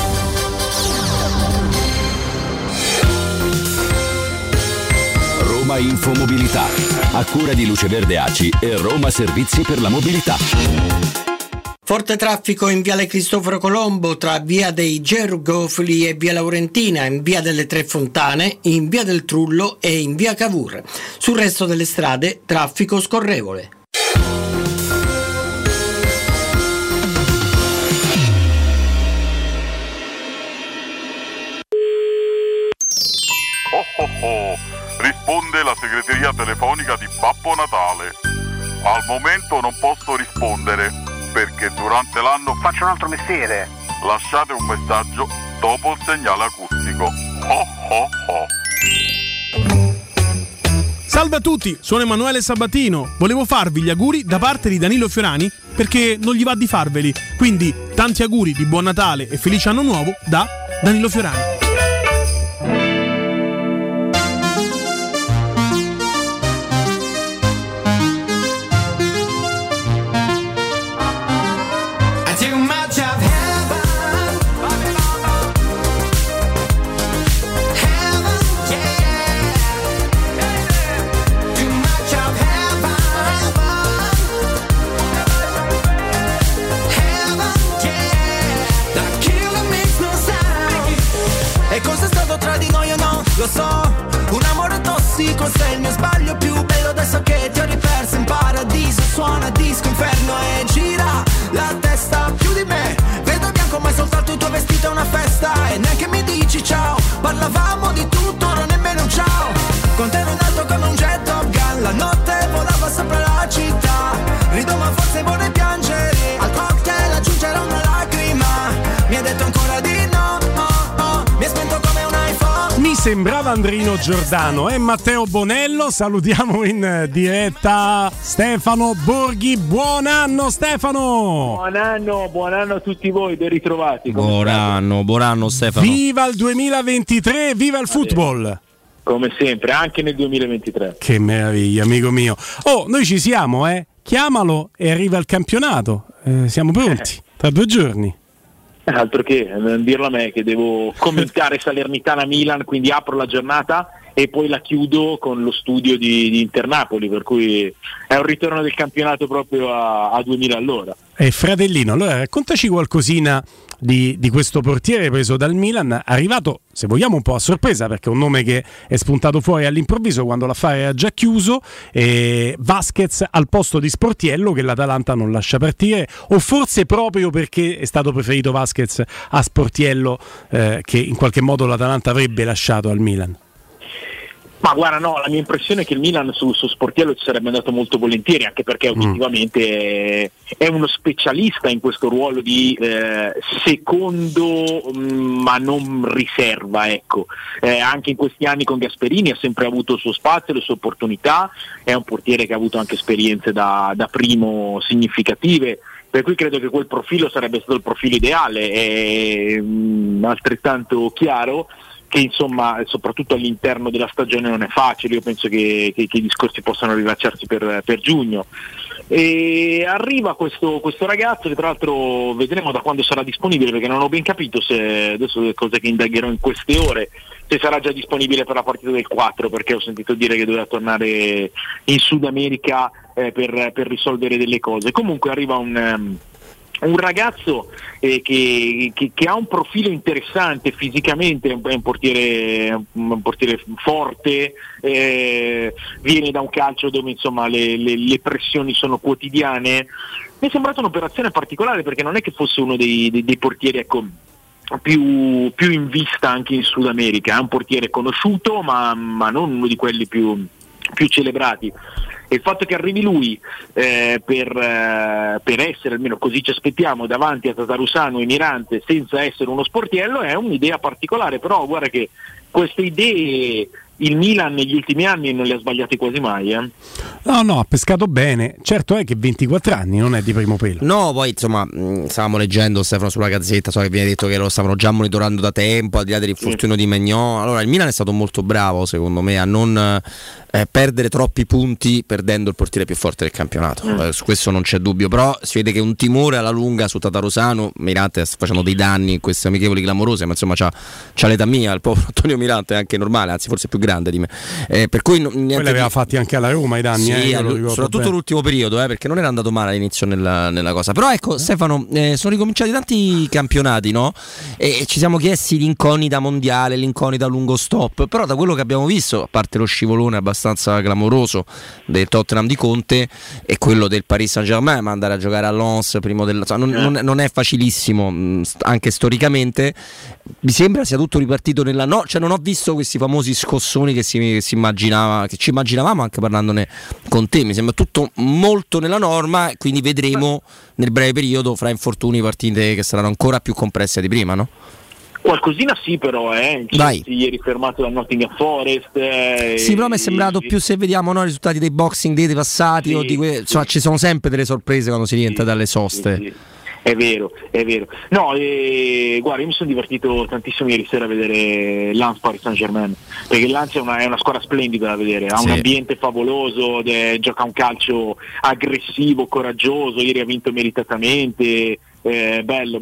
Speaker 15: Roma Infomobilità, a cura di Luce Verde ACI e Roma Servizi per la Mobilità.
Speaker 24: Forte traffico in viale Cristoforo Colombo tra via dei Gerugofili e via Laurentina, in via delle Tre Fontane, in via del Trullo e in via Cavour. Sul resto delle strade traffico scorrevole.
Speaker 25: Oh oh oh, risponde la segreteria telefonica di Babbo Natale. Al momento non posso rispondere perché durante l'anno faccio un altro mestiere. Lasciate un messaggio dopo il segnale acustico. Oh oh oh.
Speaker 26: Salve a tutti, sono Emanuele Sabatino. Volevo farvi gli auguri da parte di Danilo Fiorani perché non gli va di farveli. Quindi tanti auguri di buon Natale e felice anno nuovo da Danilo Fiorani.
Speaker 12: Too much of è il mio sbaglio più bello, adesso che ti ho riperso in paradiso. Suona disco inferno e gira la testa più di me. Vedo bianco ma è soltanto il tuo vestito è una festa. E neanche mi dici ciao, parlavamo di tutto, ora nemmeno un ciao. Con te ero in alto come un jet Top Gun, la notte volava sopra la città. Rido ma forse vorrei piangere, al cocktail aggiungerò una lacrima. Mi hai detto ancora di no, oh, oh. Mi hai spento come un iPhone.
Speaker 1: Mi sembrava Andrino Giordano e Matteo Bonello. Salutiamo in diretta Stefano Borghi. Buon anno Stefano!
Speaker 3: Buon anno a tutti voi, ben ritrovati.
Speaker 2: Buon anno Stefano.
Speaker 1: Viva il 2023, viva il football!
Speaker 3: Come sempre, anche nel 2023.
Speaker 1: Che meraviglia, amico mio. Oh, noi ci siamo, chiamalo e arriva il campionato. Siamo pronti, tra 2 giorni.
Speaker 3: Altro che, non dirlo a me che devo commentare Salernitana-Milan, quindi apro la giornata e poi la chiudo con lo studio di Inter-Napoli, per cui è un ritorno del campionato proprio a 2000 all'ora.
Speaker 1: E fratellino, allora raccontaci qualcosina di questo portiere preso dal Milan, arrivato, se vogliamo, un po' a sorpresa, perché è un nome che è spuntato fuori all'improvviso quando l'affare era già chiuso. Vasquez al posto di Sportiello, che l'Atalanta non lascia partire, o forse proprio perché è stato preferito Vasquez a Sportiello, che in qualche modo l'Atalanta avrebbe lasciato al Milan?
Speaker 3: Ma guarda, no, la mia impressione è che il Milan su Sportiello ci sarebbe andato molto volentieri, anche perché oggettivamente è uno specialista in questo ruolo di secondo ma non riserva, ecco. Anche in questi anni con Gasperini ha sempre avuto il suo spazio, le sue opportunità, è un portiere che ha avuto anche esperienze da primo significative, per cui credo che quel profilo sarebbe stato il profilo ideale. È altrettanto chiaro che insomma soprattutto all'interno della stagione non è facile. Io penso che i discorsi possano rilacciarsi per giugno, e arriva questo ragazzo che tra l'altro vedremo da quando sarà disponibile, perché non ho ben capito se, adesso le cose che indagherò in queste ore, se sarà già disponibile per la partita del 4, perché ho sentito dire che doveva tornare in Sud America per risolvere delle cose. Comunque arriva un ragazzo che ha un profilo interessante fisicamente, è un portiere forte, viene da un calcio dove insomma le pressioni sono quotidiane. Mi è sembrata un'operazione particolare, perché non è che fosse uno dei portieri, ecco, più in vista anche in Sud America. È un portiere conosciuto ma non uno di quelli più celebrati. E il fatto che arrivi lui per essere, almeno così ci aspettiamo, davanti a Tatarusano e Mirante senza essere uno Sportiello è un'idea particolare. Però guarda che queste idee il Milan negli ultimi anni non le ha sbagliate quasi mai.
Speaker 1: No, ha pescato bene. Certo è che 24 anni non è di primo pelo.
Speaker 2: No, poi insomma stavamo leggendo, Stefano, sulla Gazzetta, so che viene detto che lo stavano già monitorando da tempo, al di là dell'infortunio di Maignan. Allora il Milan è stato molto bravo, secondo me, a non perdere troppi punti perdendo il portiere più forte del campionato. Su questo non c'è dubbio, però si vede che un timore alla lunga su Tatarusano. Mirante sta facendo dei danni in queste amichevoli clamorose, ma insomma c'ha l'età mia, il povero Antonio Mirante è anche normale, anzi forse più grande di me, per cui
Speaker 1: quelli aveva fatti anche alla Roma i danni,
Speaker 2: sì, soprattutto bene. L'ultimo periodo, perché non era andato male all'inizio nella cosa. Però ecco, Stefano, sono ricominciati tanti campionati, no? E ci siamo chiesti l'incognita mondiale, l'incognita lungo stop, però da quello che abbiamo visto, a parte lo scivolone abbastanza clamoroso del Tottenham di Conte e quello del Paris Saint-Germain, ma andare a giocare a Lens primo non è facilissimo, anche storicamente. Mi sembra sia tutto ripartito cioè non ho visto questi famosi scossoni che si immaginava, che ci immaginavamo anche parlandone con te. Mi sembra tutto molto nella norma, quindi vedremo nel breve periodo, fra infortuni, partite che saranno ancora più complesse di prima, no?
Speaker 3: Qualcosina sì, però ieri fermato da Nottingham Forest.
Speaker 2: Sì, però mi è sembrato più, se vediamo, no, i risultati dei Boxing Day passati, o insomma, ci sono sempre delle sorprese quando si rientra dalle soste.
Speaker 3: Sì. È vero. No, guarda, io mi sono divertito tantissimo ieri sera a vedere Lens Paris Saint-Germain, perché Lens è una squadra splendida da vedere, ha un ambiente favoloso, gioca un calcio aggressivo, coraggioso, ieri ha vinto meritatamente. Bello,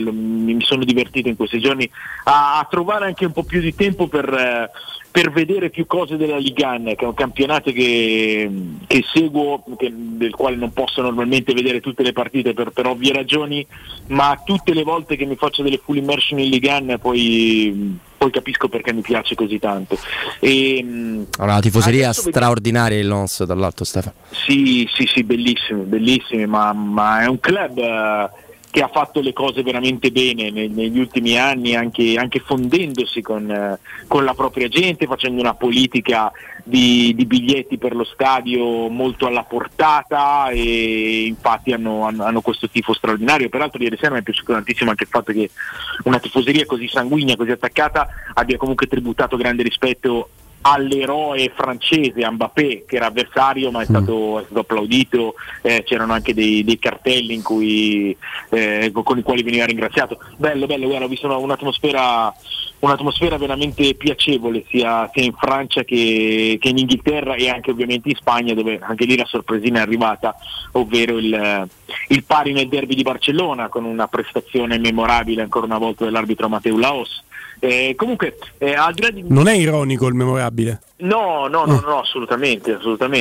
Speaker 3: mi sono divertito in questi giorni a trovare anche un po' più di tempo per vedere più cose della Ligue 1, che è un campionato che seguo, del quale non posso normalmente vedere tutte le partite per ovvie ragioni, ma tutte le volte che mi faccio delle full immersion in Ligue 1 poi poi capisco perché mi piace così tanto.
Speaker 2: Allora, la tifoseria straordinaria il Lens, dall'alto, Stefano.
Speaker 3: Sì, bellissimi, ma è un club che ha fatto le cose veramente bene negli ultimi anni, anche fondendosi con la propria gente, facendo una politica di biglietti per lo stadio molto alla portata, e infatti hanno questo tifo straordinario. Peraltro ieri sera mi è piaciuto tantissimo anche il fatto che una tifoseria così sanguigna, così attaccata, abbia comunque tributato grande rispetto all'eroe francese, a Mbappé, che era avversario ma è stato applaudito, c'erano anche dei cartelli in cui, con i quali veniva ringraziato. Bello, guarda, ho visto un'atmosfera veramente piacevole sia in Francia che in Inghilterra, e anche ovviamente in Spagna, dove anche lì la sorpresina è arrivata, ovvero il pari nel derby di Barcellona, con una prestazione memorabile ancora una volta dell'arbitro Mateu Laos. Comunque al di là di...
Speaker 1: Non è ironico il memorabile?
Speaker 3: No, assolutamente.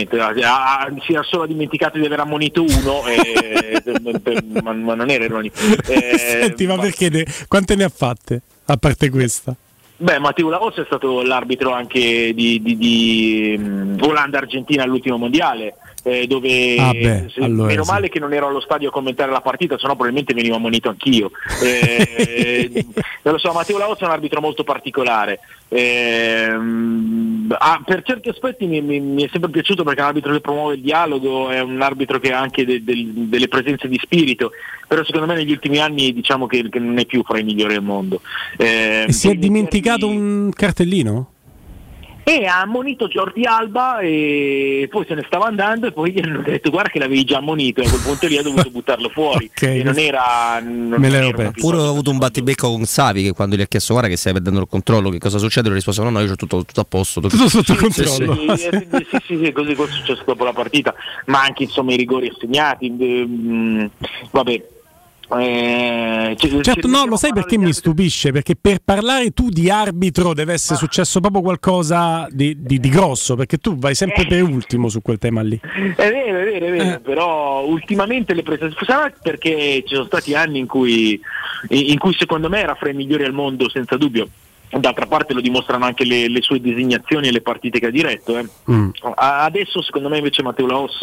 Speaker 3: Si era solo dimenticato di aver ammonito uno, ma non era ironico.
Speaker 1: Senti, ma perché quante ne ha fatte, a parte questa?
Speaker 3: Beh, Mateu Laos è stato l'arbitro anche di Olanda-Argentina all'ultimo mondiale, dove
Speaker 1: allora
Speaker 3: meno male che non ero allo stadio a commentare la partita, sennò probabilmente venivo ammonito anch'io. Non lo so, Mateu Laos è un arbitro molto particolare. Per certi aspetti mi è sempre piaciuto, perché è un arbitro che promuove il dialogo, è un arbitro che ha anche delle presenze di spirito, però secondo me negli ultimi anni diciamo che non è più fra i migliori del mondo.
Speaker 1: E si è dimenticato un cartellino?
Speaker 3: E ha ammonito Jordi Alba, e poi se ne stava andando, e poi gli hanno detto guarda che l'avevi già ammonito, e a quel punto lì ha dovuto buttarlo fuori.
Speaker 1: Okay.
Speaker 3: E non era
Speaker 2: pure ho avuto un battibecco con Savi, che quando gli ha chiesto guarda che stai perdendo il controllo, che cosa succede, lui ha risposto no, io ho tutto a posto,
Speaker 1: tutto sotto controllo.
Speaker 3: Sì, così è successo dopo la partita, ma anche insomma i rigori assegnati, vabbè.
Speaker 1: Certo, no, lo sai perché mi stupisce? Perché per parlare tu di arbitro deve essere successo proprio qualcosa di grosso, perché tu vai sempre per ultimo su quel tema lì.
Speaker 3: È vero, però ultimamente le prese, sarà perché ci sono stati anni in cui secondo me era fra i migliori al mondo senza dubbio. D'altra parte lo dimostrano anche le sue designazioni e le partite che ha diretto. Adesso secondo me invece Mateu Laos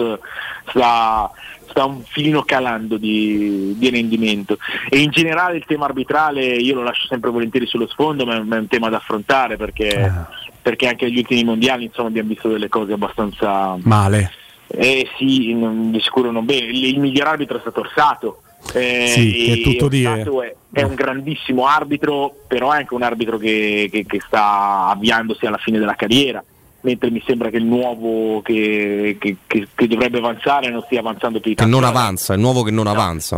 Speaker 3: sta un filino calando di rendimento, e in generale il tema arbitrale io lo lascio sempre volentieri sullo sfondo, ma è un tema da affrontare, perché anche negli ultimi mondiali insomma abbiamo visto delle cose abbastanza
Speaker 1: male.
Speaker 3: Sì, di sicuro non bene. Il miglior arbitro è stato Orsato.
Speaker 1: Sì, è tutto dire.
Speaker 3: È un grandissimo arbitro, però è anche un arbitro che sta avviandosi alla fine della carriera, mentre mi sembra che il nuovo che dovrebbe avanzare non stia avanzando più di tanto.
Speaker 2: Che non avanza, il nuovo che non avanza.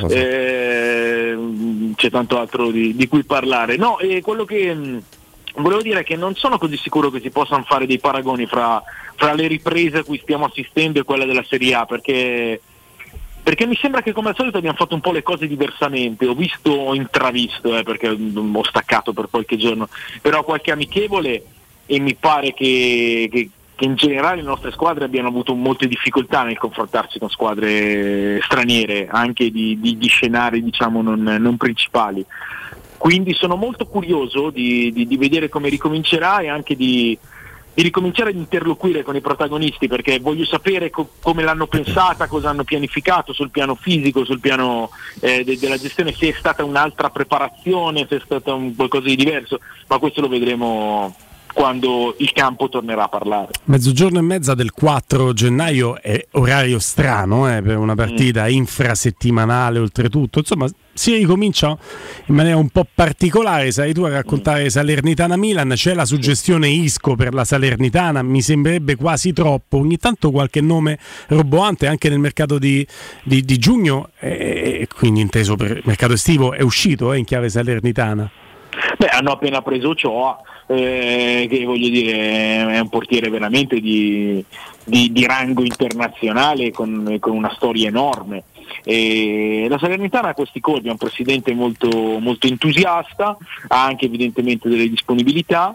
Speaker 3: C'è tanto altro di cui parlare. No, e quello che volevo dire è che non sono così sicuro che si possano fare dei paragoni fra le riprese a cui stiamo assistendo e quella della Serie A, perché mi sembra che come al solito abbiamo fatto un po' le cose diversamente. Ho intravisto, perché ho staccato per qualche giorno, però qualche amichevole, e mi pare che in generale le nostre squadre abbiano avuto molte difficoltà nel confrontarsi con squadre straniere, anche di scenari diciamo non principali. Quindi sono molto curioso di vedere come ricomincerà, e anche di ricominciare ad interloquire con i protagonisti, perché voglio sapere come l'hanno pensata, cosa hanno pianificato sul piano fisico, sul piano della gestione, se è stata un'altra preparazione, se è stata qualcosa di diverso, ma questo lo vedremo quando il campo tornerà a parlare.
Speaker 1: 12:30 del 4 gennaio è orario strano per una partita infrasettimanale, oltretutto, insomma si ricomincia in maniera un po' particolare. Sarai tu a raccontare Salernitana-Milan, c'è la suggestione Isco per la Salernitana, mi sembrerebbe quasi troppo, ogni tanto qualche nome roboante anche nel mercato di giugno, quindi inteso per mercato estivo, è uscito in chiave salernitana.
Speaker 3: Beh, hanno appena preso Ochoa, che voglio dire è un portiere veramente di rango internazionale, con una storia enorme. E la Salernitana ha questi colpi, ha un presidente molto, molto entusiasta, ha anche evidentemente delle disponibilità,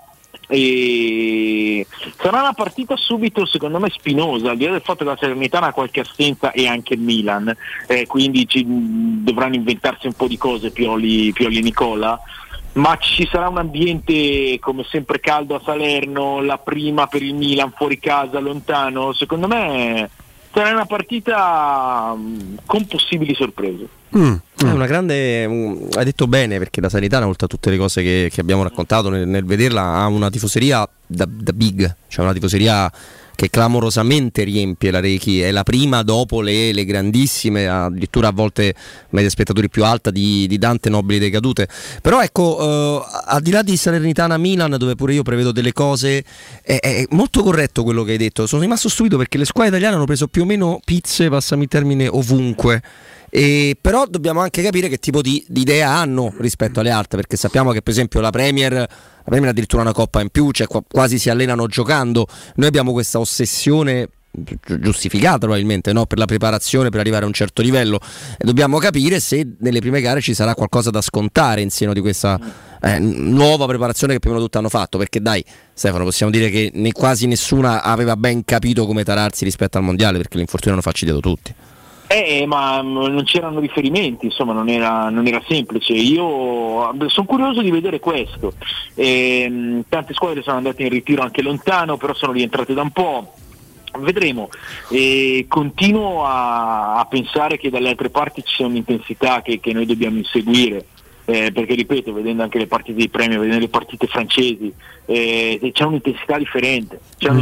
Speaker 3: e sarà una partita subito secondo me spinosa, al di là del fatto che la Salernitana ha qualche assenza e anche il Milan, quindi dovranno inventarsi un po' di cose Pioli e Nicola. Ma ci sarà un ambiente come sempre caldo a Salerno, la prima per il Milan fuori casa, lontano? Secondo me sarà una partita con possibili sorprese.
Speaker 2: È una grande, hai detto bene, perché la Salernitana, oltre a tutte le cose che abbiamo raccontato nel vederla, ha una tifoseria da big, cioè una tifoseria che clamorosamente riempie la Rechi, è la prima dopo le grandissime, addirittura a volte media spettatori più alta di Dante Nobili Decadute. Però ecco, al di là di Salernitana Milan, dove pure io prevedo delle cose, è molto corretto quello che hai detto. Sono rimasto stupito perché le squadre italiane hanno preso più o meno pizze, passami il termine, ovunque. Però dobbiamo anche capire che tipo di idea hanno rispetto alle altre, perché sappiamo che per esempio la Premier ha addirittura una coppa in più, cioè quasi si allenano giocando. Noi abbiamo questa ossessione giustificata probabilmente, no? Per la preparazione, per arrivare a un certo livello, e dobbiamo capire se nelle prime gare ci sarà qualcosa da scontare in seno di questa nuova preparazione che prima di tutto hanno fatto, perché dai Stefano, possiamo dire che quasi nessuna aveva ben capito come tararsi rispetto al mondiale, perché l'infortunio hanno facilitato tutti.
Speaker 3: Ma non c'erano riferimenti, insomma non era semplice. Io sono curioso di vedere questo. Tante squadre sono andate in ritiro anche lontano, però sono rientrate da un po'. Vedremo. Continuo a pensare che dalle altre parti ci sia un'intensità che noi dobbiamo inseguire. Perché ripeto, vedendo anche le partite di Premier, vedendo le partite francesi, c'è un'intensità differente,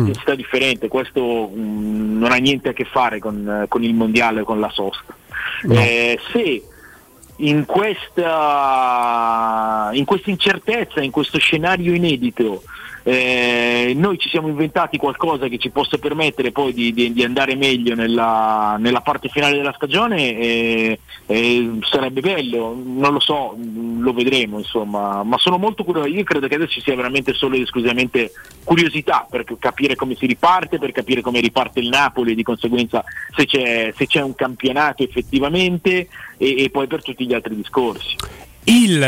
Speaker 3: questo non ha niente a che fare con il mondiale, con la sosta. No. Se in questa incertezza, in questo scenario inedito, noi ci siamo inventati qualcosa che ci possa permettere poi di andare meglio nella parte finale della stagione, sarebbe bello, non lo so, lo vedremo insomma, ma sono molto curioso. Io credo che adesso ci sia veramente solo ed esclusivamente curiosità per capire come si riparte, per capire come riparte il Napoli e di conseguenza se c'è un campionato effettivamente, e poi per tutti gli altri discorsi.
Speaker 1: Il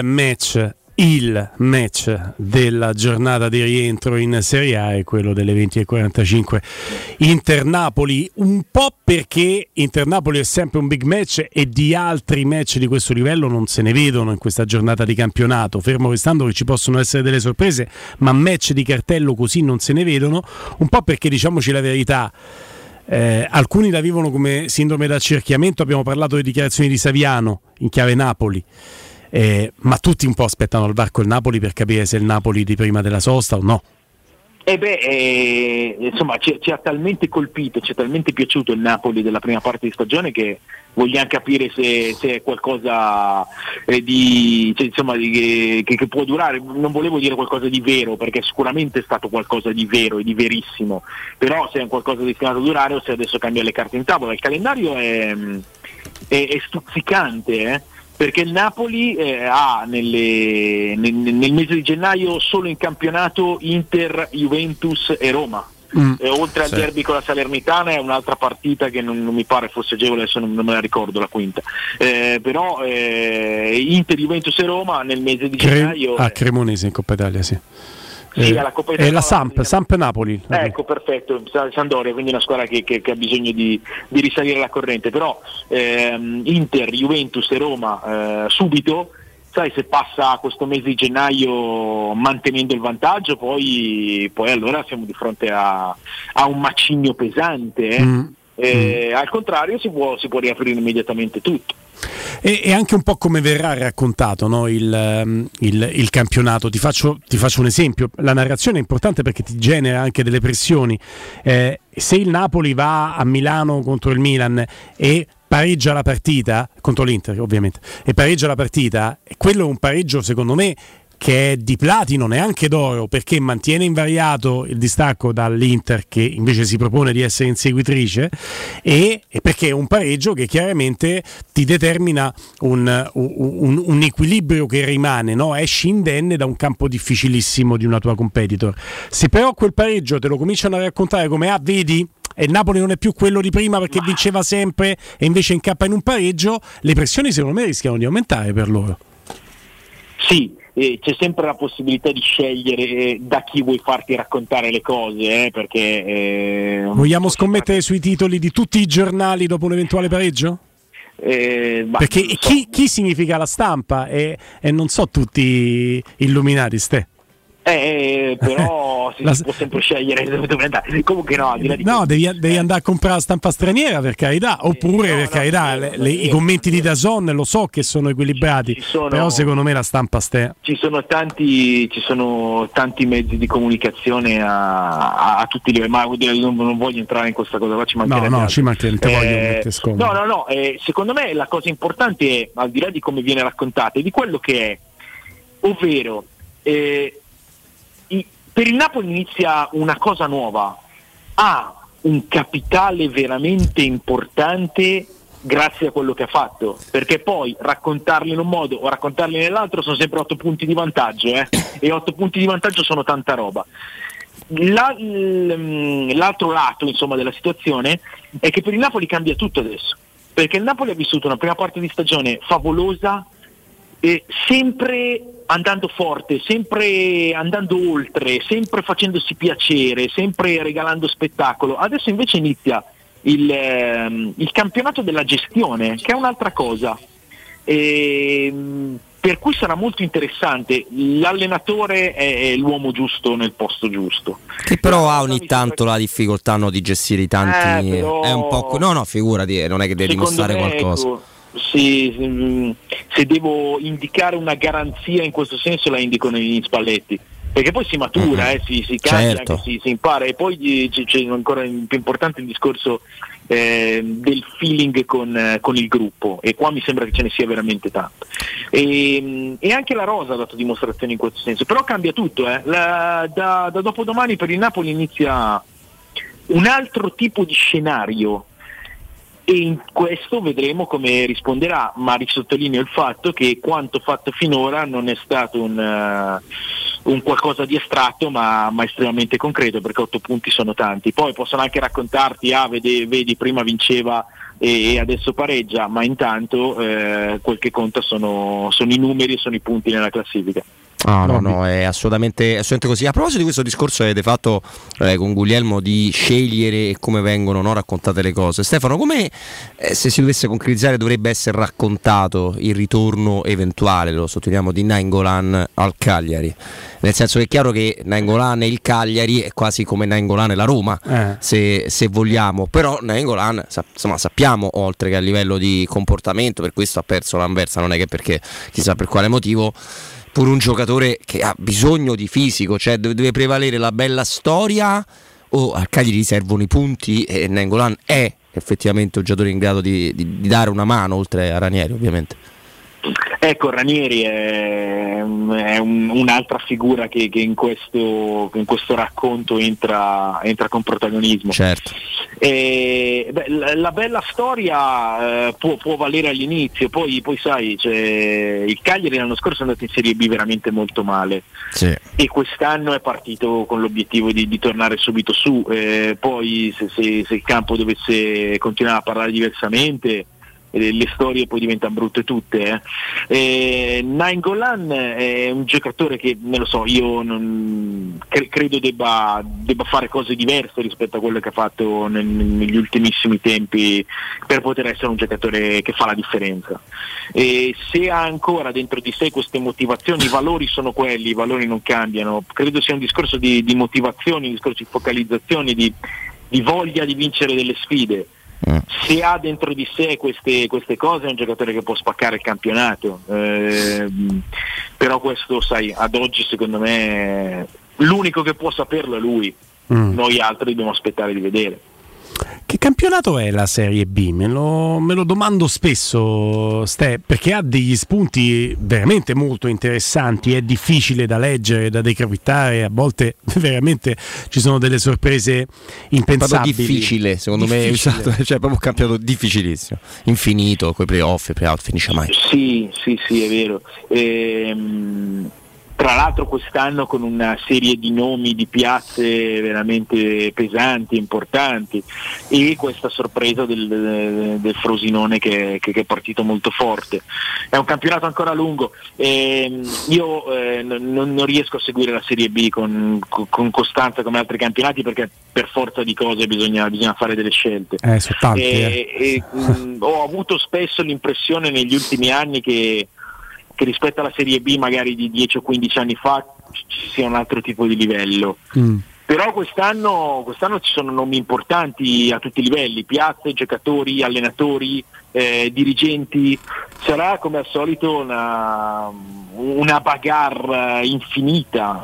Speaker 1: match della giornata di rientro in Serie A è quello delle 20:45 Inter-Napoli, un po' perché Inter-Napoli è sempre un big match e di altri match di questo livello non se ne vedono in questa giornata di campionato, fermo restando che ci possono essere delle sorprese, ma match di cartello così non se ne vedono, un po' perché, diciamoci la verità, alcuni la vivono come sindrome d'accerchiamento. Abbiamo parlato delle dichiarazioni di Saviano in chiave Napoli, ma tutti un po' aspettano al varco il Napoli per capire se è il Napoli di prima della sosta o no.
Speaker 3: Insomma ci ha talmente colpito, ci è talmente piaciuto il Napoli della prima parte di stagione che vogliamo capire se è qualcosa che può durare. Non volevo dire qualcosa di vero, perché sicuramente è stato qualcosa di vero e di verissimo, però se è qualcosa destinato a durare o se adesso cambia le carte in tavola. Il calendario è stuzzicante, perché il Napoli ha nel mese di gennaio solo in campionato Inter, Juventus e Roma. Oltre al derby con la Salernitana è un'altra partita che non mi pare fosse agevole, adesso non me la ricordo, la quinta, però Inter, Juventus e Roma nel mese di gennaio
Speaker 1: Cremonese in Coppa Italia, sì.
Speaker 3: Alla Coppa Italia,
Speaker 1: la Samp Napoli.
Speaker 3: Ecco, perfetto, Sampdoria, quindi una squadra che ha bisogno di risalire la corrente, però Inter, Juventus e Roma subito, sai, se passa questo mese di gennaio mantenendo il vantaggio, poi allora siamo di fronte a un macigno pesante, Al contrario si può riaprire immediatamente tutto.
Speaker 1: E anche un po' come verrà raccontato, no? il campionato. Ti faccio un esempio. La narrazione è importante perché ti genera anche delle pressioni. Se il Napoli va a Milano contro il Milan e pareggia la partita, contro l'Inter ovviamente, e pareggia la partita, quello è un pareggio secondo me che è di platino, neanche d'oro, perché mantiene invariato il distacco dall'Inter, che invece si propone di essere inseguitrice, e perché è un pareggio che chiaramente ti determina un equilibrio che rimane, no? Esci indenne da un campo difficilissimo di una tua competitor. Se però quel pareggio te lo cominciano a raccontare come vedi, e il Napoli non è più quello di prima perché vinceva sempre e invece incappa in un pareggio, le pressioni secondo me rischiano di aumentare per loro.
Speaker 3: Sì, c'è sempre la possibilità di scegliere da chi vuoi farti raccontare le cose, perché
Speaker 1: vogliamo scommettere sui titoli di tutti i giornali dopo un eventuale pareggio? Perché chi significa la stampa e non so tutti illuminati, Ste.
Speaker 3: Però si può sempre scegliere dove andare. Comunque no,
Speaker 1: devi andare a comprare la stampa straniera, per carità, oppure per carità i commenti di DAZN lo so che sono equilibrati, però secondo me la stampa
Speaker 3: ci sono tanti mezzi di comunicazione a tutti i livelli, ma non voglio entrare in questa cosa, ci mancherebbe
Speaker 1: ci mancherebbe, voglio mettere scomodo.
Speaker 3: Secondo me la cosa importante è, al di là di come viene raccontata, è di quello che è, ovvero per il Napoli inizia una cosa nuova, ha un capitale veramente importante grazie a quello che ha fatto, perché poi raccontarli in un modo o raccontarli nell'altro sono sempre 8 punti di vantaggio, e 8 punti di vantaggio sono tanta roba. L'altro lato, insomma, della situazione è che per il Napoli cambia tutto adesso, perché il Napoli ha vissuto una prima parte di stagione favolosa, sempre andando forte, sempre andando oltre, sempre facendosi piacere, sempre regalando spettacolo. Adesso invece inizia il campionato della gestione, che è un'altra cosa, per cui sarà molto interessante. L'allenatore è l'uomo giusto nel posto giusto,
Speaker 2: che però ha ogni tanto la difficoltà di gestire i tanti, è un po'... No, figurati, non è che deve dimostrare qualcosa.
Speaker 3: Sì, se devo indicare una garanzia in questo senso la indico negli Spalletti, perché poi si matura, si cambia,
Speaker 2: certo.
Speaker 3: si impara, e poi c'è ancora più importante il discorso del feeling con il gruppo, e qua mi sembra che ce ne sia veramente tanto, e anche la rosa ha dato dimostrazioni in questo senso, però cambia tutto, da dopodomani per il Napoli inizia un altro tipo di scenario, e in questo vedremo come risponderà, ma risottolineo il fatto che quanto fatto finora non è stato un qualcosa di astratto, ma estremamente concreto, perché 8 punti sono tanti. Poi possono anche raccontarti vedi prima vinceva e adesso pareggia, ma intanto quel che conta sono i numeri e sono i punti nella classifica.
Speaker 2: No, è assolutamente così. A proposito di questo discorso avete fatto con Guglielmo di scegliere come vengono raccontate le cose, Stefano, come se si dovesse concretizzare dovrebbe essere raccontato il ritorno eventuale, lo sottolineiamo, di Nainggolan al Cagliari? Nel senso che è chiaro che Nainggolan e il Cagliari è quasi come Nainggolan e la Roma, se vogliamo, però Nainggolan sappiamo, oltre che a livello di comportamento, per questo ha perso l'Anversa, non è che perché chissà per quale motivo, pure un giocatore che ha bisogno di fisico, cioè deve prevalere la bella storia, o al Cagliari servono i punti, e Nainggolan è effettivamente un giocatore in grado di dare una mano, oltre a Ranieri ovviamente.
Speaker 3: Ecco, Ranieri è un'altra figura che in questo racconto entra con protagonismo.
Speaker 2: Certo.
Speaker 3: La bella storia può valere all'inizio, poi sai, il Cagliari l'anno scorso è andato in Serie B veramente molto male,
Speaker 2: sì,
Speaker 3: e quest'anno è partito con l'obiettivo di tornare subito su, poi se il campo dovesse continuare a parlare diversamente, le storie poi diventano brutte tutte. Nainggolan è un giocatore che, ne lo so, io credo debba fare cose diverse rispetto a quello che ha fatto negli ultimissimi tempi per poter essere un giocatore che fa la differenza, e se ha ancora dentro di sé queste motivazioni, i valori sono quelli, i valori non cambiano, credo sia un discorso di motivazioni, un discorso di focalizzazioni, di voglia di vincere delle sfide. Se ha dentro di sé queste cose è un giocatore che può spaccare il campionato, però questo, sai, ad oggi secondo me l'unico che può saperlo è lui, noi altri dobbiamo aspettare di vedere.
Speaker 1: Che campionato è la Serie B? Me lo domando spesso, Ste, perché ha degli spunti veramente molto interessanti, è difficile da leggere, da decapitare, a volte veramente ci sono delle sorprese impensabili.
Speaker 2: Proprio difficile, secondo me, cioè proprio un campionato difficilissimo, infinito, coi playoff finisce mai.
Speaker 3: Sì, è vero. tra l'altro quest'anno con una serie di nomi di piazze veramente pesanti, importanti, e questa sorpresa del Frosinone che è partito molto forte. È un campionato ancora lungo, io non riesco a seguire la Serie B con costanza come altri campionati, perché per forza di cose bisogna fare delle scelte.
Speaker 1: Sono tanti,
Speaker 3: ho avuto spesso l'impressione negli ultimi anni che rispetto alla Serie B magari di 10 o 15 anni fa ci sia un altro tipo di livello. Però quest'anno ci sono nomi importanti a tutti i livelli, piazze, giocatori, allenatori, dirigenti. Sarà come al solito una bagarre infinita,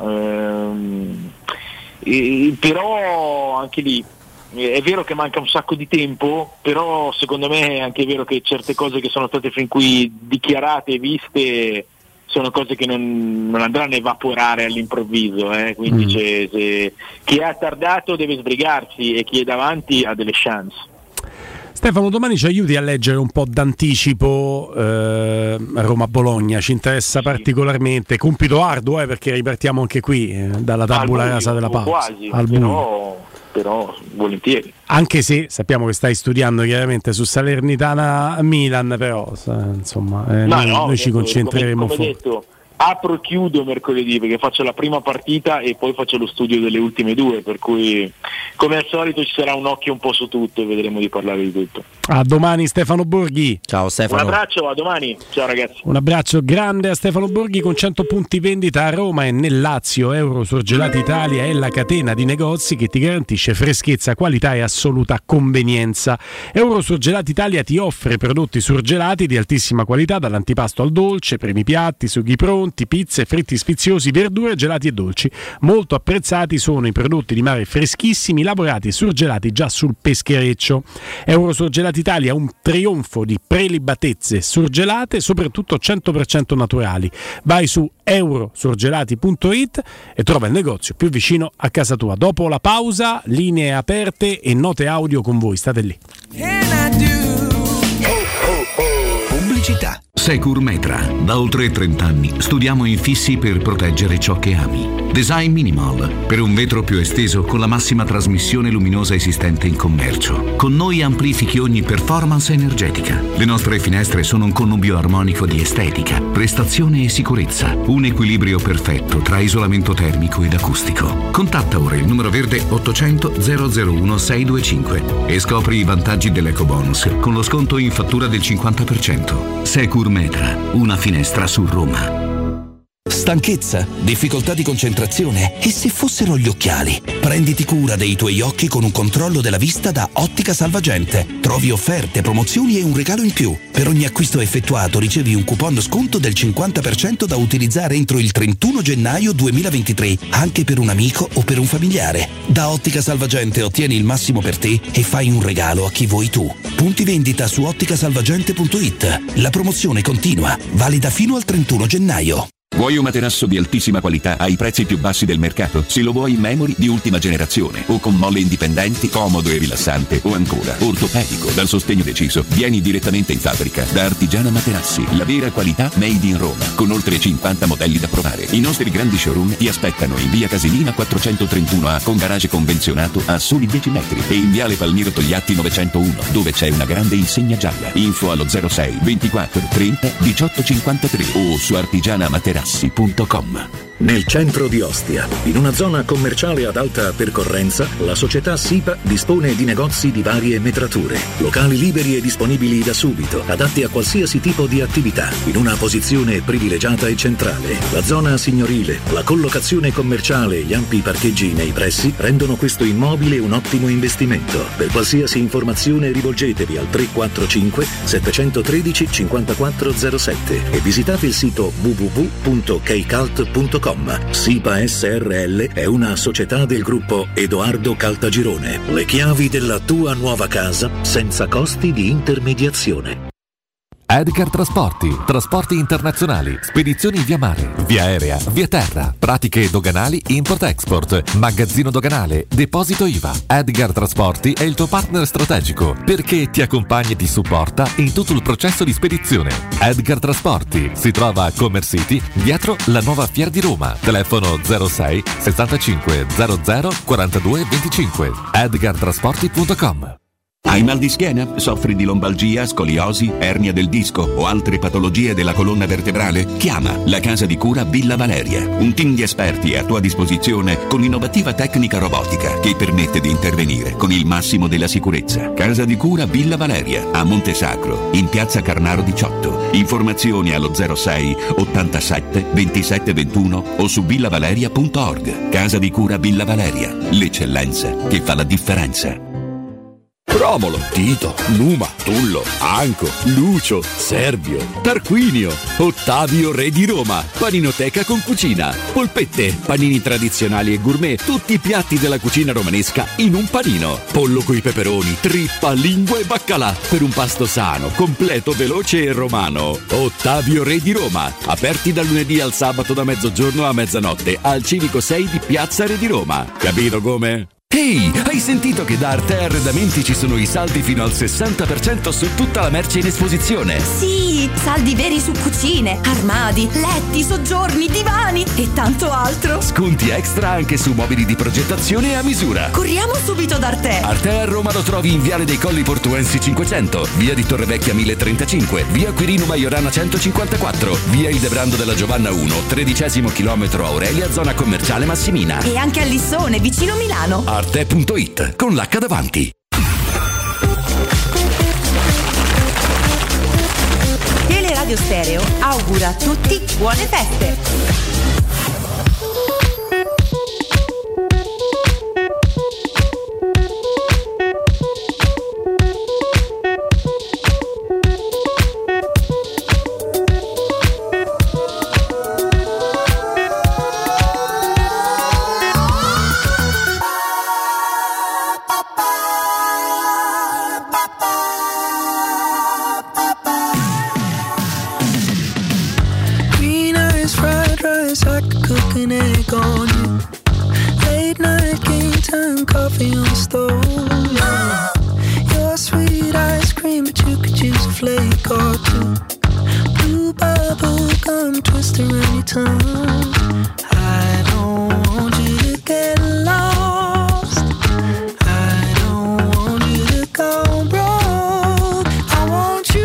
Speaker 3: però anche lì è vero che manca un sacco di tempo, però secondo me è anche vero che certe cose che sono state fin qui dichiarate e viste sono cose che non andranno a evaporare all'improvviso, quindi chi ha tardato deve sbrigarsi e chi è davanti ha delle chance.
Speaker 1: Stefano, domani ci aiuti a leggere un po' d'anticipo Roma-Bologna, ci interessa particolarmente, compito arduo perché ripartiamo anche qui dalla tabula rasa della pausa.
Speaker 3: Quasi, però volentieri.
Speaker 1: Anche se sappiamo che stai studiando chiaramente su Salernitana-Milan, però insomma noi ci concentreremo.
Speaker 3: Come detto, apro e chiudo mercoledì perché faccio la prima partita e poi faccio lo studio delle ultime due, per cui come al solito ci sarà un occhio un po' su tutto e vedremo di parlare di tutto.
Speaker 1: A domani Stefano Borghi.
Speaker 2: Ciao Stefano.
Speaker 3: Un abbraccio, a domani. Ciao ragazzi.
Speaker 1: Un abbraccio grande a Stefano Borghi. Con 100 punti vendita a Roma e nel Lazio, Eurosurgelati Italia è la catena di negozi che ti garantisce freschezza, qualità e assoluta convenienza. Eurosurgelati Italia ti offre prodotti surgelati di altissima qualità, dall'antipasto al dolce, primi piatti, sughi pronti, pizze, fritti sfiziosi, verdure, gelati e dolci. Molto apprezzati sono i prodotti di mare freschissimi, lavorati e surgelati già sul peschereccio. Eurosurgelati Italia, un trionfo di prelibatezze surgelate, soprattutto 100% naturali. Vai su eurosurgelati.it e trova il negozio più vicino a casa tua. Dopo la pausa, linee aperte e note audio con voi. State lì.
Speaker 22: Pubblicità. Securmetra. Da oltre 30 anni studiamo infissi per proteggere ciò che ami. Design minimal, per un vetro più esteso con la massima trasmissione luminosa esistente in commercio. Con noi amplifichi ogni performance energetica. Le nostre finestre sono un connubio armonico di estetica, prestazione e sicurezza. Un equilibrio perfetto tra isolamento termico ed acustico. Contatta ora il numero verde 800 001 625 e scopri i vantaggi dell'ecobonus con lo sconto in fattura del 50%. Securmetra, una finestra su Roma.
Speaker 5: Stanchezza, difficoltà di concentrazione e se fossero gli occhiali? Prenditi cura dei tuoi occhi con un controllo della vista da Ottica Salvagente. Trovi offerte, promozioni e un regalo in più. Per ogni acquisto effettuato ricevi un coupon sconto del 50% da utilizzare entro il 31 gennaio 2023, anche per un amico o per un familiare. Da Ottica Salvagente ottieni il massimo per te e fai un regalo a chi vuoi tu. Punti vendita su otticasalvagente.it. La promozione continua, valida fino al 31 gennaio.
Speaker 4: Vuoi un materasso di altissima qualità ai prezzi più bassi del mercato? Se lo vuoi in memory di ultima generazione o con molle indipendenti, comodo e rilassante, o ancora ortopedico dal sostegno deciso, vieni direttamente in fabbrica da Artigiana Materassi, la vera qualità made in Roma, con oltre 50 modelli da provare. I nostri grandi showroom ti aspettano in via Casilina 431A con garage convenzionato a soli 10 metri e in viale Palmiro Togliatti 901 dove c'è una grande insegna gialla. Info allo 06 24 30 18 53 o su artigianamaterassi.com.
Speaker 9: Nel centro di Ostia, in una zona commerciale ad alta percorrenza, la società SIPA dispone di negozi di varie metrature, locali liberi e disponibili da subito, adatti a qualsiasi tipo di attività, in una posizione privilegiata e centrale. La zona signorile, la collocazione commerciale e gli ampi parcheggi nei pressi rendono questo immobile un ottimo investimento. Per qualsiasi informazione rivolgetevi al 345 713 5407 e visitate il sito www.kcalt.com. SIPA SRL è una società del gruppo Edoardo Caltagirone. Le chiavi della tua nuova casa senza costi di intermediazione.
Speaker 7: Edgar Trasporti, trasporti internazionali, spedizioni via mare, via aerea, via terra, pratiche doganali import-export, magazzino doganale, deposito IVA. Edgar Trasporti è il tuo partner strategico perché ti accompagna e ti supporta in tutto il processo di spedizione. Edgar Trasporti si trova a Commerce City, dietro la nuova Fiera di Roma. Telefono 06 65 00 42 25. edgartrasporti.com.
Speaker 4: Hai mal di schiena? Soffri di lombalgia, scoliosi, ernia del disco o altre patologie della colonna vertebrale? Chiama la Casa di Cura Villa Valeria. Un team di esperti è a tua disposizione con l'innovativa tecnica robotica che permette di intervenire con il massimo della sicurezza. Casa di Cura Villa Valeria a Montesacro, in piazza Carnaro 18. Informazioni allo 06 87 27 21 o su villavaleria.org. Casa di Cura Villa Valeria, l'eccellenza che fa la differenza.
Speaker 8: Romolo, Tito, Numa, Tullo, Anco, Lucio, Servio, Tarquinio, Ottavio Re di Roma, paninoteca con cucina, polpette, panini tradizionali e gourmet, tutti i piatti della cucina romanesca in un panino, pollo coi peperoni, trippa, lingua e baccalà, per un pasto sano, completo, veloce e romano. Ottavio Re di Roma, aperti dal lunedì al sabato da mezzogiorno a mezzanotte al Civico 6 di Piazza Re di Roma. Capito come?
Speaker 5: Ehi, hai sentito che da Arte Arredamenti ci sono i saldi fino al 60% su tutta la merce in esposizione?
Speaker 16: Sì, saldi veri su cucine, armadi, letti, soggiorni, divani e tanto altro.
Speaker 5: Sconti extra anche su mobili di progettazione a misura.
Speaker 16: Corriamo subito da Arte.
Speaker 5: Arte a Roma lo trovi in Viale dei Colli Portuensi 500, via di Torrevecchia 1035, via Quirino Maiorana 154, via Ildebrando della Giovanna 1, 13° chilometro Aurelia, zona commerciale Massimina.
Speaker 16: E anche a Lissone, vicino Milano.
Speaker 5: Arte.it con l'H davanti.
Speaker 16: Teleradio Stereo augura a tutti buone feste.
Speaker 12: An egg on you. Late night game time coffee on the stove. Yeah. Your sweet ice cream, but you could use a flake or two. Blue bubble gum twist around your tongue. I don't want you to get lost. I don't want you to go broke. I want you.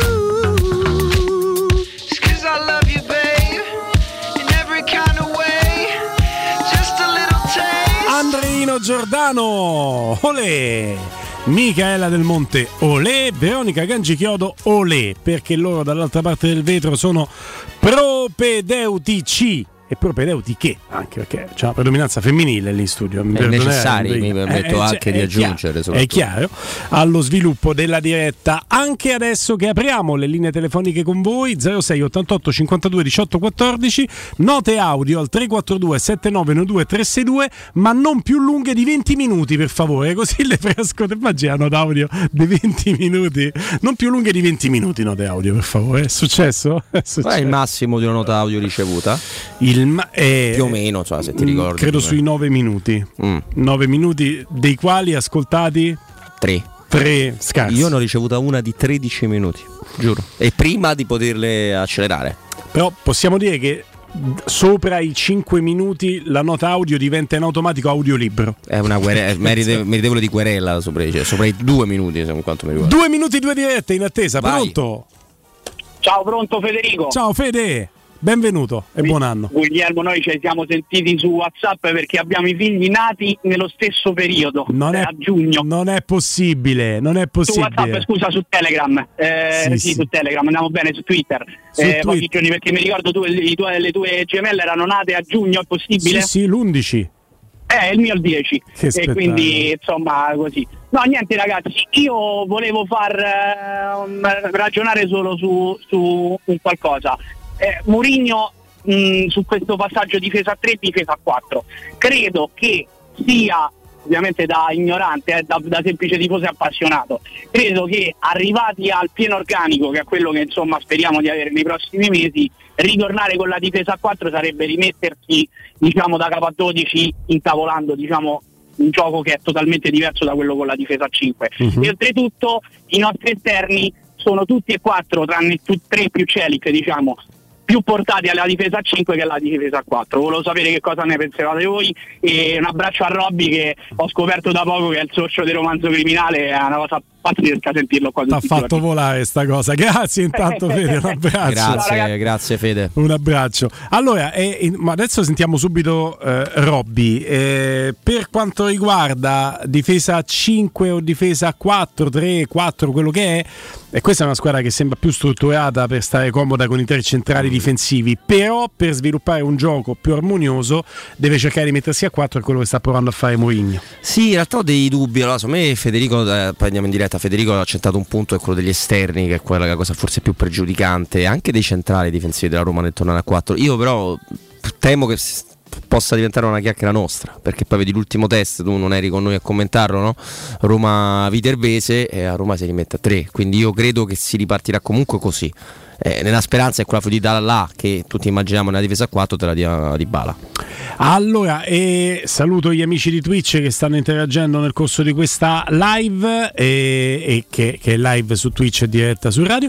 Speaker 12: It's 'cause I love you, babe, in every kind of way.
Speaker 1: Andreino Giordano, olè! Micaela Del Monte, olè! Veronica Gangichiodo, olè! Perché loro dall'altra parte del vetro sono propedeutici e propedeutiche, anche perché c'è una predominanza femminile lì in studio.
Speaker 2: È necessario, mi permetto anche di aggiungere.
Speaker 1: È chiaro, allo sviluppo della diretta. Anche adesso che apriamo le linee telefoniche con voi, 06 88 52 18 14, note audio al 342 7912 362, ma non più lunghe di 20 minuti per favore, così le fresco. Immagina note audio di 20 minuti, non più lunghe di 20 minuti note audio per favore. È successo?
Speaker 2: Qual è il massimo di una nota audio ricevuta?
Speaker 1: Più
Speaker 2: o meno, cioè, se ti ricordi.
Speaker 1: Credo sui 9 minuti. 9 minuti, dei quali ascoltati 3 scarsi.
Speaker 2: Io ne ho ricevuta una di 13 minuti, giuro. E prima di poterle accelerare.
Speaker 1: Però possiamo dire che sopra i 5 minuti la nota audio diventa in automatico audiolibro.
Speaker 2: È una meritevole di querela sopra i 2 minuti, quanto mi riguarda.
Speaker 1: 2 minuti, 2 dirette in attesa.
Speaker 2: Vai.
Speaker 1: Pronto?
Speaker 3: Ciao, pronto Federico.
Speaker 1: Ciao Fede. Benvenuto e buon anno.
Speaker 3: Guglielmo, noi ci siamo sentiti su WhatsApp perché abbiamo i figli nati nello stesso periodo, a giugno.
Speaker 1: Non è possibile.
Speaker 3: Su WhatsApp, scusa, su Telegram. Sì, su Telegram, andiamo bene su Twitter. Pochi giorni, perché mi ricordo le tue gemelle erano nate a giugno, è possibile?
Speaker 1: Sì, l'11.
Speaker 3: Il mio il 10. E quindi insomma così. No, niente ragazzi, io volevo far ragionare solo su un qualcosa. Mourinho su questo passaggio difesa 3, difesa 4 credo che sia
Speaker 6: ovviamente da ignorante, da semplice tifoso e appassionato, credo che arrivati al pieno organico, che è quello che insomma speriamo di avere nei prossimi mesi, ritornare con la difesa a 4 sarebbe rimettersi, diciamo, da capo a 12, intavolando, diciamo, un gioco che è totalmente diverso da quello con la difesa a 5. E oltretutto i nostri esterni sono tutti e 4, tranne 3 più Celic, diciamo, più portati alla difesa a 5 che alla difesa a 4. Volevo sapere che cosa ne pensavate voi, e un abbraccio a Robby, che ho scoperto da poco che è il socio del Romanzo Criminale, è una cosa pazzesca sentirlo qua.
Speaker 1: T'ha fatto volare sta cosa. Grazie intanto Fede, un abbraccio.
Speaker 2: Grazie Fede.
Speaker 1: Un abbraccio. Allora, ma adesso sentiamo subito Robby. Per quanto riguarda difesa a 5 o difesa a 4, 3, 4, quello che è, e questa è una squadra che sembra più strutturata per stare comoda con i 3 centrali difensivi, però per sviluppare un gioco più armonioso deve cercare di mettersi a 4, è quello che sta provando a fare Mourinho.
Speaker 2: Sì, in realtà ho dei dubbi. Allora, secondo me Federico, poi andiamo in diretta, Federico ha accentrato un punto, è quello degli esterni, che è quella cosa forse più pregiudicante, anche dei centrali difensivi della Roma nel tornare a 4. Io però temo che possa diventare una chiacchiera nostra, perché poi vedi l'ultimo test, tu non eri con noi a commentarlo, no? Roma-Viterbese, e a Roma si rimette a 3, quindi io credo che si ripartirà comunque così, nella speranza che quella fluidità là che tutti immaginiamo nella difesa a 4 te la dia Dybala.
Speaker 1: Allora, saluto gli amici di Twitch che stanno interagendo nel corso di questa live, e che è live su Twitch e diretta su radio.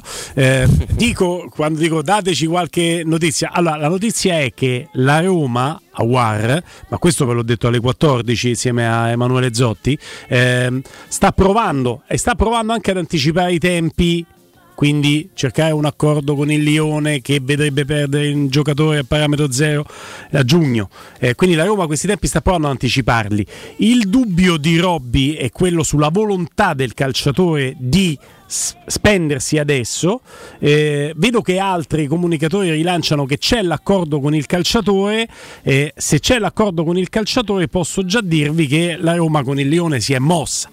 Speaker 1: Quando dico dateci qualche notizia, allora la notizia è che la Roma a War, ma questo ve l'ho detto alle 14 insieme a Emanuele Zotti, sta provando anche ad anticipare i tempi, quindi cercare un accordo con il Lione che vedrebbe perdere un giocatore a parametro zero a giugno, quindi la Roma questi tempi sta provando ad anticiparli. Il dubbio di Robby è quello sulla volontà del calciatore di spendersi adesso. Vedo che altri comunicatori rilanciano che c'è l'accordo con il calciatore. Se c'è l'accordo con il calciatore, posso già dirvi che la Roma con il Lione si è mossa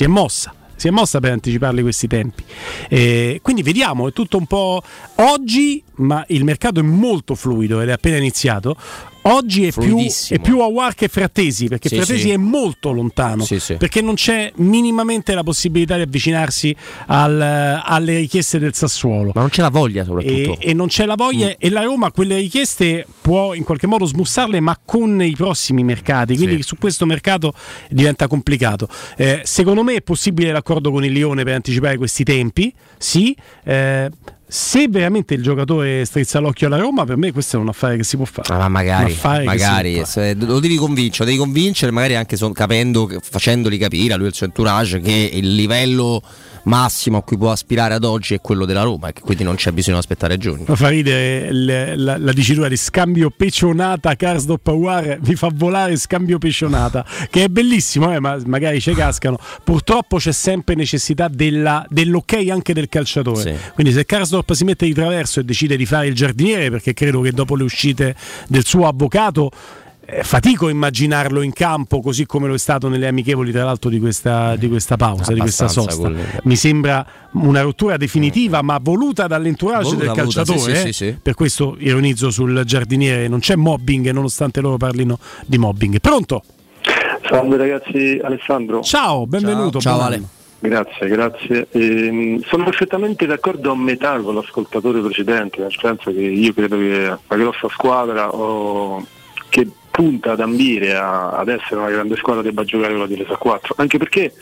Speaker 1: per anticiparli questi tempi, quindi vediamo, è tutto un po' oggi, ma il mercato è molto fluido ed è appena iniziato. Oggi è più Aouar che Frattesi, perché Frattesi è molto lontano, perché non c'è minimamente la possibilità di avvicinarsi alle richieste del Sassuolo,
Speaker 2: ma non c'è la voglia soprattutto,
Speaker 1: e non c'è la voglia, e la Roma quelle richieste può in qualche modo smussarle, ma con i prossimi mercati, quindi su questo mercato diventa complicato. Secondo me è possibile l'accordo con il Lione per anticipare questi tempi, sì. Se veramente il giocatore strizza l'occhio alla Roma, per me questo è un affare che si può fare.
Speaker 2: Ma magari lo devi convincere, magari anche facendoli capire a lui e il suo entourage che il livello massimo a cui può aspirare ad oggi è quello della Roma, e che quindi non c'è bisogno di aspettare giorni.
Speaker 1: Fa ridere la dicitura di scambio pecionata Karsdorp Aouar, mi fa volare scambio pecionata, che è bellissimo, ma magari ci cascano. Purtroppo c'è sempre necessità dell'ok anche del calciatore, quindi se Karsdorp si mette di traverso e decide di fare il giardiniere, perché credo che dopo le uscite del suo avvocato fatico a immaginarlo in campo così come lo è stato nelle amichevoli, tra l'altro, di questa pausa, di questa sosta. Mi sembra una rottura definitiva, ma voluta dall'entourage del calciatore. Per questo ironizzo sul giardiniere, non c'è mobbing nonostante loro parlino di mobbing. Pronto?
Speaker 10: Salve ragazzi, Alessandro.
Speaker 1: Ciao, benvenuto.
Speaker 10: Ciao Ale. Grazie. Sono perfettamente d'accordo a metà con l'ascoltatore precedente, nel senso che io credo che la grossa squadra che punta ad ambire ad essere una grande squadra debba giocare con la difesa a 4, anche perché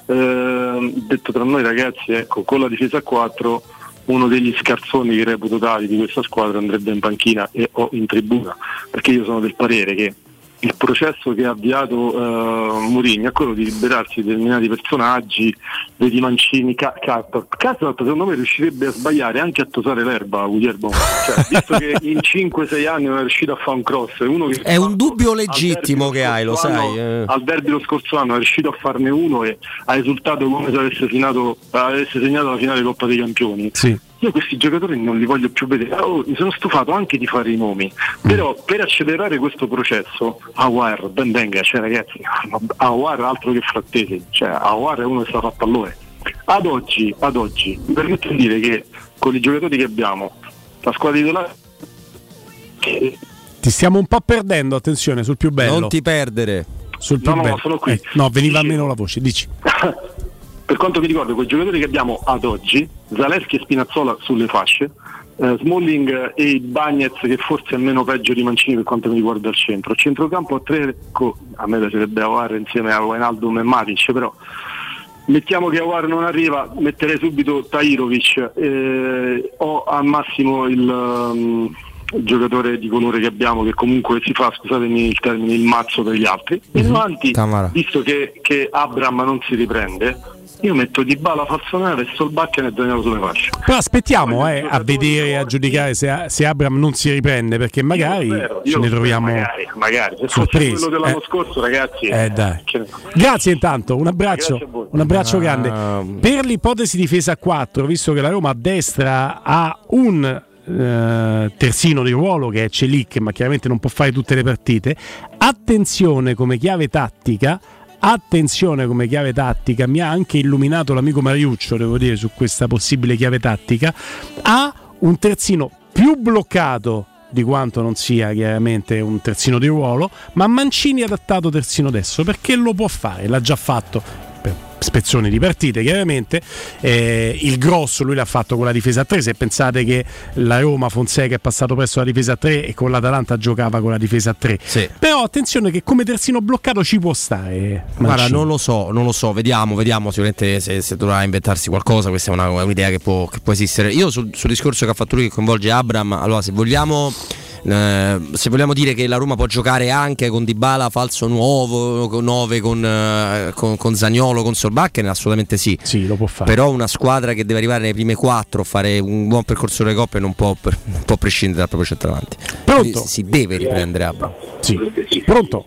Speaker 10: detto tra noi ragazzi, ecco, con la difesa a 4 uno degli scarsoni che reputo tali di questa squadra andrebbe in panchina o in tribuna, perché io sono del parere che il processo che ha avviato Mourinho è quello di liberarsi di determinati personaggi, vedi Mancini, Karsdorp secondo me riuscirebbe a sbagliare anche a tosare l'erba, cioè, visto che in 5-6 anni non è riuscito a fare un cross, uno che
Speaker 2: è un dubbio legittimo che hai, lo sai.
Speaker 10: Al derby lo scorso anno è riuscito a farne uno e ha esultato come se avesse segnato la finale di Coppa dei Campioni.
Speaker 1: Sì.
Speaker 10: Io questi giocatori non li voglio più vedere. Mi sono stufato anche di fare i nomi, però per accelerare questo processo Aouar, ben venga, cioè ragazzi, Aouar altro che Frattesi, cioè Aouar è uno che sta a pallone. Ad oggi mi permetto di dire che con i giocatori che abbiamo, la squadra titolare,
Speaker 1: ti stiamo un po' perdendo, attenzione sul più bello.
Speaker 2: Non ti perdere.
Speaker 1: sul più bello.
Speaker 10: sono qui.
Speaker 1: No, veniva meno la voce, dici.
Speaker 10: Per quanto mi riguarda, quei giocatori che abbiamo ad oggi, Zalewski e Spinazzola sulle fasce, Smalling e Bagnez, che forse è meno peggio di Mancini per quanto mi riguarda il centro. Centrocampo a 3, a me piacerebbe Aouar insieme a Wijnaldum e Matic, però mettiamo che Aouar non arriva, metterei subito Tahirovic, o al massimo il giocatore di colore che abbiamo, che comunque si fa, scusatemi il termine, il mazzo per gli altri. E davanti, visto che Abraham non si riprende, io metto Dybala falso 9, Solbakken e Danilo sulle fasce.
Speaker 1: Però aspettiamo a vedere, a giudicare se Abraham non si riprende, perché magari ce ne troviamo
Speaker 10: magari se
Speaker 1: sorpresi.
Speaker 10: fosse quello dell'anno scorso, ragazzi,
Speaker 1: dai. Grazie intanto, un abbraccio grande. Per l'ipotesi difesa a 4, visto che la Roma a destra ha un terzino di ruolo che è Celik, ma chiaramente non può fare tutte le partite, attenzione come chiave tattica, mi ha anche illuminato l'amico Mariuccio, devo dire, su questa possibile chiave tattica. Ha un terzino più bloccato di quanto non sia chiaramente un terzino di ruolo, ma Mancini adattato terzino destro, perché lo può fare, l'ha già fatto per spezzoni di partite chiaramente. Il grosso lui l'ha fatto con la difesa a 3, se pensate che la Roma Fonseca è passato presso la difesa a 3 e con l'Atalanta giocava con la difesa a 3, però attenzione che come terzino bloccato ci può stare Mancini.
Speaker 2: Guarda, non lo so, vediamo sicuramente se dovrà inventarsi qualcosa. Questa è un'idea che può esistere. Io sul discorso che ha fatto lui, che coinvolge Abraham, allora se vogliamo dire che la Roma può giocare anche con Dybala falso 9 con Zaniolo, con Solbakken, assolutamente sì,
Speaker 1: lo può fare.
Speaker 2: Però una squadra che deve arrivare nei prime 4, fare un buon percorso delle coppe, non può prescindere dal proprio centravanti.
Speaker 1: Pronto?
Speaker 2: Si deve riprendere Abraham.
Speaker 1: Pronto?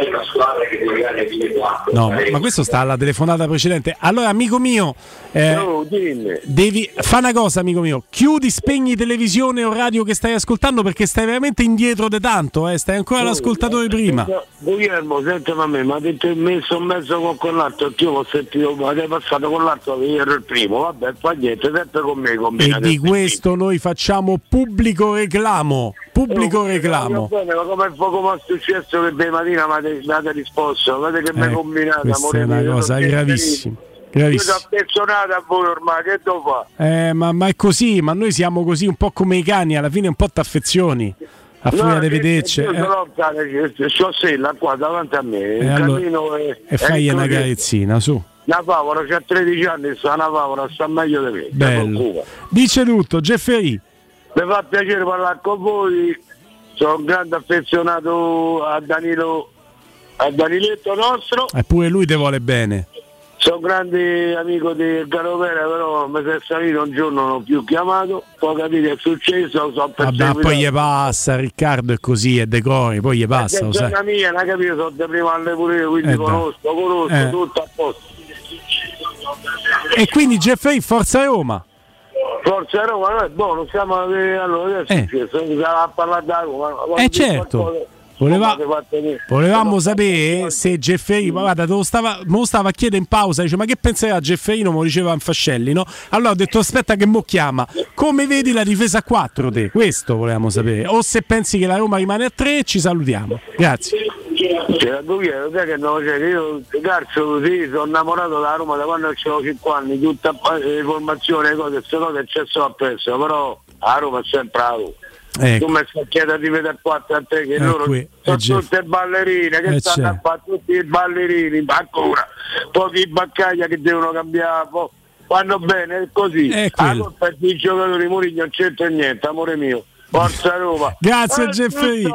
Speaker 1: No, ma questo sta alla telefonata precedente. Allora, amico mio, devi fare una cosa, amico mio. Chiudi, spegni televisione o radio che stai ascoltando, perché stai veramente indietro di tanto, stai ancora l'ascoltatore prima.
Speaker 11: Guglielmo, sentimi a me, ma avete messo in mezzo con quell'altro, io ho sentito, ma avete passato con l'altro che io ero il primo, vabbè, fa niente, sempre con me.
Speaker 1: E di questo noi facciamo pubblico reclamo.
Speaker 11: Bene, ma come è successo che di mattina mi avete risposto? Vedete che mi combinate,
Speaker 1: questa è una cosa gravissima.
Speaker 11: Io sono affezionato a voi ormai, che devo fare?
Speaker 1: Ma è così, ma noi siamo così un po' come i cani, alla fine un po' t'affezioni a furia di vederci.
Speaker 11: Io c'ho Sella qua davanti a me, il cammino
Speaker 1: e fai una carezzina, su.
Speaker 11: La favola c'ha 13 anni, sta una favola, sta meglio di me.
Speaker 1: Bello. Dice tutto, Gefferì.
Speaker 11: Mi fa piacere parlare con voi, sono un grande affezionato a Daniletto nostro.
Speaker 1: E pure lui te vuole bene.
Speaker 11: Sono un grande amico di Carovera, però mi si è salito un giorno, non ho più chiamato, poi capire che è successo,
Speaker 1: poi gli passa, Riccardo è così, è decori, poi gli passa.
Speaker 11: È una mia, non capito, sono da prima alle pure, quindi conosco tutto a posto.
Speaker 1: E quindi Jeffrey, Forza Roma.
Speaker 11: Forza Roma, noi non siamo allora adesso a parlare da Roma.
Speaker 1: Certo. Volevamo sapere se Gefferino, guarda, me lo stava a chiedere in pausa, dice ma che penserà Gefferino, me lo diceva Fascelli, no? Allora ho detto aspetta che mo chiama, come vedi la difesa a 4 te? Questo volevamo sapere, o se pensi che la Roma rimane a 3, ci salutiamo, grazie.
Speaker 11: Io Garzo sono innamorato della Roma da quando avevo 5 anni, tutta formazione, queste cose c'è solo appresso, però la Roma è sempre la Roma. Tu mi stai chiedendo di vedere 4 a 3 che loro sono tutte ballerine che stanno a fare, tutti i ballerini, ancora pochi baccaglia che devono cambiare, vanno bene, è così. Per i giocatori Mourinho non c'entra niente, amore mio. Forza Roma.
Speaker 1: Grazie Gefferino.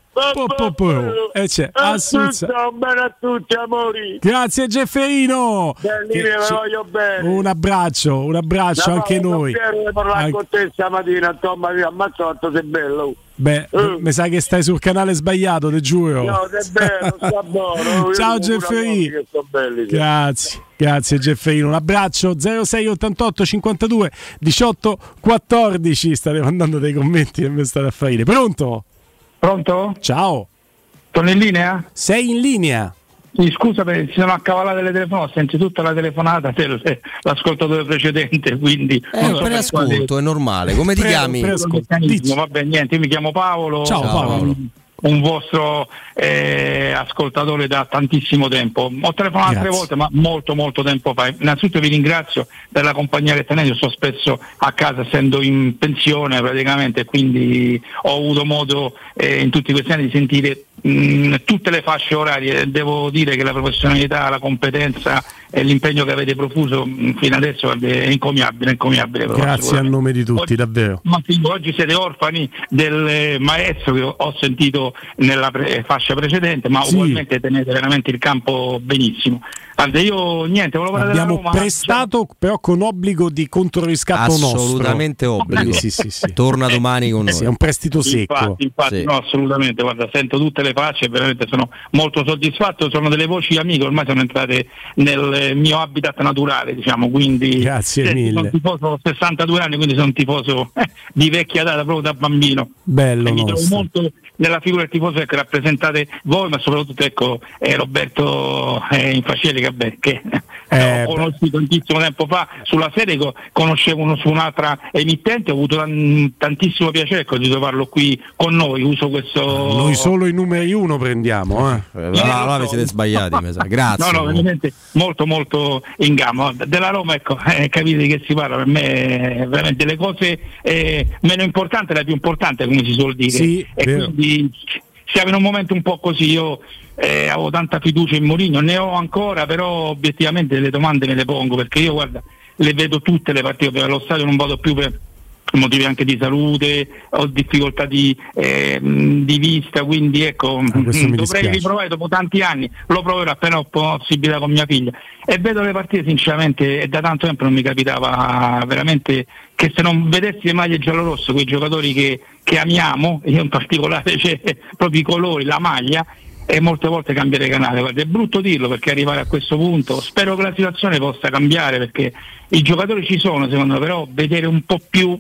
Speaker 11: Bene a tutti, amori.
Speaker 1: Grazie Gefferino.
Speaker 11: Voglio bene.
Speaker 1: Un abbraccio anche noi.
Speaker 11: Non parlare con te stamattina, ammazzato, sei bello.
Speaker 1: Mi sa che stai sul canale sbagliato, te giuro.
Speaker 11: No, è bello, sta buono.
Speaker 1: Ciao Gefferino. Grazie Gefferino, un abbraccio. 0688 52 18 14. State mandando dei commenti e mi state a fare. Pronto? Ciao.
Speaker 13: Sono in linea?
Speaker 1: Sei in linea.
Speaker 13: Sì, scusa, perché si sono accavallate le telefonate, senti tutta la telefonata dell'ascoltatore precedente, quindi
Speaker 2: preascolto, è normale. Come ti chiami?
Speaker 13: Vabbè, niente, io mi chiamo Paolo.
Speaker 1: Ciao Paolo.
Speaker 13: un vostro ascoltatore da tantissimo tempo. Ho telefonato altre volte, ma molto tempo fa. Innanzitutto vi ringrazio per la compagnia che tenete. Io sto spesso a casa, essendo in pensione praticamente, quindi ho avuto modo in tutti questi anni di sentire tutte le fasce orarie. Devo dire che la professionalità, la competenza e l'impegno che avete profuso fino adesso è incommiabile.
Speaker 1: Grazie a nome di tutti,
Speaker 13: oggi,
Speaker 1: davvero.
Speaker 13: Ma oggi siete orfani del maestro che ho sentito nella fascia precedente, ma ugualmente tenete veramente il campo benissimo. Guarda, io niente, volevo parlare
Speaker 1: abbiamo
Speaker 13: della Roma.
Speaker 1: prestato però con obbligo di controriscatto
Speaker 2: assolutamente
Speaker 1: nostro.
Speaker 2: Obbligo.
Speaker 1: Sì.
Speaker 2: Torna domani con noi.
Speaker 1: Sì, è un prestito secco.
Speaker 13: Infatti,
Speaker 2: sì.
Speaker 13: No, assolutamente. Guarda, sento tutte le facce e veramente sono molto soddisfatto. Sono delle voci amiche, ormai sono entrate nel mio habitat naturale, diciamo. Quindi
Speaker 1: grazie mille.
Speaker 13: Sono tifoso, ho 62 anni, quindi sono un tifoso di vecchia data, proprio da bambino.
Speaker 1: Bello.
Speaker 13: Mi trovo molto nella figura del tifoso che rappresentate voi, ma soprattutto Roberto Infacieli, che ho conosciuto tantissimo tempo fa sulla serie, conoscevo uno su un'altra emittente, ho avuto tantissimo piacere di trovarlo qui con noi. Uso questo.
Speaker 1: Noi solo i numeri 1 prendiamo.
Speaker 2: Allora vi siete sbagliati, mi sa. Grazie.
Speaker 13: No, veramente molto in gamba. Della Roma, capite di che si parla. Per me veramente le cose meno importanti è la più importante, come si suol dire.
Speaker 1: Sì,
Speaker 13: e quindi siamo in un momento un po' così. Io avevo tanta fiducia in Mourinho, ne ho ancora, però obiettivamente le domande me le pongo, perché io guarda, le vedo tutte le partite, allo stadio non vado più per motivi anche di salute, ho difficoltà di vista, quindi dovrei riprovare dopo tanti anni, lo proverò appena ho possibilità con mia figlia, e vedo le partite sinceramente, e da tanto tempo non mi capitava veramente che se non vedessi le maglie giallorosse, quei giocatori che amiamo, io in particolare c'è proprio i colori, la maglia, e molte volte cambiare canale. Guarda, è brutto dirlo, perché arrivare a questo punto spero che la situazione possa cambiare, perché i giocatori ci sono secondo me, però vedere un po' più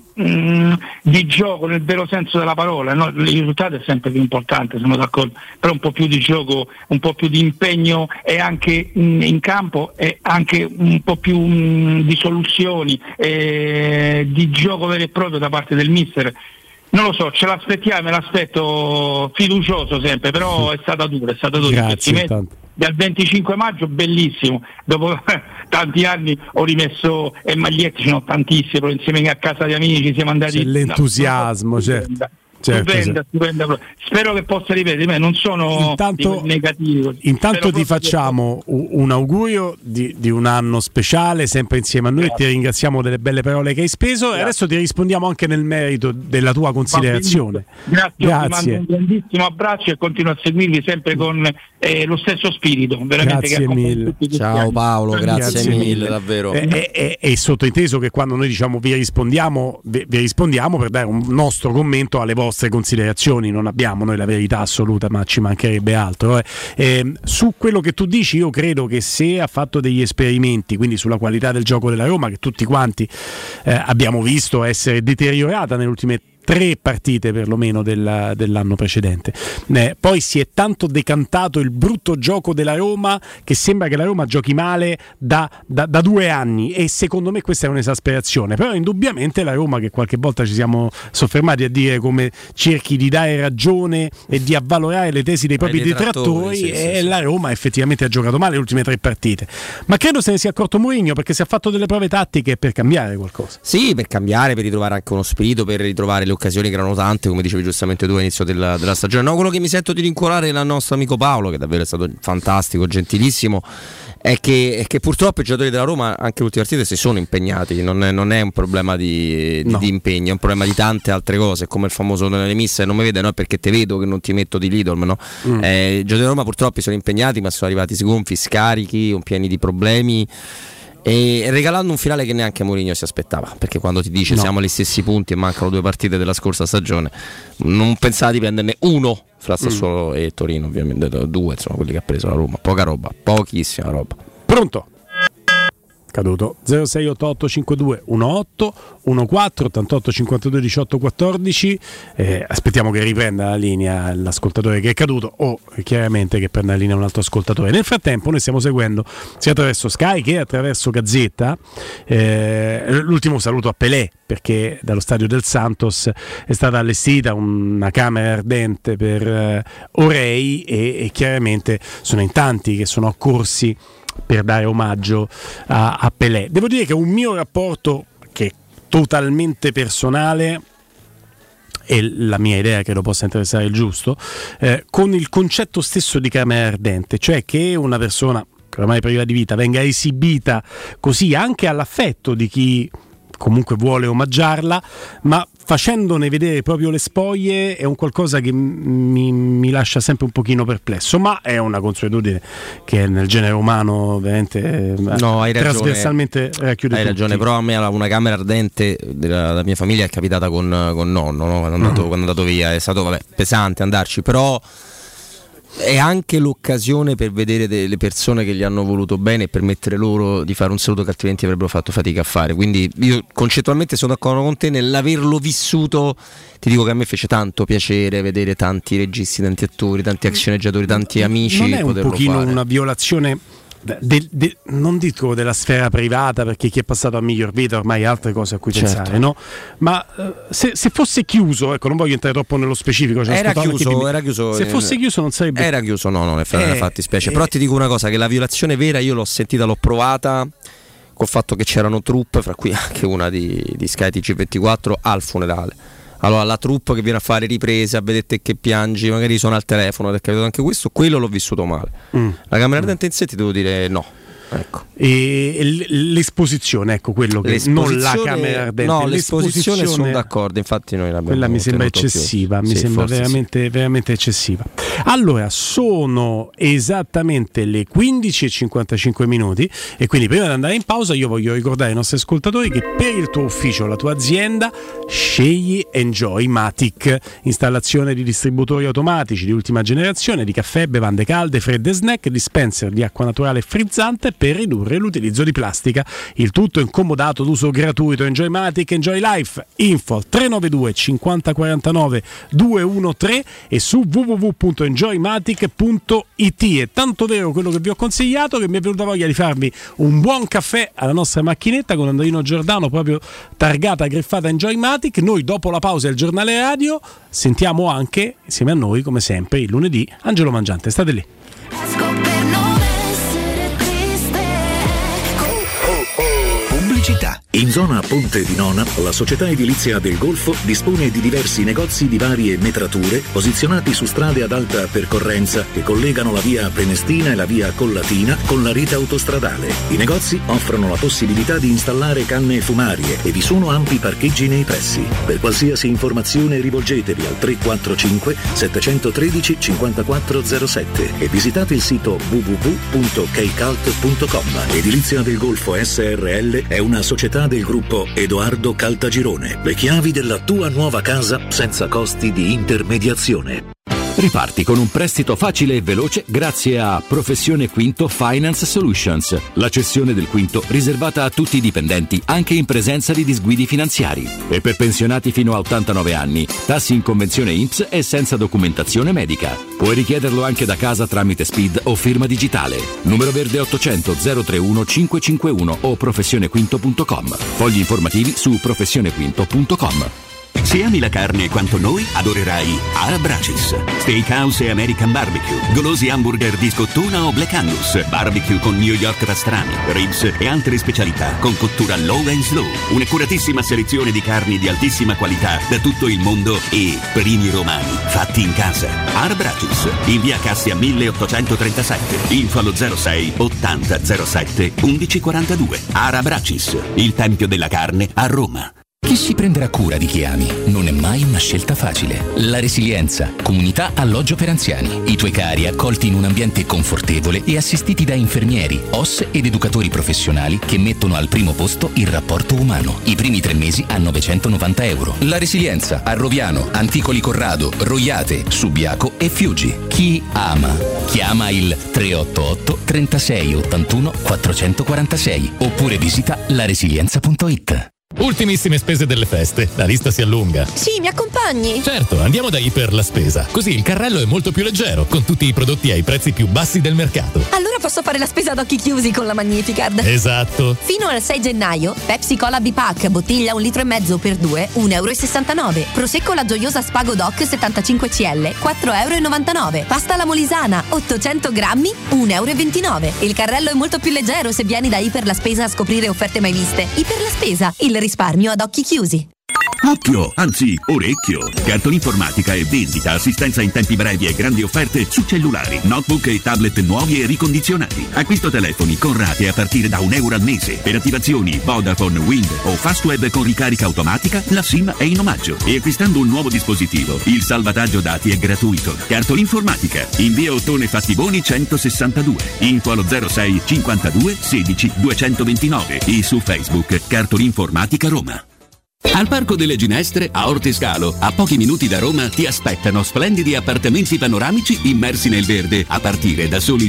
Speaker 13: di gioco nel vero senso della parola, no? Il risultato è sempre più importante, sono d'accordo, però un po' più di gioco, un po' più di impegno, e anche in campo, e anche un po' più di soluzioni, di gioco vero e proprio da parte del mister. Non lo so, ce l'aspettiamo, me l'aspetto fiducioso sempre, però è stata dura.
Speaker 1: Grazie,
Speaker 13: dal 25 maggio bellissimo, dopo tanti anni ho rimesso magliette, ce ne ho tantissime, insieme a casa di amici siamo andati.
Speaker 1: C'è l'entusiasmo,
Speaker 13: Stupenda. Spero che possa ripetere, non sono negativo.
Speaker 1: Intanto ti facciamo un augurio di un anno speciale sempre insieme a noi. Ti ringraziamo delle belle parole che hai speso, e adesso ti rispondiamo anche nel merito della tua considerazione.
Speaker 13: Grazie. Ti mando un grandissimo abbraccio e continuo a seguirvi sempre con lo stesso spirito, veramente.
Speaker 1: Grazie mille.
Speaker 2: Ciao Paolo, grazie mille davvero.
Speaker 1: E sottointeso che quando noi diciamo vi rispondiamo per dare un nostro commento alle vostre considerazioni, non abbiamo noi la verità assoluta, ma ci mancherebbe altro. Su quello che tu dici, io credo che se ha fatto degli esperimenti, quindi sulla qualità del gioco della Roma, che tutti quanti abbiamo visto essere deteriorata nelle ultime 3 partite perlomeno dell'anno precedente. Poi si è tanto decantato il brutto gioco della Roma che sembra che la Roma giochi male da 2 anni, e secondo me questa è un'esasperazione. Però indubbiamente la Roma, che qualche volta ci siamo soffermati a dire come cerchi di dare ragione e di avvalorare le tesi dei propri detrattori, la Roma effettivamente ha giocato male le ultime 3 partite, ma credo se ne sia accorto Mourinho, perché si è fatto delle prove tattiche per cambiare qualcosa.
Speaker 2: Sì, per cambiare, per ritrovare anche uno spirito, per ritrovare le occasioni che erano tante, come dicevi giustamente tu all'inizio della stagione. No, quello che mi sento di rincuorare il nostro amico Paolo, che davvero è stato fantastico, gentilissimo, è che purtroppo i giocatori della Roma anche le ultime partite si sono impegnati, non è un problema di impegno, è un problema di tante altre cose, come il famoso nelle misse, non mi vede, no, perché te vedo che non ti metto di Lidl, no? I giocatori della Roma purtroppo sono impegnati, ma sono arrivati sgonfi, scarichi, pieni di problemi, e regalando un finale che neanche Mourinho si aspettava, perché quando ti dice siamo agli stessi punti e mancano 2 partite della scorsa stagione, non pensava di prenderne uno fra Sassuolo e Torino, ovviamente 2, insomma, quelli che ha preso la Roma, poca roba, pochissima roba.
Speaker 1: Pronto? caduto. 0688 52 18 14 88 52 18 14. Aspettiamo che riprenda la linea l'ascoltatore che è caduto, o chiaramente che prenda la linea un altro ascoltatore. Nel frattempo noi stiamo seguendo sia attraverso Sky che attraverso Gazzetta l'ultimo saluto a Pelé, perché dallo stadio del Santos è stata allestita una camera ardente per Orei e chiaramente sono in tanti che sono accorsi per dare omaggio a Pelé. Devo dire che un mio rapporto, che è totalmente personale, e la mia idea che lo possa interessare il giusto, con il concetto stesso di camera ardente, cioè che una persona ormai priva di vita venga esibita così anche all'affetto di chi comunque vuole omaggiarla, ma facendone vedere proprio le spoglie, è un qualcosa che mi lascia sempre un pochino perplesso, ma è una consuetudine che nel genere umano veramente trasversalmente racchiude.
Speaker 2: Hai ragione, però a me una camera ardente della mia famiglia è capitata con nonno, no? Quando è andato via, è stato pesante andarci, però è anche l'occasione per vedere delle persone che gli hanno voluto bene e permettere loro di fare un saluto che altrimenti avrebbero fatto fatica a fare. Quindi io concettualmente sono d'accordo con te nell'averlo vissuto. Ti dico che a me fece tanto piacere vedere tanti registi, tanti attori, tanti sceneggiatori, tanti amici.
Speaker 1: Non è un pochino
Speaker 2: fare.
Speaker 1: Una violazione non dico della sfera privata, perché chi è passato a miglior vita ormai ha altre cose a cui pensare, no? Ma se fosse chiuso, ecco, non voglio entrare troppo nello specifico,
Speaker 2: era chiuso,
Speaker 1: se fosse chiuso non sarebbe,
Speaker 2: era chiuso, no, non è fattispecie. Però ti dico una cosa, che la violazione vera io l'ho sentita, l'ho provata col fatto che c'erano troupe, fra cui anche una di Sky TG24 al funerale. Allora la troupe che viene a fare riprese, a vedere che piangi, magari suona al telefono, perché vedo anche questo, quello l'ho vissuto male. La camera ardente in sé ti devo dire no. Ecco.
Speaker 1: E l'esposizione, ecco, quello che non la camera ardente.
Speaker 2: No, l'esposizione sono d'accordo, infatti noi l'abbiamo.
Speaker 1: Quella mi sembra eccessiva, mi sembra veramente eccessiva. Allora, sono esattamente le 15:55 e quindi prima di andare in pausa io voglio ricordare ai nostri ascoltatori che per il tuo ufficio, la tua azienda, scegli Enjoymatic, installazione di distributori automatici di ultima generazione di caffè, bevande calde, fredde, snack, dispenser di acqua naturale frizzante per ridurre l'utilizzo di plastica. Il tutto in comodato d'uso gratuito. Enjoymatic, Enjoy Life. Info 392 50 49 213 e su www.enjoymatic.it. È tanto vero quello che vi ho consigliato che mi è venuta voglia di farmi un buon caffè alla nostra macchinetta con Andrino Giordano, proprio targata, griffata Enjoymatic. Noi dopo la pausa del giornale radio sentiamo anche insieme a noi, come sempre il lunedì, Angelo Mangiante. State lì.
Speaker 9: In zona Ponte di Nona, la società edilizia del Golfo dispone di diversi negozi di varie metrature posizionati su strade ad alta percorrenza che collegano la via Prenestina e la via Collatina con la rete autostradale. I negozi offrono la possibilità di installare canne fumarie e vi sono ampi parcheggi nei pressi. Per qualsiasi informazione rivolgetevi al 345 713 5407 e visitate il sito www.keicalt.com. Edilizia del Golfo SRL è una società del gruppo Edoardo Caltagirone. Le chiavi della tua nuova casa senza costi di intermediazione.
Speaker 22: Riparti con un prestito facile e veloce grazie a Professione Quinto Finance Solutions, la cessione del quinto riservata a tutti i dipendenti anche in presenza di disguidi finanziari. E per pensionati fino a 89 anni, tassi in convenzione INPS e senza documentazione medica. Puoi richiederlo anche da casa tramite SPID o firma digitale. Numero verde 800 031 551 o professionequinto.com. Fogli informativi su professionequinto.com.
Speaker 4: Se ami la carne quanto noi, adorerai Arabracis. Steakhouse e American Barbecue, golosi hamburger di scottuna o Black Angus, barbecue con New York pastrami, ribs e altre specialità con cottura low and slow. Un'accuratissima selezione di carni di altissima qualità da tutto il mondo e primi romani fatti in casa. Arabracis, in via Cassia 1837, info allo 06 80 07 1142. Arabracis, il tempio della carne a Roma.
Speaker 22: Chi
Speaker 5: Chi si prenderà cura di chi ami? Non è mai una scelta facile. La Resilienza, comunità alloggio per anziani. I tuoi cari accolti in un ambiente confortevole e assistiti da infermieri, OS ed educatori professionali che mettono al primo posto il rapporto umano. I primi 3 mesi a €990. La Resilienza a Roviano, Anticoli Corrado, Roiate, Subiaco e Fiuggi. Chi ama? Chiama il 388 36 81 446 oppure visita laresilienza.it.
Speaker 14: Ultimissime spese delle feste, la lista si allunga.
Speaker 17: Sì, mi accompagni?
Speaker 14: Certo, andiamo da Iper La Spesa, così il carrello è molto più leggero, con tutti i prodotti ai prezzi più bassi del mercato.
Speaker 17: Allora posso fare la spesa ad occhi chiusi con la Magnificard.
Speaker 14: Esatto.
Speaker 17: Fino al 6 gennaio, Pepsi Cola B-Pack, bottiglia 1,5 litri per 2, €1,69. Prosecco La Gioiosa Spago Doc 75 CL, €4,99. Pasta alla Molisana, 800 grammi, €1,29. Il carrello è molto più leggero se vieni da Iper La Spesa a scoprire offerte mai viste. Iper La Spesa, il risparmio ad occhi chiusi.
Speaker 4: Occhio, anzi orecchio. Cartolinformatica e vendita, assistenza in tempi brevi e grandi offerte su cellulari, notebook e tablet nuovi e ricondizionati. Acquisto telefoni con rate a partire da €1 al mese. Per attivazioni Vodafone, Wind o Fastweb con ricarica automatica, la SIM è in omaggio. E acquistando un nuovo dispositivo, il salvataggio dati è gratuito. Cartolinformatica, in via Ottone Fattiboni 162. Info allo 06 52 16 229 e su Facebook Cartolinformatica Roma. Al Parco delle Ginestre, a Ortescalo, a pochi minuti da Roma, ti aspettano splendidi appartamenti panoramici immersi nel verde a partire da soli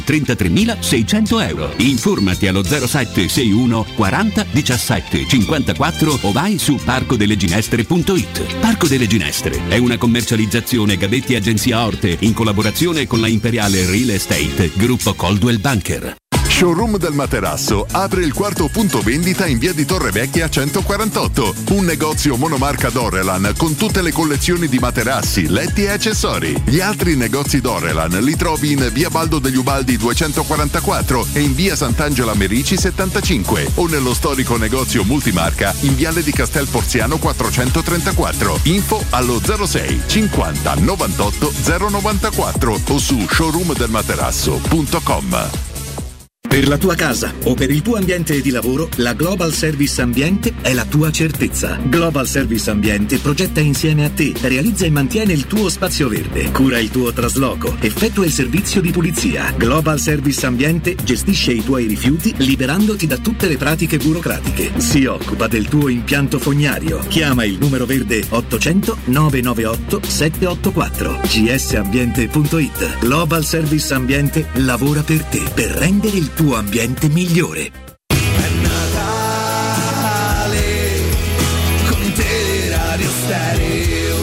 Speaker 4: €33.600. Informati allo 07 61 40 17 54 o vai su parcodelleginestre.it. Parco delle Ginestre è una commercializzazione Gavetti Agenzia Orte in collaborazione con la Imperiale Real Estate, gruppo Coldwell Banker.
Speaker 18: Showroom del Materasso apre il 4º punto vendita in via di Torrevecchia 148. Un negozio monomarca Dorelan con tutte le collezioni di materassi, letti e accessori. Gli altri negozi Dorelan li trovi in via Baldo degli Ubaldi 244 e in via Sant'Angela Merici 75 o nello storico negozio multimarca in viale di Castel Porziano 434. Info allo 06 50 98 094 o su showroomdelmaterasso.com.
Speaker 9: Per la tua casa o per il tuo ambiente di lavoro, la Global Service Ambiente è la tua certezza. Global Service Ambiente progetta insieme a te, realizza e mantiene il tuo spazio verde, cura il tuo trasloco, effettua il servizio di pulizia. Global Service Ambiente gestisce i tuoi rifiuti liberandoti da tutte le pratiche burocratiche. Si occupa del tuo impianto fognario. Chiama il numero verde 800 998 784. gsambiente.it. Global Service Ambiente lavora per te, per rendere il tuo ambiente migliore.
Speaker 12: È Natale con Teleradio Stereo.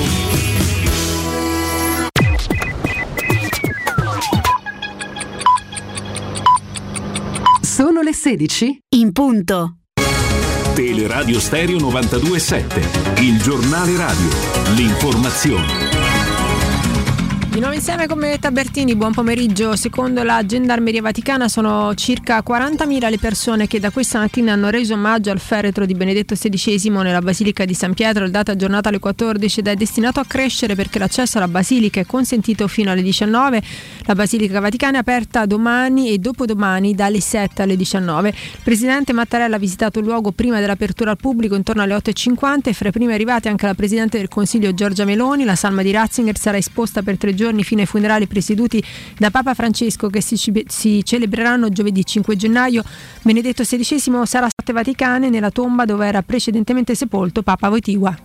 Speaker 19: Sono le 16 in punto.
Speaker 22: Teleradio Stereo 92.7, il giornale radio, l'informazione.
Speaker 23: Di nuovo insieme con Benedetta Bertini, buon pomeriggio. Secondo la Gendarmeria Vaticana sono circa 40.000 le persone che da questa mattina hanno reso omaggio al feretro di Benedetto XVI nella Basilica di San Pietro. Il dato è aggiornato alle 14 ed è destinato a crescere perché l'accesso alla Basilica è consentito fino alle 19. La Basilica Vaticana è aperta domani e dopodomani dalle 7 alle 19. Il Presidente Mattarella ha visitato il luogo prima dell'apertura al pubblico intorno alle 8.50 e fra i primi arrivati anche la Presidente del Consiglio Giorgia Meloni. La salma di Ratzinger sarà esposta per 3 giorni fino ai funerali presieduti da Papa Francesco che si celebreranno giovedì 5 gennaio. Benedetto XVI sarà a Sette Vaticane nella tomba dove era precedentemente sepolto Papa Wojtyła.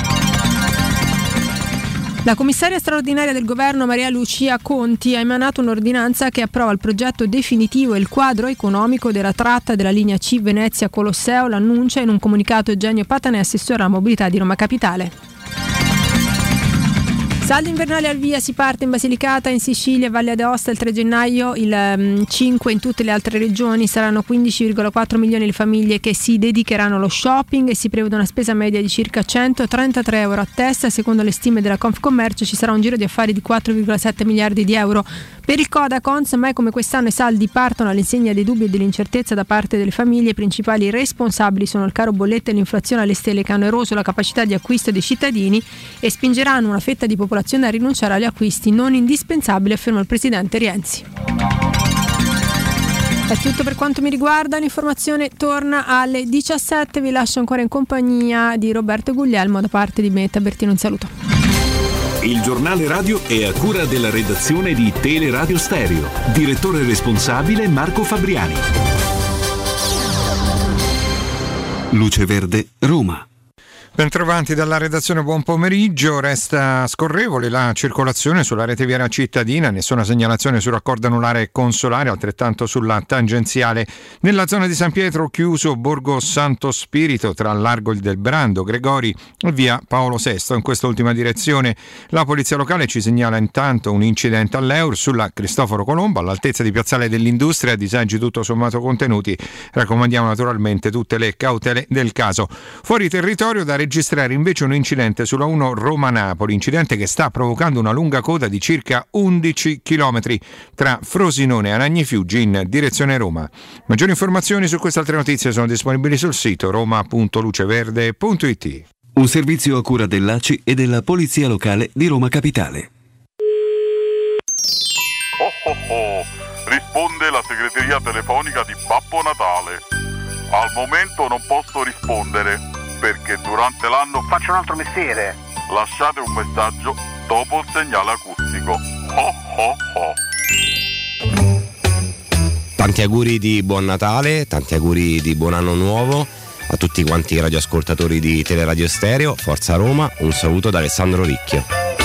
Speaker 23: La commissaria straordinaria del governo Maria Lucia Conti ha emanato un'ordinanza che approva il progetto definitivo e il quadro economico della tratta della linea C Venezia-Colosseo. L'annuncia in un comunicato Eugenio Patanè, assessore alla mobilità di Roma Capitale. Saldo invernale al via, si parte in Basilicata, in Sicilia, Valle d'Aosta il 3 gennaio, il 5 in tutte le altre regioni. Saranno 15,4 milioni le famiglie che si dedicheranno allo shopping e si prevede una spesa media di circa 133 euro a testa. Secondo le stime della Confcommercio ci sarà un giro di affari di 4,7 miliardi di euro. Per il Codacons, mai come quest'anno i saldi partono all'insegna dei dubbi e dell'incertezza da parte delle famiglie. I principali responsabili sono il caro bollette e l'inflazione alle stelle che hanno eroso la capacità di acquisto dei cittadini e spingeranno una fetta di popolazione a rinunciare agli acquisti non indispensabili, afferma il presidente Rienzi. È tutto per quanto mi riguarda, l'informazione torna alle 17, vi lascio ancora in compagnia di Roberto Guglielmo da parte di me, Bertino, un saluto.
Speaker 22: Il giornale radio è a cura della redazione di Teleradio Stereo. Direttore responsabile Marco Fabriani. Luce Verde, Roma.
Speaker 15: Bentrovati dalla redazione, buon pomeriggio. Resta scorrevole la circolazione sulla rete viaria cittadina, nessuna segnalazione sul raccordo anulare consolare, altrettanto sulla tangenziale. Nella zona di San Pietro chiuso Borgo Santo Spirito tra Largo del Brando, Gregori e via Paolo VI. In quest'ultima direzione la polizia locale ci segnala intanto un incidente all'Eur sulla Cristoforo Colombo all'altezza di Piazzale dell'Industria, disagi tutto sommato contenuti. Raccomandiamo naturalmente tutte le cautele del caso. Fuori territorio da registrare invece un incidente sulla 1 Roma-Napoli, incidente che sta provocando una lunga coda di circa 11 km tra Frosinone e Anagnifiuggi in direzione Roma. Maggiori informazioni su queste altre notizie sono disponibili sul sito roma.luceverde.it.
Speaker 22: Un servizio a cura dell'ACI e della Polizia Locale di Roma Capitale.
Speaker 18: Risponde la segreteria telefonica di Babbo Natale. Al momento non posso rispondere perché durante l'anno faccio un altro mestiere. Lasciate un messaggio dopo il segnale acustico.
Speaker 20: Tanti auguri di buon Natale, tanti auguri di buon anno nuovo a tutti quanti i radioascoltatori di Teleradio Stereo. Forza Roma, un saluto da Alessandro Ricchio.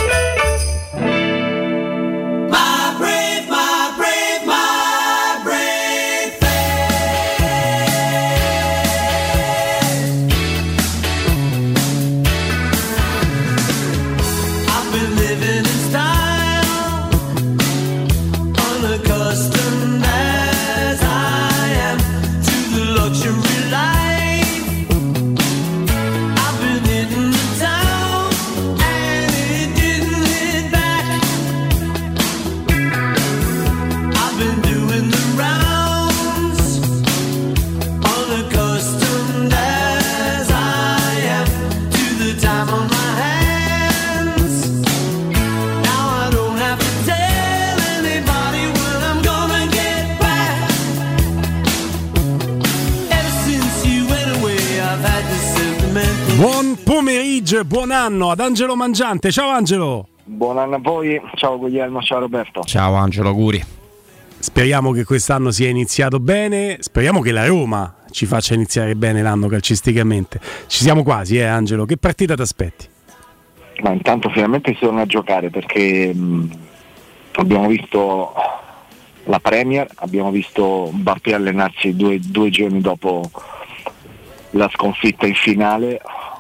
Speaker 1: Buon pomeriggio, buon anno ad Angelo Mangiante. Ciao Angelo.
Speaker 10: Buon anno a voi, ciao Guglielmo, ciao Roberto.
Speaker 2: Ciao Angelo, auguri.
Speaker 1: Speriamo che quest'anno sia iniziato bene, speriamo che la Roma ci faccia iniziare bene l'anno calcisticamente. Ci siamo quasi, Angelo, che partita ti aspetti?
Speaker 10: Ma intanto finalmente si torna a giocare perché abbiamo visto la Premier, abbiamo visto Mbappé allenarsi due giorni dopo la sconfitta in finale,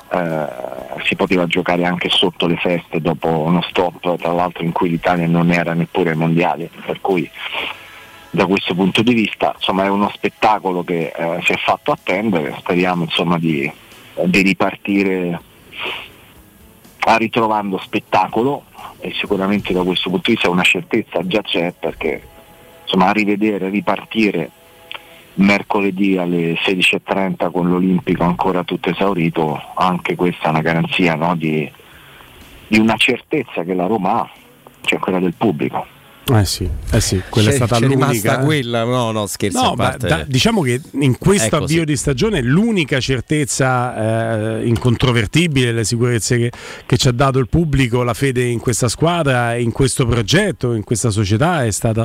Speaker 10: si poteva giocare anche sotto le feste dopo uno stop tra l'altro in cui l'Italia non era neppure ai mondiali, per cui da questo punto di vista insomma è uno spettacolo che si è fatto attendere. Speriamo insomma di ripartire ritrovando spettacolo, e sicuramente da questo punto di vista una certezza già c'è, perché insomma a ripartire mercoledì alle 16:30 con l'Olimpico ancora tutto esaurito, anche questa è una garanzia, no, di una certezza che la Roma ha, cioè quella del pubblico.
Speaker 1: Sì, quella è stata l'unica.
Speaker 2: Rimasta quella, no, scherzi a parte.
Speaker 1: Diciamo che in questo avvio di stagione l'unica certezza incontrovertibile, le sicurezze che ci ha dato il pubblico, la fede in questa squadra, in questo progetto, in questa società è stata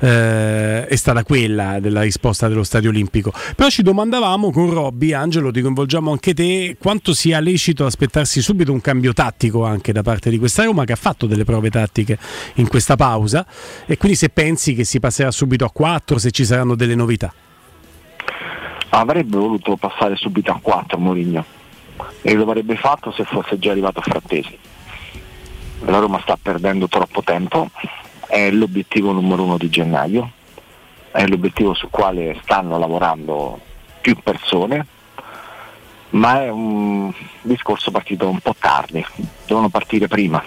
Speaker 1: quella della risposta dello Stadio Olimpico. Però ci domandavamo con Robby, Angelo, ti coinvolgiamo anche te, quanto sia lecito aspettarsi subito un cambio tattico anche da parte di questa Roma, che ha fatto delle prove tattiche in questa pausa. E quindi se pensi che si passerà subito a 4, se ci saranno delle novità.
Speaker 10: Avrebbe voluto passare subito a 4 Mourinho, e lo avrebbe fatto se fosse già arrivato a Frattesi. La Roma sta perdendo troppo tempo, è l'obiettivo numero 1 di gennaio, è l'obiettivo sul quale stanno lavorando più persone, ma è un discorso partito un po' tardi, devono partire prima.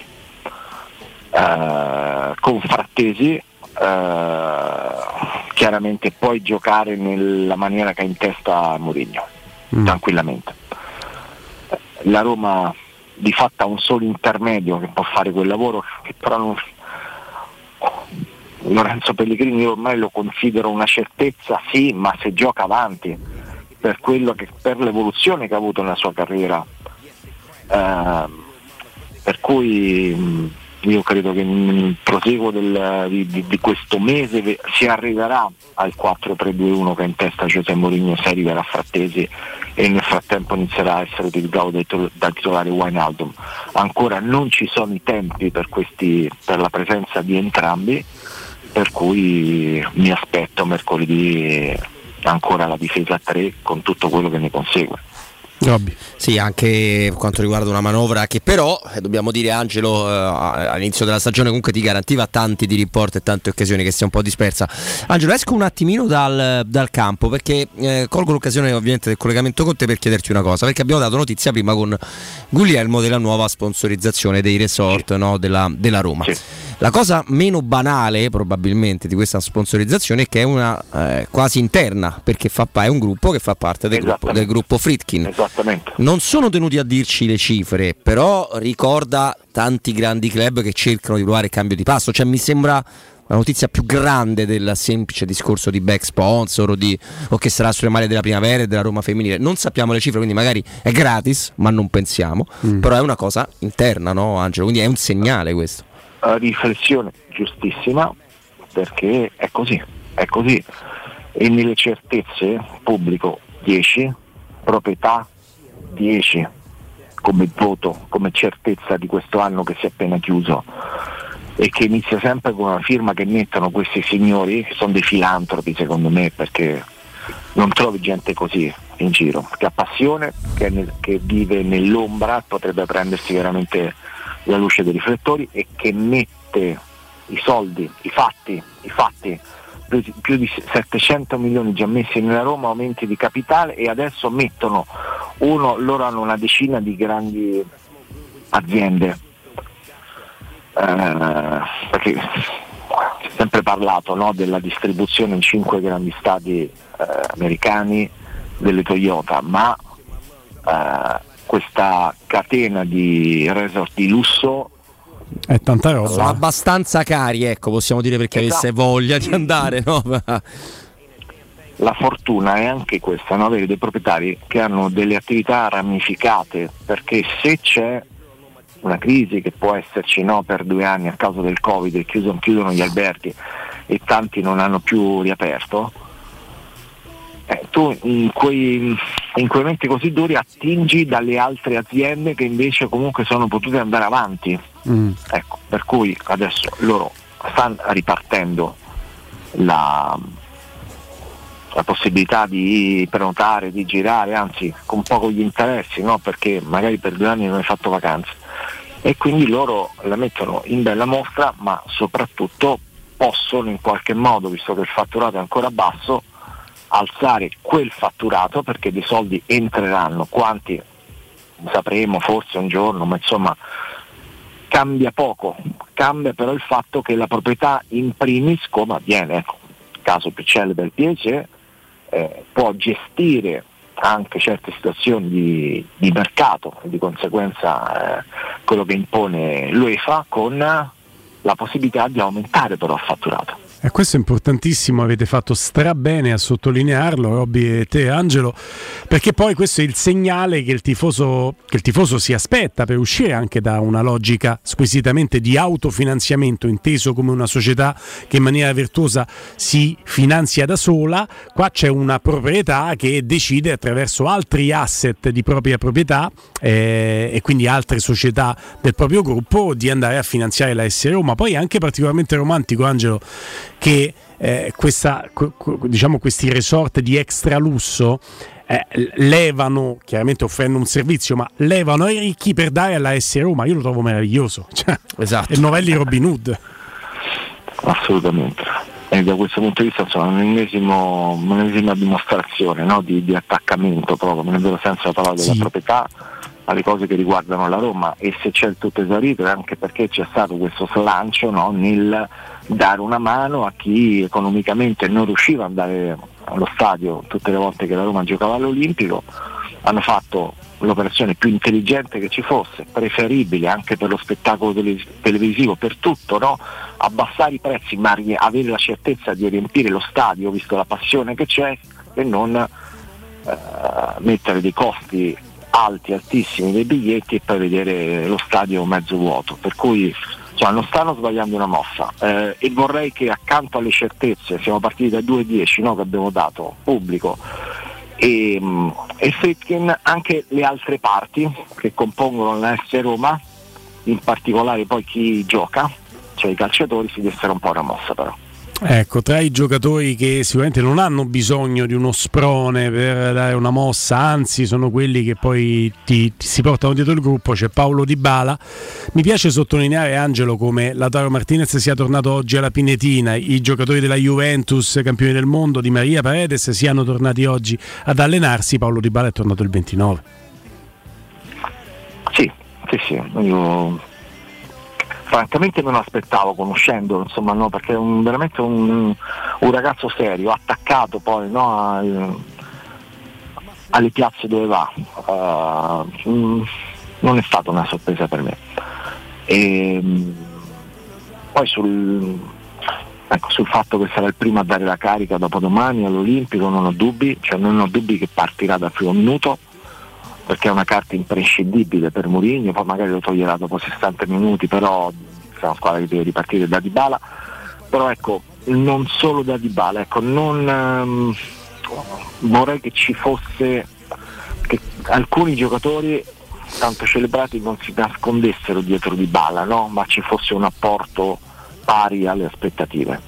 Speaker 10: Con Frattesi chiaramente poi giocare nella maniera che ha in testa Mourinho, tranquillamente. La Roma di fatto ha un solo intermedio che può fare quel lavoro, che però
Speaker 7: Lorenzo Pellegrini ormai lo considero una certezza, sì, ma se gioca avanti per l'evoluzione che ha avuto nella sua carriera, per cui io credo che nel proseguo di questo mese si arriverà al 4-3-2-1 che è in testa José Mourinho, si arriverà a Frattesi e nel frattempo inizierà a essere utilizzato da titolare Wijnaldum. Ancora non ci sono i tempi per la presenza di entrambi, per cui mi aspetto mercoledì ancora la difesa a 3 con tutto quello che ne consegue.
Speaker 2: Robby. Sì, anche per quanto riguarda una manovra che però, dobbiamo dire, Angelo all'inizio della stagione comunque ti garantiva tanti di riporti e tante occasioni, che sia un po' dispersa. Angelo, esco un attimino dal campo perché colgo l'occasione ovviamente del collegamento con te per chiederti una cosa, perché abbiamo dato notizia prima con Guglielmo della nuova sponsorizzazione dei resort, no, della Roma. Sì. La cosa meno banale probabilmente di questa sponsorizzazione è che è una quasi interna, perché è un gruppo che fa parte del gruppo Friedkin.
Speaker 7: Esattamente.
Speaker 2: Non sono tenuti a dirci le cifre, però ricorda tanti grandi club che cercano di provare il cambio di passo, cioè mi sembra la notizia più grande del semplice discorso di back sponsor o che sarà sulle maglie della primavera e della Roma femminile. Non sappiamo le cifre, quindi magari è gratis, ma non pensiamo, però è una cosa interna, no Angelo? Quindi è un segnale questo.
Speaker 7: Riflessione giustissima, perché è così, e nelle certezze pubblico 10, proprietà 10 come voto, come certezza di questo anno che si è appena chiuso e che inizia sempre con una firma che mettono questi signori che sono dei filantropi secondo me, perché non trovi gente così in giro, che ha passione, che vive nell'ombra, potrebbe prendersi veramente la luce dei riflettori e che mette i soldi, i fatti, più di 700 milioni già messi nella Roma, aumenti di capitale, e adesso mettono loro hanno una decina di grandi aziende, perché si è sempre parlato, no, della distribuzione in 5 grandi stati americani delle Toyota, ma questa catena di resort di lusso
Speaker 1: è tanta roba.
Speaker 2: Sono abbastanza cari, ecco, possiamo dire, perché avesse voglia di andare, no?
Speaker 7: La fortuna è anche questa, no? Avere dei proprietari che hanno delle attività ramificate, perché se c'è una crisi che può esserci, no, per 2 anni a causa del Covid e chiudono gli alberghi e tanti non hanno più riaperto, tu in quei momenti così duri attingi dalle altre aziende che invece comunque sono potute andare avanti. Ecco, per cui adesso loro stanno ripartendo la possibilità di prenotare, di girare, anzi con poco gli interessi, no? Perché magari per 2 anni non hai fatto vacanze, e quindi loro la mettono in bella mostra, ma soprattutto possono in qualche modo, visto che il fatturato è ancora basso, alzare quel fatturato, perché dei soldi entreranno. Quanti sapremo forse un giorno, ma insomma cambia poco, cambia però il fatto che la proprietà in primis, come avviene, ecco, caso più celebre del PSG, può gestire anche certe situazioni di mercato e di conseguenza quello che impone l'UEFA, con la possibilità di aumentare però il fatturato.
Speaker 1: E questo è importantissimo, avete fatto strabene a sottolinearlo, Robby e te Angelo, perché poi questo è il segnale che il tifoso si aspetta per uscire anche da una logica squisitamente di autofinanziamento, inteso come una società che in maniera virtuosa si finanzia da sola. Qua c'è una proprietà che decide attraverso altri asset di propria proprietà e quindi altre società del proprio gruppo di andare a finanziare la AS Roma. Poi è anche particolarmente romantico, Angelo, che questi resort di extra lusso levano, chiaramente offrendo un servizio, ma levano ai ricchi per dare alla AS Roma. Io lo trovo meraviglioso, cioè, esatto. È novelli Robin Hood.
Speaker 7: Assolutamente, e da questo punto di vista insomma un'ennesima dimostrazione, no, di attaccamento proprio nel vero senso della parola della proprietà alle cose che riguardano la Roma. E se c'è il tutto esaurito è anche perché c'è stato questo slancio, no, nel dare una mano a chi economicamente non riusciva ad andare allo stadio tutte le volte che la Roma giocava all'Olimpico. Hanno fatto l'operazione più intelligente che ci fosse, preferibile anche per lo spettacolo televisivo, per tutto, no? Abbassare i prezzi ma avere la certezza di riempire lo stadio visto la passione che c'è, e non mettere dei costi altissimi dei biglietti e poi vedere lo stadio mezzo vuoto. Per cui non stanno sbagliando una mossa, e vorrei che accanto alle certezze, siamo partiti dai 2,10, no, che abbiamo dato pubblico e Friedkin, anche le altre parti che compongono l'AS Roma, in particolare poi chi gioca, cioè i calciatori, si dessero un po' una mossa però.
Speaker 1: Ecco, tra i giocatori che sicuramente non hanno bisogno di uno sprone per dare una mossa, anzi sono quelli che poi ti si portano dietro il gruppo, c'è Paulo Dybala. Mi piace sottolineare, Angelo, come Lautaro Martinez sia tornato oggi alla Pinetina, i giocatori della Juventus, campioni del mondo, Di Maria, Paredes, siano tornati oggi ad allenarsi. Paulo Dybala è tornato il 29.
Speaker 7: Sì, io francamente me lo aspettavo, conoscendolo, insomma, no, perché è veramente un ragazzo serio, attaccato poi, no, alle piazze dove va. Non è stata una sorpresa per me. E poi sul fatto che sarà il primo a dare la carica dopo domani all'Olimpico non ho dubbi che partirà dal primo minuto, perché è una carta imprescindibile per Mourinho, poi magari lo toglierà dopo 60 minuti, però è una squadra che deve ripartire da Dybala. Però ecco, non solo da Dybala, ecco, non vorrei che ci fosse, che alcuni giocatori tanto celebrati non si nascondessero dietro Dybala, no? Ma ci fosse un apporto pari alle aspettative.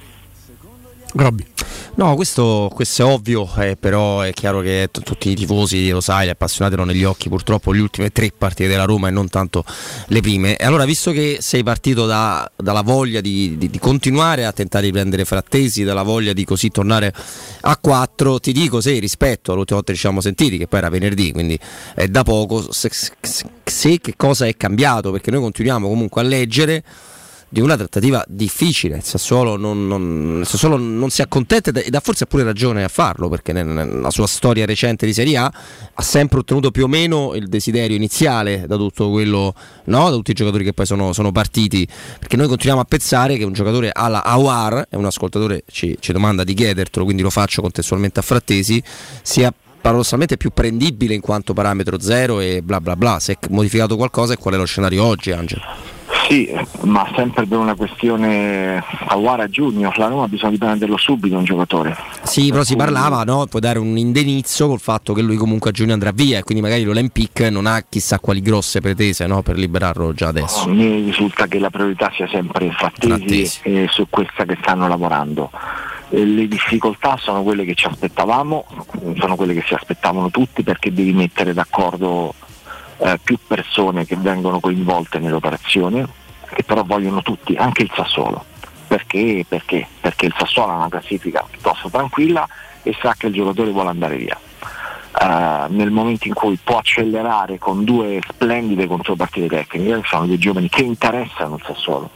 Speaker 1: Robby.
Speaker 2: No, questo è ovvio, però è chiaro che tutti i tifosi, lo sai, gli appassionati hanno negli occhi purtroppo le ultime 3 partite della Roma e non tanto le prime. E allora, visto che sei partito dalla voglia di continuare a tentare di prendere Frattesi, dalla voglia di così tornare a 4, ti dico, se rispetto all'ultima volta che ci siamo sentiti, che poi era venerdì, quindi è da poco, se che cosa è cambiato, perché noi continuiamo comunque a leggere di una trattativa difficile. Il Sassuolo non si accontenta ed ha forse pure ragione a farlo, perché nella sua storia recente di Serie A ha sempre ottenuto più o meno il desiderio iniziale da tutto quello, no? Da tutti i giocatori che poi sono partiti, perché noi continuiamo a pensare che un giocatore alla Aouar, e un ascoltatore ci domanda di chiedertelo, quindi lo faccio contestualmente a Frattesi, sia paradossalmente più prendibile in quanto parametro zero e bla bla bla. Se è modificato qualcosa, e qual è lo scenario oggi, Angelo?
Speaker 7: Sì, ma sempre per una questione Aouar a giugno, la Roma ha bisogno di prenderlo subito un giocatore.
Speaker 2: Sì, però si parlava, no? Può dare un indennizzo col fatto che lui comunque a giugno andrà via, e quindi magari l'Olympique non ha chissà quali grosse pretese, no? Per liberarlo già adesso.
Speaker 7: Mi risulta che la priorità sia sempre Frattesi e su questa che stanno lavorando. Le difficoltà sono quelle che ci aspettavamo, sono quelle che si aspettavano tutti, perché devi mettere d'accordo più persone che vengono coinvolte nell'operazione, che però vogliono tutti, anche il Sassuolo. Perché il Sassuolo ha una classifica piuttosto tranquilla e sa che il giocatore vuole andare via. Nel momento in cui può accelerare con 2 splendide contropartite tecniche, sono 2 giovani che interessano il Sassuolo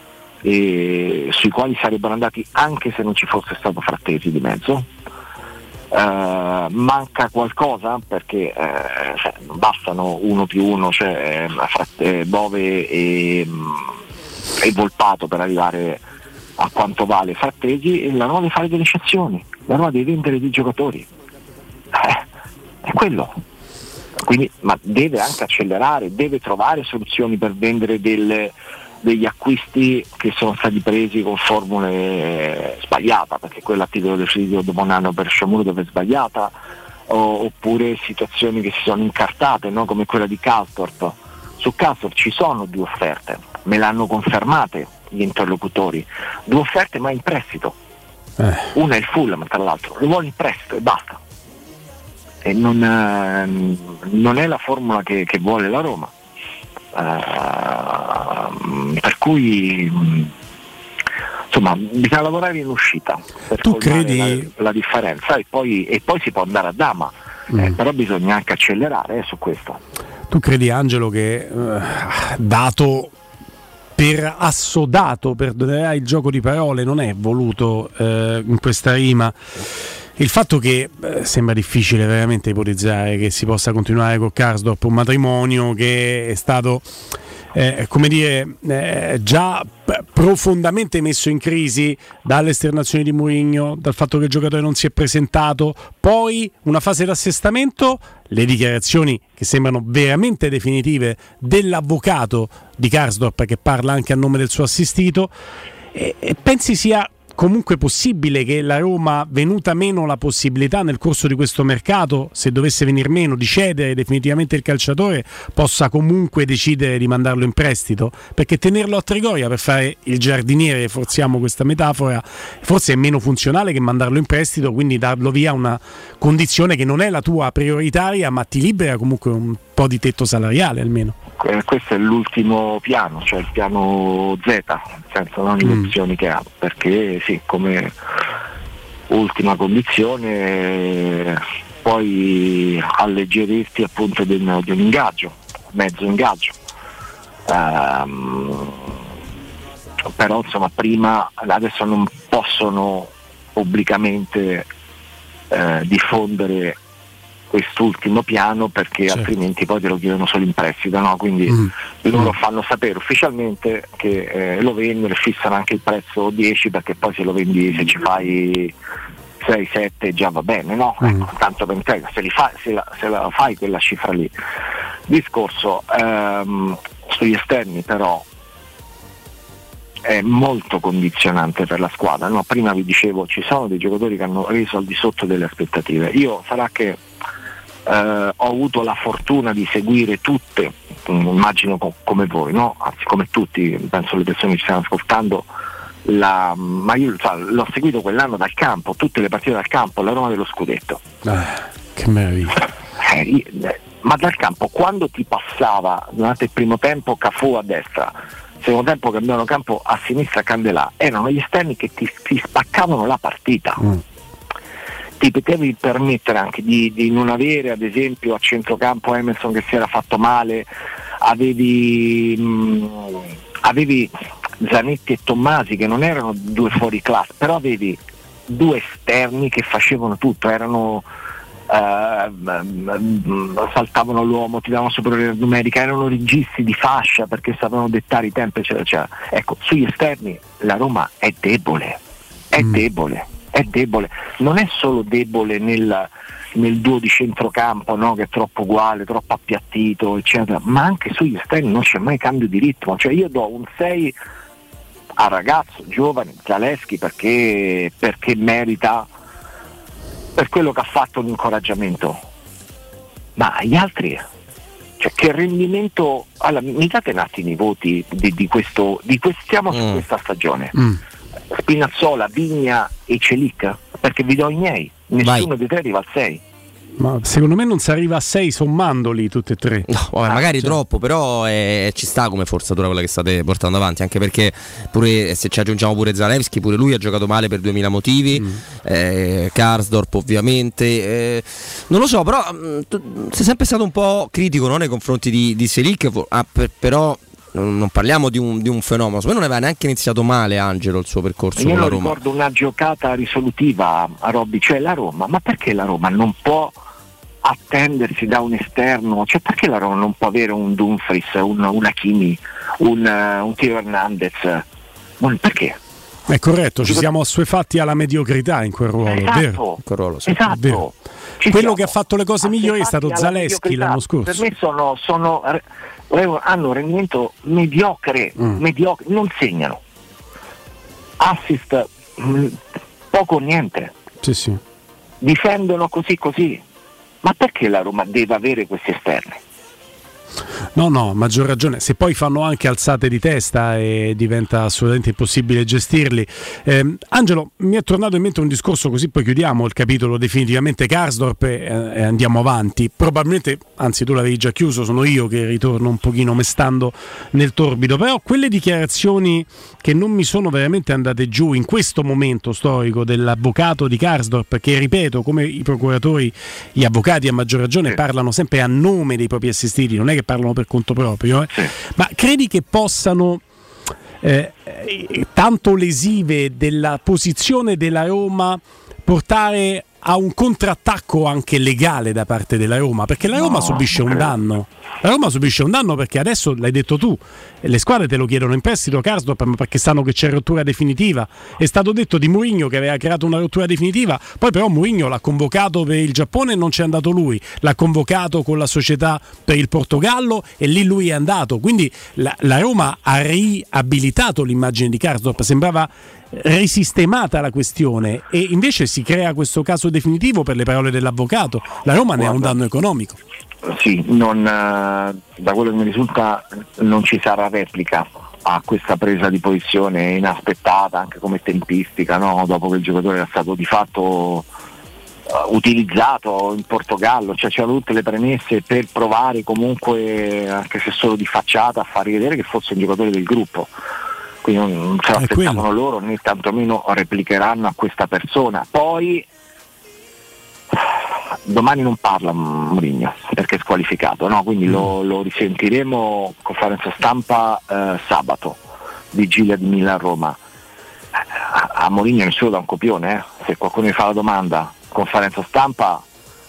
Speaker 7: e sui quali sarebbero andati anche se non ci fosse stato Frattesi di mezzo. Manca qualcosa, perché non bastano 1+1, cioè Bove e Volpato per arrivare a quanto vale Frattesi, e la Roma deve fare delle eccezioni, la Roma deve vendere dei giocatori, è quello. Quindi, ma deve anche accelerare, deve trovare soluzioni per vendere degli acquisti che sono stati presi con formule sbagliate, perché quella a titolo definitivo dopo un anno per Sciomuro dove è sbagliata, oppure situazioni che si sono incartate, no? Come quella di Karsdorp. Su Karsdorp ci sono 2 offerte, me l'hanno confermate gli interlocutori, 2 offerte ma in prestito. Una è il Fulham, tra l'altro, lo vuole in prestito e basta. E non è la formula che vuole la Roma. Per cui insomma bisogna lavorare in uscita per
Speaker 1: tu credi
Speaker 7: la differenza e poi si può andare a dama, però bisogna anche accelerare su questo.
Speaker 1: Tu credi, Angelo, che dato per assodato, perdonerai il gioco di parole, non è voluto in questa rima il fatto che sembra difficile veramente ipotizzare che si possa continuare con Karsdorp un matrimonio che è stato già profondamente messo in crisi dalle esternazioni di Mourinho, dal fatto che il giocatore non si è presentato, poi una fase d'assestamento, le dichiarazioni che sembrano veramente definitive dell'avvocato di Karsdorp che parla anche a nome del suo assistito, e pensi sia comunque possibile che la Roma, venuta meno la possibilità nel corso di questo mercato, se dovesse venir meno, di cedere definitivamente il calciatore, possa comunque decidere di mandarlo in prestito? Perché tenerlo a Trigoria per fare il giardiniere, forziamo questa metafora, forse è meno funzionale che mandarlo in prestito, quindi darlo via a una condizione che non è la tua prioritaria, ma ti libera comunque un po' di tetto salariale almeno.
Speaker 7: Questo è l'ultimo piano, cioè il piano Z, nel senso non le opzioni che ha, perché sì, come ultima condizione puoi alleggerirti appunto di un ingaggio, mezzo ingaggio, però insomma prima, adesso non possono pubblicamente diffondere quest'ultimo piano, perché altrimenti poi te lo chiedono solo in prestito, no? Quindi loro fanno sapere ufficialmente che lo vendono e fissano anche il prezzo 10, perché poi se lo vendi, se ci fai 6-7 già va bene, no? Ecco, tanto per intero, se la fai quella cifra lì. Discorso sugli esterni però è molto condizionante per la squadra, no? Prima vi dicevo, ci sono dei giocatori che hanno reso al di sotto delle aspettative. Io sarà che ho avuto la fortuna di seguire tutte, immagino come voi, no? Anzi come tutti, penso le persone che ci stanno ascoltando, ma io l'ho seguito quell'anno dal campo, tutte le partite dal campo, la Roma dello scudetto.
Speaker 1: Che meraviglia.
Speaker 7: Ma dal campo, quando ti passava durante il primo tempo Cafu a destra, secondo tempo cambiavano campo a sinistra Candelà, erano gli esterni che ti spaccavano la partita. Ti potevi permettere anche di non avere, ad esempio, a centrocampo Emerson che si era fatto male, avevi Zanetti e Tommasi che non erano due fuori classe, però avevi due esterni che facevano tutto, erano saltavano l'uomo, ti davano superiorità numerica, erano registi di fascia perché sapevano dettare i tempi, eccetera, eccetera. Ecco, sugli esterni la Roma è debole, non è solo debole nel duo di centrocampo, no? Che è troppo uguale, troppo appiattito, eccetera, ma anche sugli esterni non c'è mai cambio di ritmo. Cioè io do un 6 al ragazzo giovane Zalewski perché merita, per quello che ha fatto, un incoraggiamento, ma gli altri, cioè che rendimento. Allora, mi date un attimo i voti di questo stiamo su questa stagione. Spinazzola, Vigna e Celic, perché vi do i miei, nessuno dei tre arriva al 6.
Speaker 1: Ma secondo me non si arriva a 6 sommandoli tutti e tre.
Speaker 2: No, magari troppo, però ci sta come forzatura quella che state portando avanti, anche perché pure se ci aggiungiamo pure Zalewski, pure lui ha giocato male per 2000 motivi, Karsdorp ovviamente, non lo so, però sei sempre stato un po' critico, no, nei confronti di Selic, però non parliamo di un fenomeno. Secondo me non aveva neanche iniziato male Angelo il suo percorso con la Roma.
Speaker 7: Io ricordo una giocata risolutiva a Robby, cioè la Roma, ma perché la Roma non può attendersi da un esterno? Cioè perché la Roma non può avere un Dumfries, un Hakimi, un Teo Hernandez? Perché?
Speaker 1: È corretto, ci siamo assuefatti alla mediocrità in quel ruolo,
Speaker 7: esatto,
Speaker 1: vero?
Speaker 2: Quel ruolo, sì.
Speaker 7: Esatto.
Speaker 1: Vero. Quello che ha fatto le cose migliori è stato Zalewski l'anno scorso.
Speaker 7: Per me hanno un rendimento mediocre, non segnano, assist poco o niente,
Speaker 1: sì.
Speaker 7: Difendono così, ma perché la Roma deve avere questi esterni?
Speaker 1: No, maggior ragione. Se poi fanno anche alzate di testa e diventa assolutamente impossibile gestirli. Angelo, mi è tornato in mente un discorso, così poi chiudiamo il capitolo definitivamente Karsdorp e andiamo avanti. Probabilmente, anzi tu l'avevi già chiuso, sono io che ritorno un pochino mestando nel torbido, però quelle dichiarazioni che non mi sono veramente andate giù in questo momento storico dell'avvocato di Karsdorp, che ripeto, come i procuratori, gli avvocati a maggior ragione parlano sempre a nome dei propri assistiti, non è che parlano per conto proprio, ma credi che possano tanto lesive della posizione della Roma portare a un contrattacco anche legale da parte della Roma, perché la Roma subisce un danno. La Roma subisce un danno perché adesso, l'hai detto tu, le squadre te lo chiedono in prestito, Karsdorp, perché sanno che c'è rottura definitiva. È stato detto di Mourinho che aveva creato una rottura definitiva, poi però Mourinho l'ha convocato per il Giappone e non c'è andato lui, l'ha convocato con la società per il Portogallo e lì lui è andato, quindi la Roma ha riabilitato l'immagine di Karsdorp, sembrava risistemata la questione, e invece si crea questo caso definitivo per le parole dell'avvocato. La Roma ne ha un danno economico.
Speaker 7: Sì, da quello che mi risulta non ci sarà replica a questa presa di posizione inaspettata anche come tempistica, no? Dopo che il giocatore era stato di fatto utilizzato in Portogallo, cioè c'erano tutte le premesse per provare comunque, anche se solo di facciata, a far rivedere che fosse un giocatore del gruppo. Quindi non ce l'aspettavano loro, né tantomeno replicheranno a questa persona. Poi domani non parla Mourinho perché è squalificato, no? Quindi lo risentiremo conferenza stampa sabato, vigilia di Milan-Roma. A Mourinho nessuno dà un copione, se qualcuno mi fa la domanda, conferenza stampa,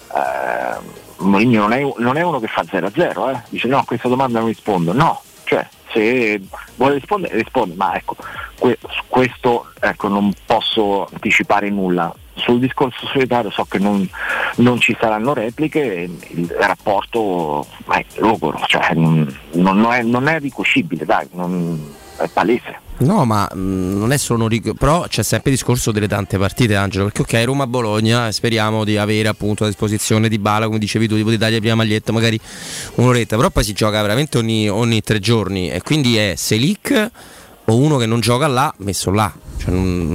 Speaker 7: Mourinho non è uno che fa 0-0, dice no, a questa domanda non rispondo, no, cioè se vuole rispondere risponde, ma ecco, questo non posso anticipare nulla. Sul discorso societario so che non ci saranno repliche, il rapporto è logoro, cioè non è ricucibile, dai, è palese.
Speaker 2: No, ma non è solo però c'è sempre il discorso delle tante partite, Angelo, perché ok, Roma-Bologna, speriamo di avere appunto a disposizione Dybala, come dicevi tu, tipo di dargli la prima maglietta, magari un'oretta, però poi si gioca veramente ogni 3 giorni e quindi è Selic o uno che non gioca là, messo là. Cioè,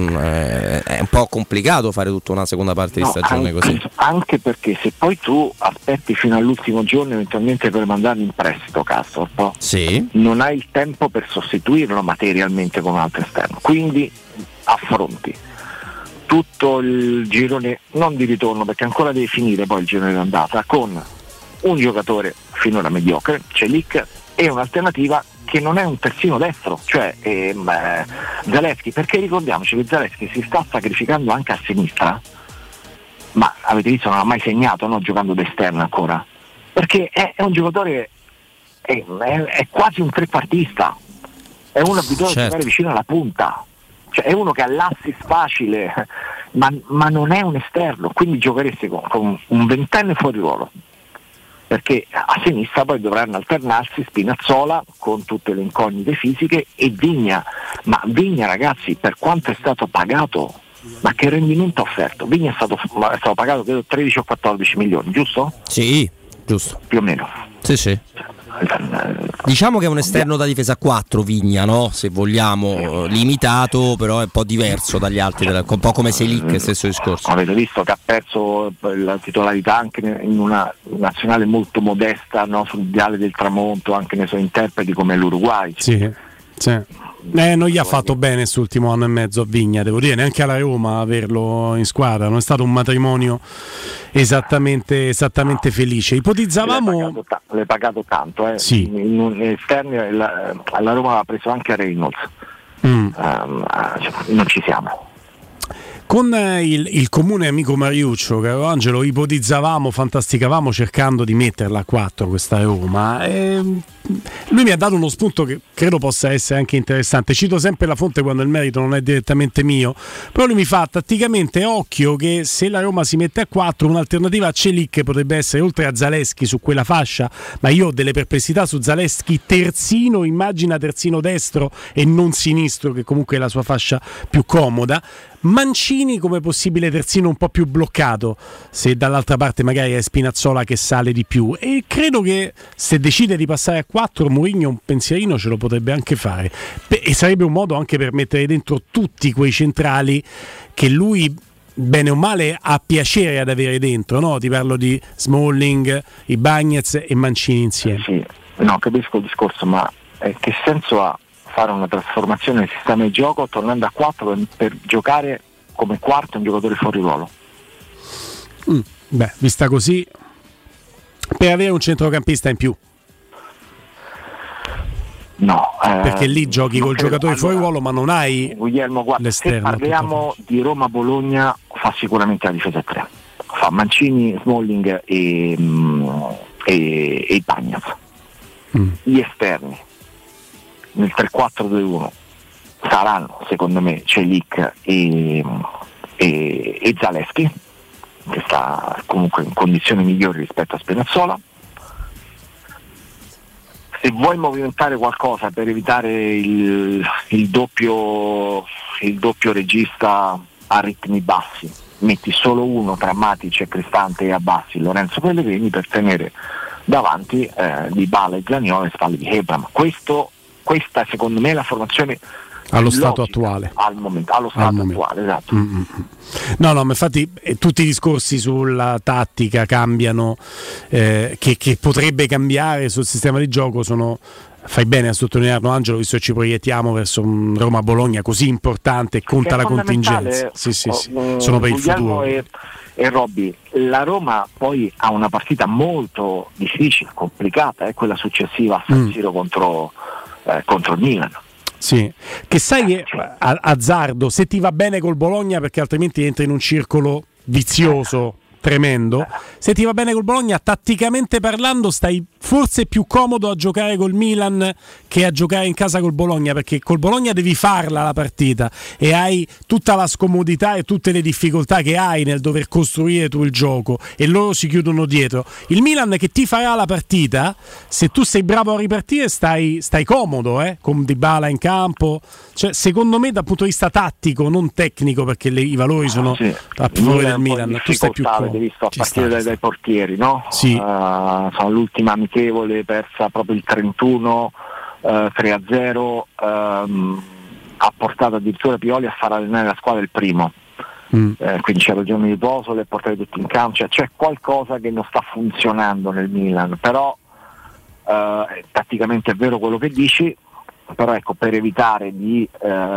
Speaker 2: è un po' complicato fare tutta una seconda parte di stagione così.
Speaker 7: Anche perché se poi tu aspetti fino all'ultimo giorno eventualmente per mandarlo in prestito Karsdorp,
Speaker 2: sì,
Speaker 7: non hai il tempo per sostituirlo materialmente con un altro esterno, quindi affronti tutto il girone, non di ritorno perché ancora deve finire poi il girone d'andata, con un giocatore finora mediocre, Celik, e un'alternativa che non è un terzino destro, cioè Zalewski, perché ricordiamoci che Zalewski si sta sacrificando anche a sinistra, ma avete visto non ha mai segnato, no? Giocando d'esterno ancora, perché è un giocatore, è quasi un trequartista, è uno abituato a giocare vicino alla punta, cioè è uno che ha l'assist facile, ma non è un esterno, quindi giocheresti con un ventenne fuori ruolo, perché a sinistra poi dovranno alternarsi Spinazzola con tutte le incognite fisiche e Vigna, ma Vigna, ragazzi, per quanto è stato pagato, ma che rendimento ha offerto? Vigna è stato pagato credo 13 o 14 milioni, giusto?
Speaker 2: Sì, giusto.
Speaker 7: Più o meno.
Speaker 2: Sì. Diciamo che è un esterno da difesa 4 Vigna, no? Se vogliamo, limitato, però è un po' diverso dagli altri, un po' come Selic, stesso discorso.
Speaker 7: Avete visto che ha perso la titolarità anche in una nazionale molto modesta, no? Sul Viale del Tramonto, anche nei suoi interpreti come l'Uruguay.
Speaker 1: Sì. Non gli ha fatto bene quest'ultimo anno e mezzo a Vigna, devo dire, neanche alla Roma averlo in squadra, non è stato un matrimonio esattamente felice. Ipotizzavamo
Speaker 7: l'hai pagato tanto,
Speaker 1: sì.
Speaker 7: In esterni alla Roma l'ha preso anche a Reynolds. Non ci siamo.
Speaker 1: Con il comune amico Mariuccio, caro Angelo, ipotizzavamo, fantasticavamo cercando di metterla a 4 questa Roma. Lui mi ha dato uno spunto che credo possa essere anche interessante. Cito sempre la fonte quando il merito non è direttamente mio, però lui mi fa tatticamente occhio che se la Roma si mette a 4 un'alternativa a Celik potrebbe essere, oltre a Zalewski su quella fascia, ma io ho delle perplessità su Zalewski terzino, immagina terzino destro e non sinistro, che comunque è la sua fascia più comoda. Mancini come possibile terzino un po' più bloccato, se dall'altra parte magari è Spinazzola che sale di più, e credo che se decide di passare a 4 Mourinho un pensierino ce lo potrebbe anche fare, e sarebbe un modo anche per mettere dentro tutti quei centrali che lui bene o male ha piacere ad avere dentro, no? Ti parlo di Smalling, Ibañez e Mancini insieme.
Speaker 7: Sì, no, capisco il discorso, ma che senso ha fare una trasformazione del sistema di gioco tornando a 4 per giocare come quarto un giocatore fuori ruolo?
Speaker 1: Vista così, per avere un centrocampista in più.
Speaker 7: No,
Speaker 1: perché lì giochi col giocatore fuori ruolo, ma non hai
Speaker 7: Guglielmo, guarda,
Speaker 1: l'esterno.
Speaker 7: Se parliamo di Roma-Bologna fa sicuramente la difesa 3. fa Mancini, Smalling e Ibañez. Gli esterni nel 3-4-2-1 saranno secondo me Celik e Zalewski, che sta comunque in condizioni migliori rispetto a Spinazzola. Se vuoi movimentare qualcosa per evitare il doppio regista a ritmi bassi, metti solo uno tra Matic e Cristante e abbassi Lorenzo Pellegrini per tenere davanti Dybala e Zaniolo e spalle di Abraham. Questa è secondo me la formazione
Speaker 1: allo stato attuale,
Speaker 7: allo stato attuale, esatto.
Speaker 1: No, ma infatti tutti i discorsi sulla tattica cambiano, che potrebbe cambiare sul sistema di gioco fai bene a sottolinearlo, Angelo, visto che ci proiettiamo verso un Roma-Bologna così importante e conta la contingenza. Sì, sono per il futuro.
Speaker 7: E Robby, la Roma poi ha una partita molto difficile, complicata, quella successiva a San Siro contro il Milan.
Speaker 1: Sì, che sai che azzardo, se ti va bene col Bologna, perché altrimenti entri in un circolo vizioso tremendo, se ti va bene col Bologna tatticamente parlando stai forse più comodo a giocare col Milan che a giocare in casa col Bologna, perché col Bologna devi farla la partita e hai tutta la scomodità e tutte le difficoltà che hai nel dover costruire tu il gioco e loro si chiudono dietro. Il Milan che ti farà la partita, se tu sei bravo a ripartire stai comodo, con Dybala in campo, cioè, secondo me dal punto di vista tattico, non tecnico, perché i valori sono a favore del Milan, tu stai più comodo.
Speaker 7: Visto a partire dai portieri, no?
Speaker 1: Sì.
Speaker 7: Sono l'ultima amichevole persa proprio il 31 3-0, ha portato addirittura Pioli a far allenare la squadra il primo, quindi c'era il giorno di riposo, le portate tutti in campo, cioè c'è qualcosa che non sta funzionando nel Milan, però tatticamente è vero quello che dici, però ecco, per evitare di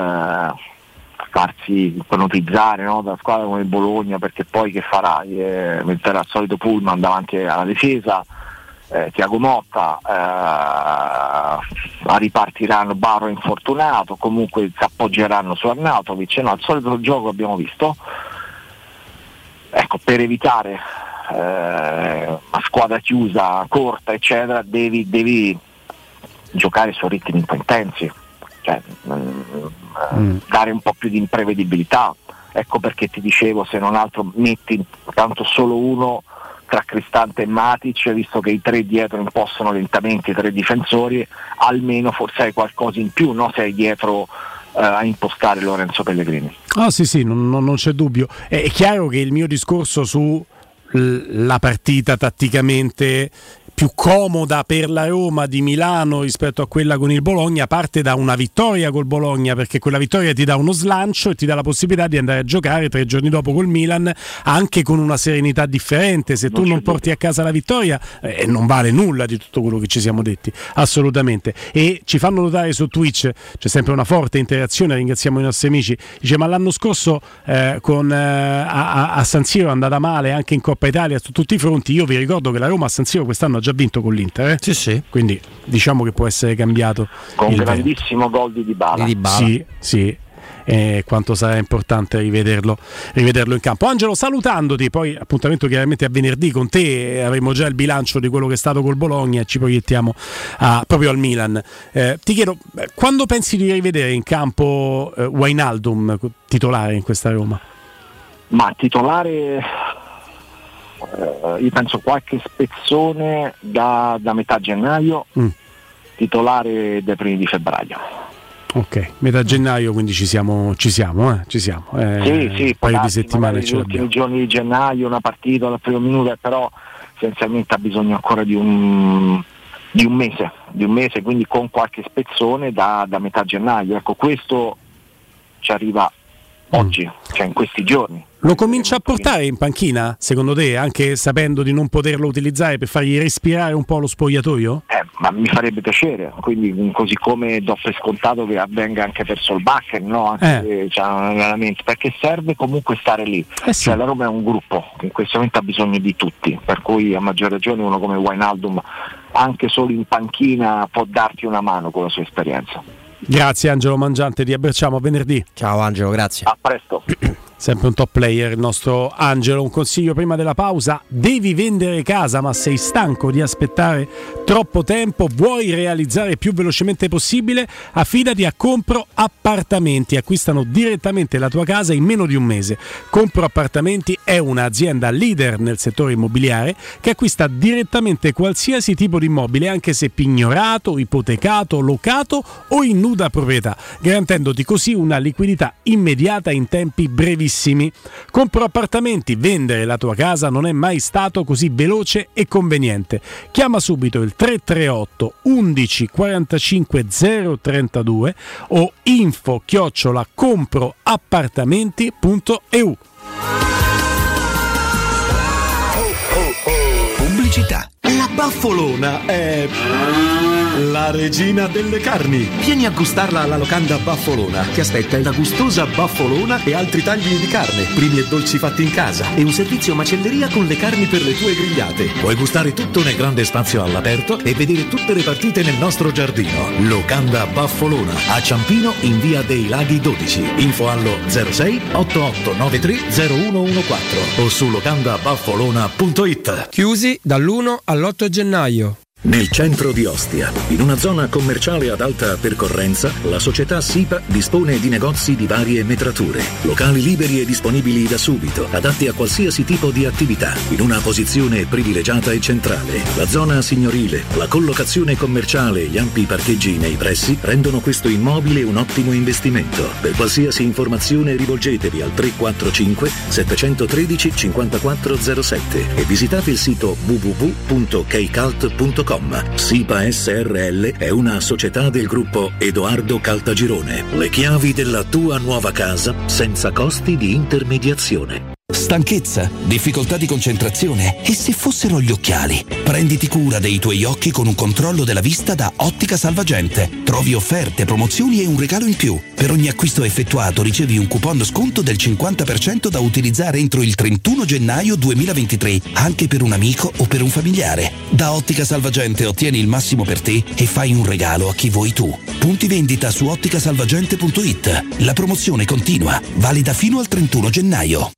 Speaker 7: farsi ipnotizzare, no, da squadra come il Bologna, perché poi che farà? Metterà il solito pullman davanti alla difesa, Thiago Motta, ripartiranno Barro infortunato, comunque si appoggeranno su Arnautovic, no, il solito gioco abbiamo visto. Ecco, per evitare una squadra chiusa, corta, eccetera, devi giocare su ritmi un po' intensi, cioè dare un po' più di imprevedibilità. Ecco perché ti dicevo, se non altro metti tanto solo uno tra Cristante e Matic, visto che i tre dietro impossono lentamente i tre difensori, almeno forse hai qualcosa in più, no? Se hai dietro a impostare Lorenzo Pellegrini.
Speaker 1: Sì, non c'è dubbio. È chiaro che il mio discorso su la partita tatticamente più comoda per la Roma di Milano rispetto a quella con il Bologna parte da una vittoria col Bologna, perché quella vittoria ti dà uno slancio e ti dà la possibilità di andare a giocare 3 giorni dopo col Milan anche con una serenità differente. Se tu non porti a casa la vittoria non vale nulla di tutto quello che ci siamo detti, assolutamente. E ci fanno notare su Twitch, c'è sempre una forte interazione, ringraziamo i nostri amici, dice ma l'anno scorso a San Siro è andata male anche in Coppa Italia su tutti i fronti. Io vi ricordo che la Roma a San Siro quest'anno ha già vinto con l'Inter,
Speaker 2: Sì.
Speaker 1: Quindi diciamo che può essere cambiato
Speaker 7: con un grandissimo gol di Dybala.
Speaker 1: Sì. Quanto sarà importante rivederlo in campo. Angelo, salutandoti, poi appuntamento chiaramente a venerdì con te, avremo già il bilancio di quello che è stato col Bologna e ci proiettiamo proprio al Milan. Ti chiedo, quando pensi di rivedere in campo Wijnaldum titolare in questa Roma?
Speaker 7: Ma titolare, io penso qualche spezzone da metà gennaio, titolare dai primi di febbraio.
Speaker 1: Ok, metà gennaio, quindi ci siamo.
Speaker 7: Sì,
Speaker 1: un paio di settimane
Speaker 7: gli ultimi giorni di gennaio, una partita dal primo minuto, però essenzialmente ha bisogno ancora di un mese, quindi con qualche spezzone da metà gennaio. Ecco, questo ci arriva oggi, cioè in questi giorni.
Speaker 1: Lo comincia a portare in panchina, secondo te, anche sapendo di non poterlo utilizzare, per fargli respirare un po' lo spogliatoio?
Speaker 7: Ma mi farebbe piacere, quindi così come do per scontato che avvenga anche per Solbakken, no? Anche se c'è un allenamento, perché serve comunque stare lì.
Speaker 1: Sì.
Speaker 7: Cioè, la Roma è un gruppo che in questo momento ha bisogno di tutti, per cui a maggior ragione uno come Wijnaldum anche solo in panchina può darti una mano con la sua esperienza.
Speaker 1: Grazie Angelo Mangiante, ti abbracciamo a venerdì.
Speaker 2: Ciao Angelo, grazie.
Speaker 7: A presto.
Speaker 1: Sempre un top player il nostro Angelo. Un consiglio prima della pausa: devi vendere casa ma sei stanco di aspettare troppo tempo, vuoi realizzare più velocemente possibile? Affidati a Compro Appartamenti, acquistano direttamente la tua casa in meno di un mese. Compro Appartamenti è un'azienda leader nel settore immobiliare che acquista direttamente qualsiasi tipo di immobile, anche se pignorato, ipotecato, locato o in nuda proprietà, garantendoti così una liquidità immediata in tempi brevissimi. Compro Appartamenti, vendere la tua casa non è mai stato così veloce e conveniente. Chiama subito il 338 11 45 032 o info@comproappartamenti.eu.
Speaker 8: Pubblicità. La Baffolona è la regina delle carni. Vieni a gustarla alla locanda Baffolona. Ti aspetta una gustosa baffolona e altri tagli di carne, primi e dolci fatti in casa e un servizio macelleria con le carni per le tue grigliate. Puoi gustare tutto nel grande spazio all'aperto e vedere tutte le partite nel nostro giardino. Locanda Baffolona a Ciampino in via dei Laghi 12. Info allo 06 8893 0114 o su locandabaffolona.it.
Speaker 16: Chiusi dall'1 all'8 gennaio.
Speaker 9: Nel centro di Ostia, in una zona commerciale ad alta percorrenza, la società SIPA dispone di negozi di varie metrature, locali liberi e disponibili da subito, adatti a qualsiasi tipo di attività, in una posizione privilegiata e centrale. La zona signorile, la collocazione commerciale e gli ampi parcheggi nei pressi rendono questo immobile un ottimo investimento. Per qualsiasi informazione rivolgetevi al 345 713 5407 e visitate il sito www.keicalt.com. SIPA SRL è una società del gruppo Edoardo Caltagirone. Le chiavi della tua nuova casa senza costi di intermediazione.
Speaker 5: Stanchezza, difficoltà di concentrazione e se fossero gli occhiali? Prenditi cura dei tuoi occhi con un controllo della vista da Ottica Salvagente. Trovi offerte, promozioni e un regalo in più. Per ogni acquisto effettuato ricevi un coupon sconto del 50% da utilizzare entro il 31 gennaio 2023, anche per un amico o per un familiare. Da Ottica Salvagente ottieni il massimo per te e fai un regalo a chi vuoi tu. Punti vendita su otticasalvagente.it. La promozione continua, valida fino al 31 gennaio.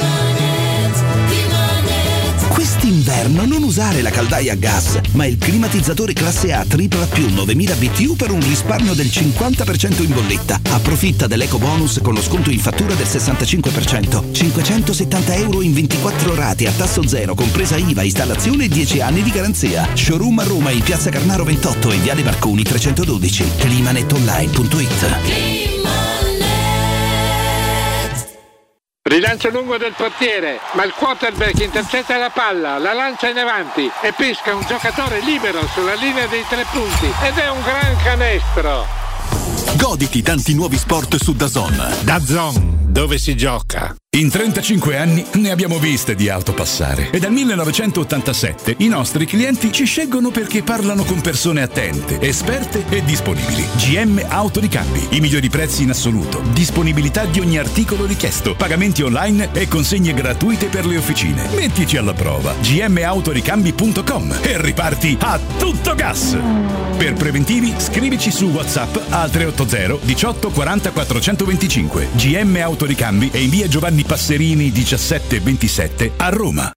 Speaker 5: Quest'inverno non usare la caldaia a gas, ma il climatizzatore classe A AAA+ 9000 BTU per un risparmio del 50% in bolletta. Approfitta dell'eco bonus con lo sconto in fattura del 65%. 570 euro in 24 rate a tasso zero, compresa IVA, installazione e 10 anni di garanzia. Showroom a Roma in Piazza Carnaro 28 e Viale Marconi 312. Climanetonline.it.
Speaker 21: Rilancio lungo del portiere, ma il quarterback intercetta la palla, la lancia in avanti e pesca un giocatore libero sulla linea dei 3 punti ed è un gran canestro.
Speaker 24: Goditi tanti nuovi sport su DAZN.
Speaker 21: DAZN, dove si gioca.
Speaker 25: In 35 anni ne abbiamo viste di auto passare e dal 1987 i nostri clienti ci scelgono perché parlano con persone attente, esperte e disponibili. GM Autoricambi, i migliori prezzi in assoluto, disponibilità di ogni articolo richiesto, pagamenti online e consegne gratuite per le officine. Mettici alla prova. gmautoricambi.com e riparti a tutto gas. Per preventivi scrivici su WhatsApp al 380 18 40 425. GM Autoricambi è in via Giovanni Passerini 1727 a Roma.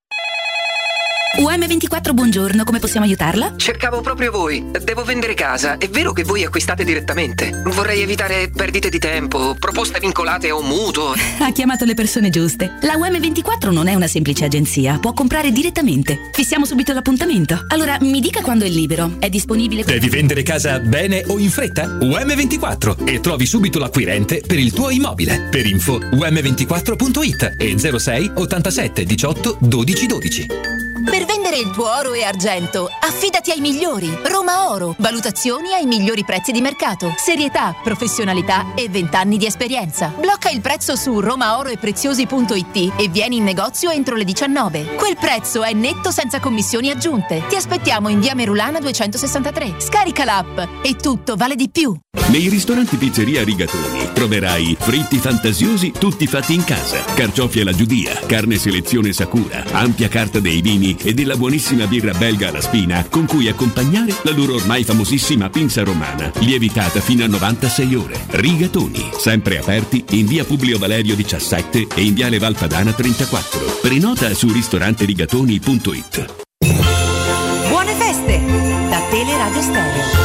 Speaker 26: UM24, buongiorno, come possiamo aiutarla?
Speaker 27: Cercavo proprio voi. Devo vendere casa. È vero che voi acquistate direttamente? Vorrei evitare perdite di tempo, proposte vincolate o mutuo.
Speaker 26: Ha chiamato le persone giuste. La UM24 non è una semplice agenzia, può comprare direttamente. Fissiamo subito l'appuntamento. Allora, mi dica quando è libero. È disponibile?
Speaker 28: Devi vendere casa bene o in fretta? UM24 e trovi subito l'acquirente per il tuo immobile. Per info um24.it e 06 87 18 12 12.
Speaker 17: Per vendere il tuo oro e argento, affidati ai migliori. Roma Oro. Valutazioni ai migliori prezzi di mercato. Serietà, professionalità e 20 anni di esperienza. Blocca il prezzo su romaoroepreziosi.it e vieni in negozio entro le 19. Quel prezzo è netto senza commissioni aggiunte. Ti aspettiamo in via Merulana 263. Scarica l'app e tutto vale di più.
Speaker 4: Nei ristoranti Pizzeria Rigatoni troverai fritti fantasiosi tutti fatti in casa, carciofi alla giudia, carne selezione Sakura, ampia carta dei vini funghi e della buonissima birra belga alla spina con cui accompagnare la loro ormai famosissima pinza romana, lievitata fino a 96 ore. Rigatoni, sempre aperti in via Publio Valerio 17 e in viale Valpadana 34. Prenota su ristoranterigatoni.it.
Speaker 17: Buone feste da Teleradio Stereo.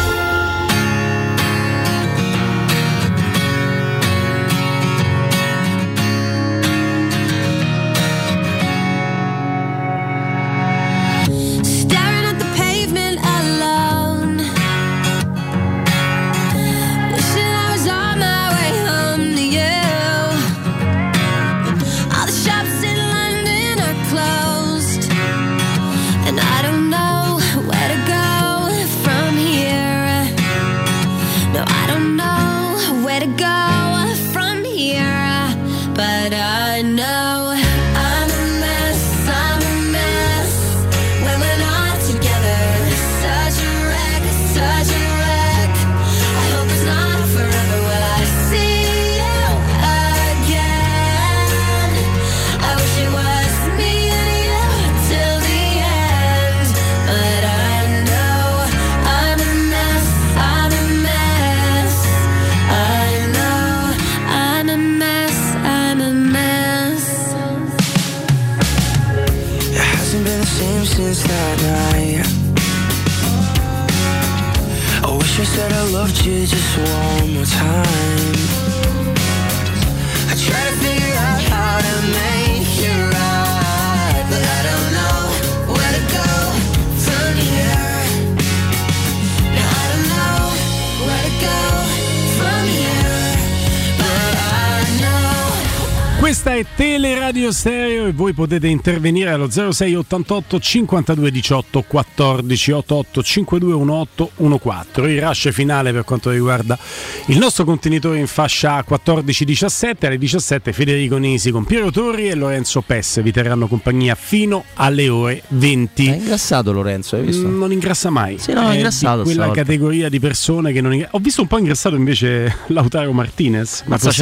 Speaker 1: Questa è Teleradio Stereo e voi potete intervenire allo 0688 52 18 14 88 52 18 14. Il rush finale per quanto riguarda il nostro contenitore in fascia 14-17. Alle 17 Federico Nisi con Piero Torri e Lorenzo Pes vi terranno compagnia fino alle ore 20.
Speaker 2: È ingrassato Lorenzo, hai visto?
Speaker 1: Non ingrassa mai.
Speaker 2: Sì, no, è ingrassato.
Speaker 1: Quella categoria di persone che non ingrassa. Ho visto un po' ingrassato invece Lautaro Martinez.
Speaker 2: Ma c'è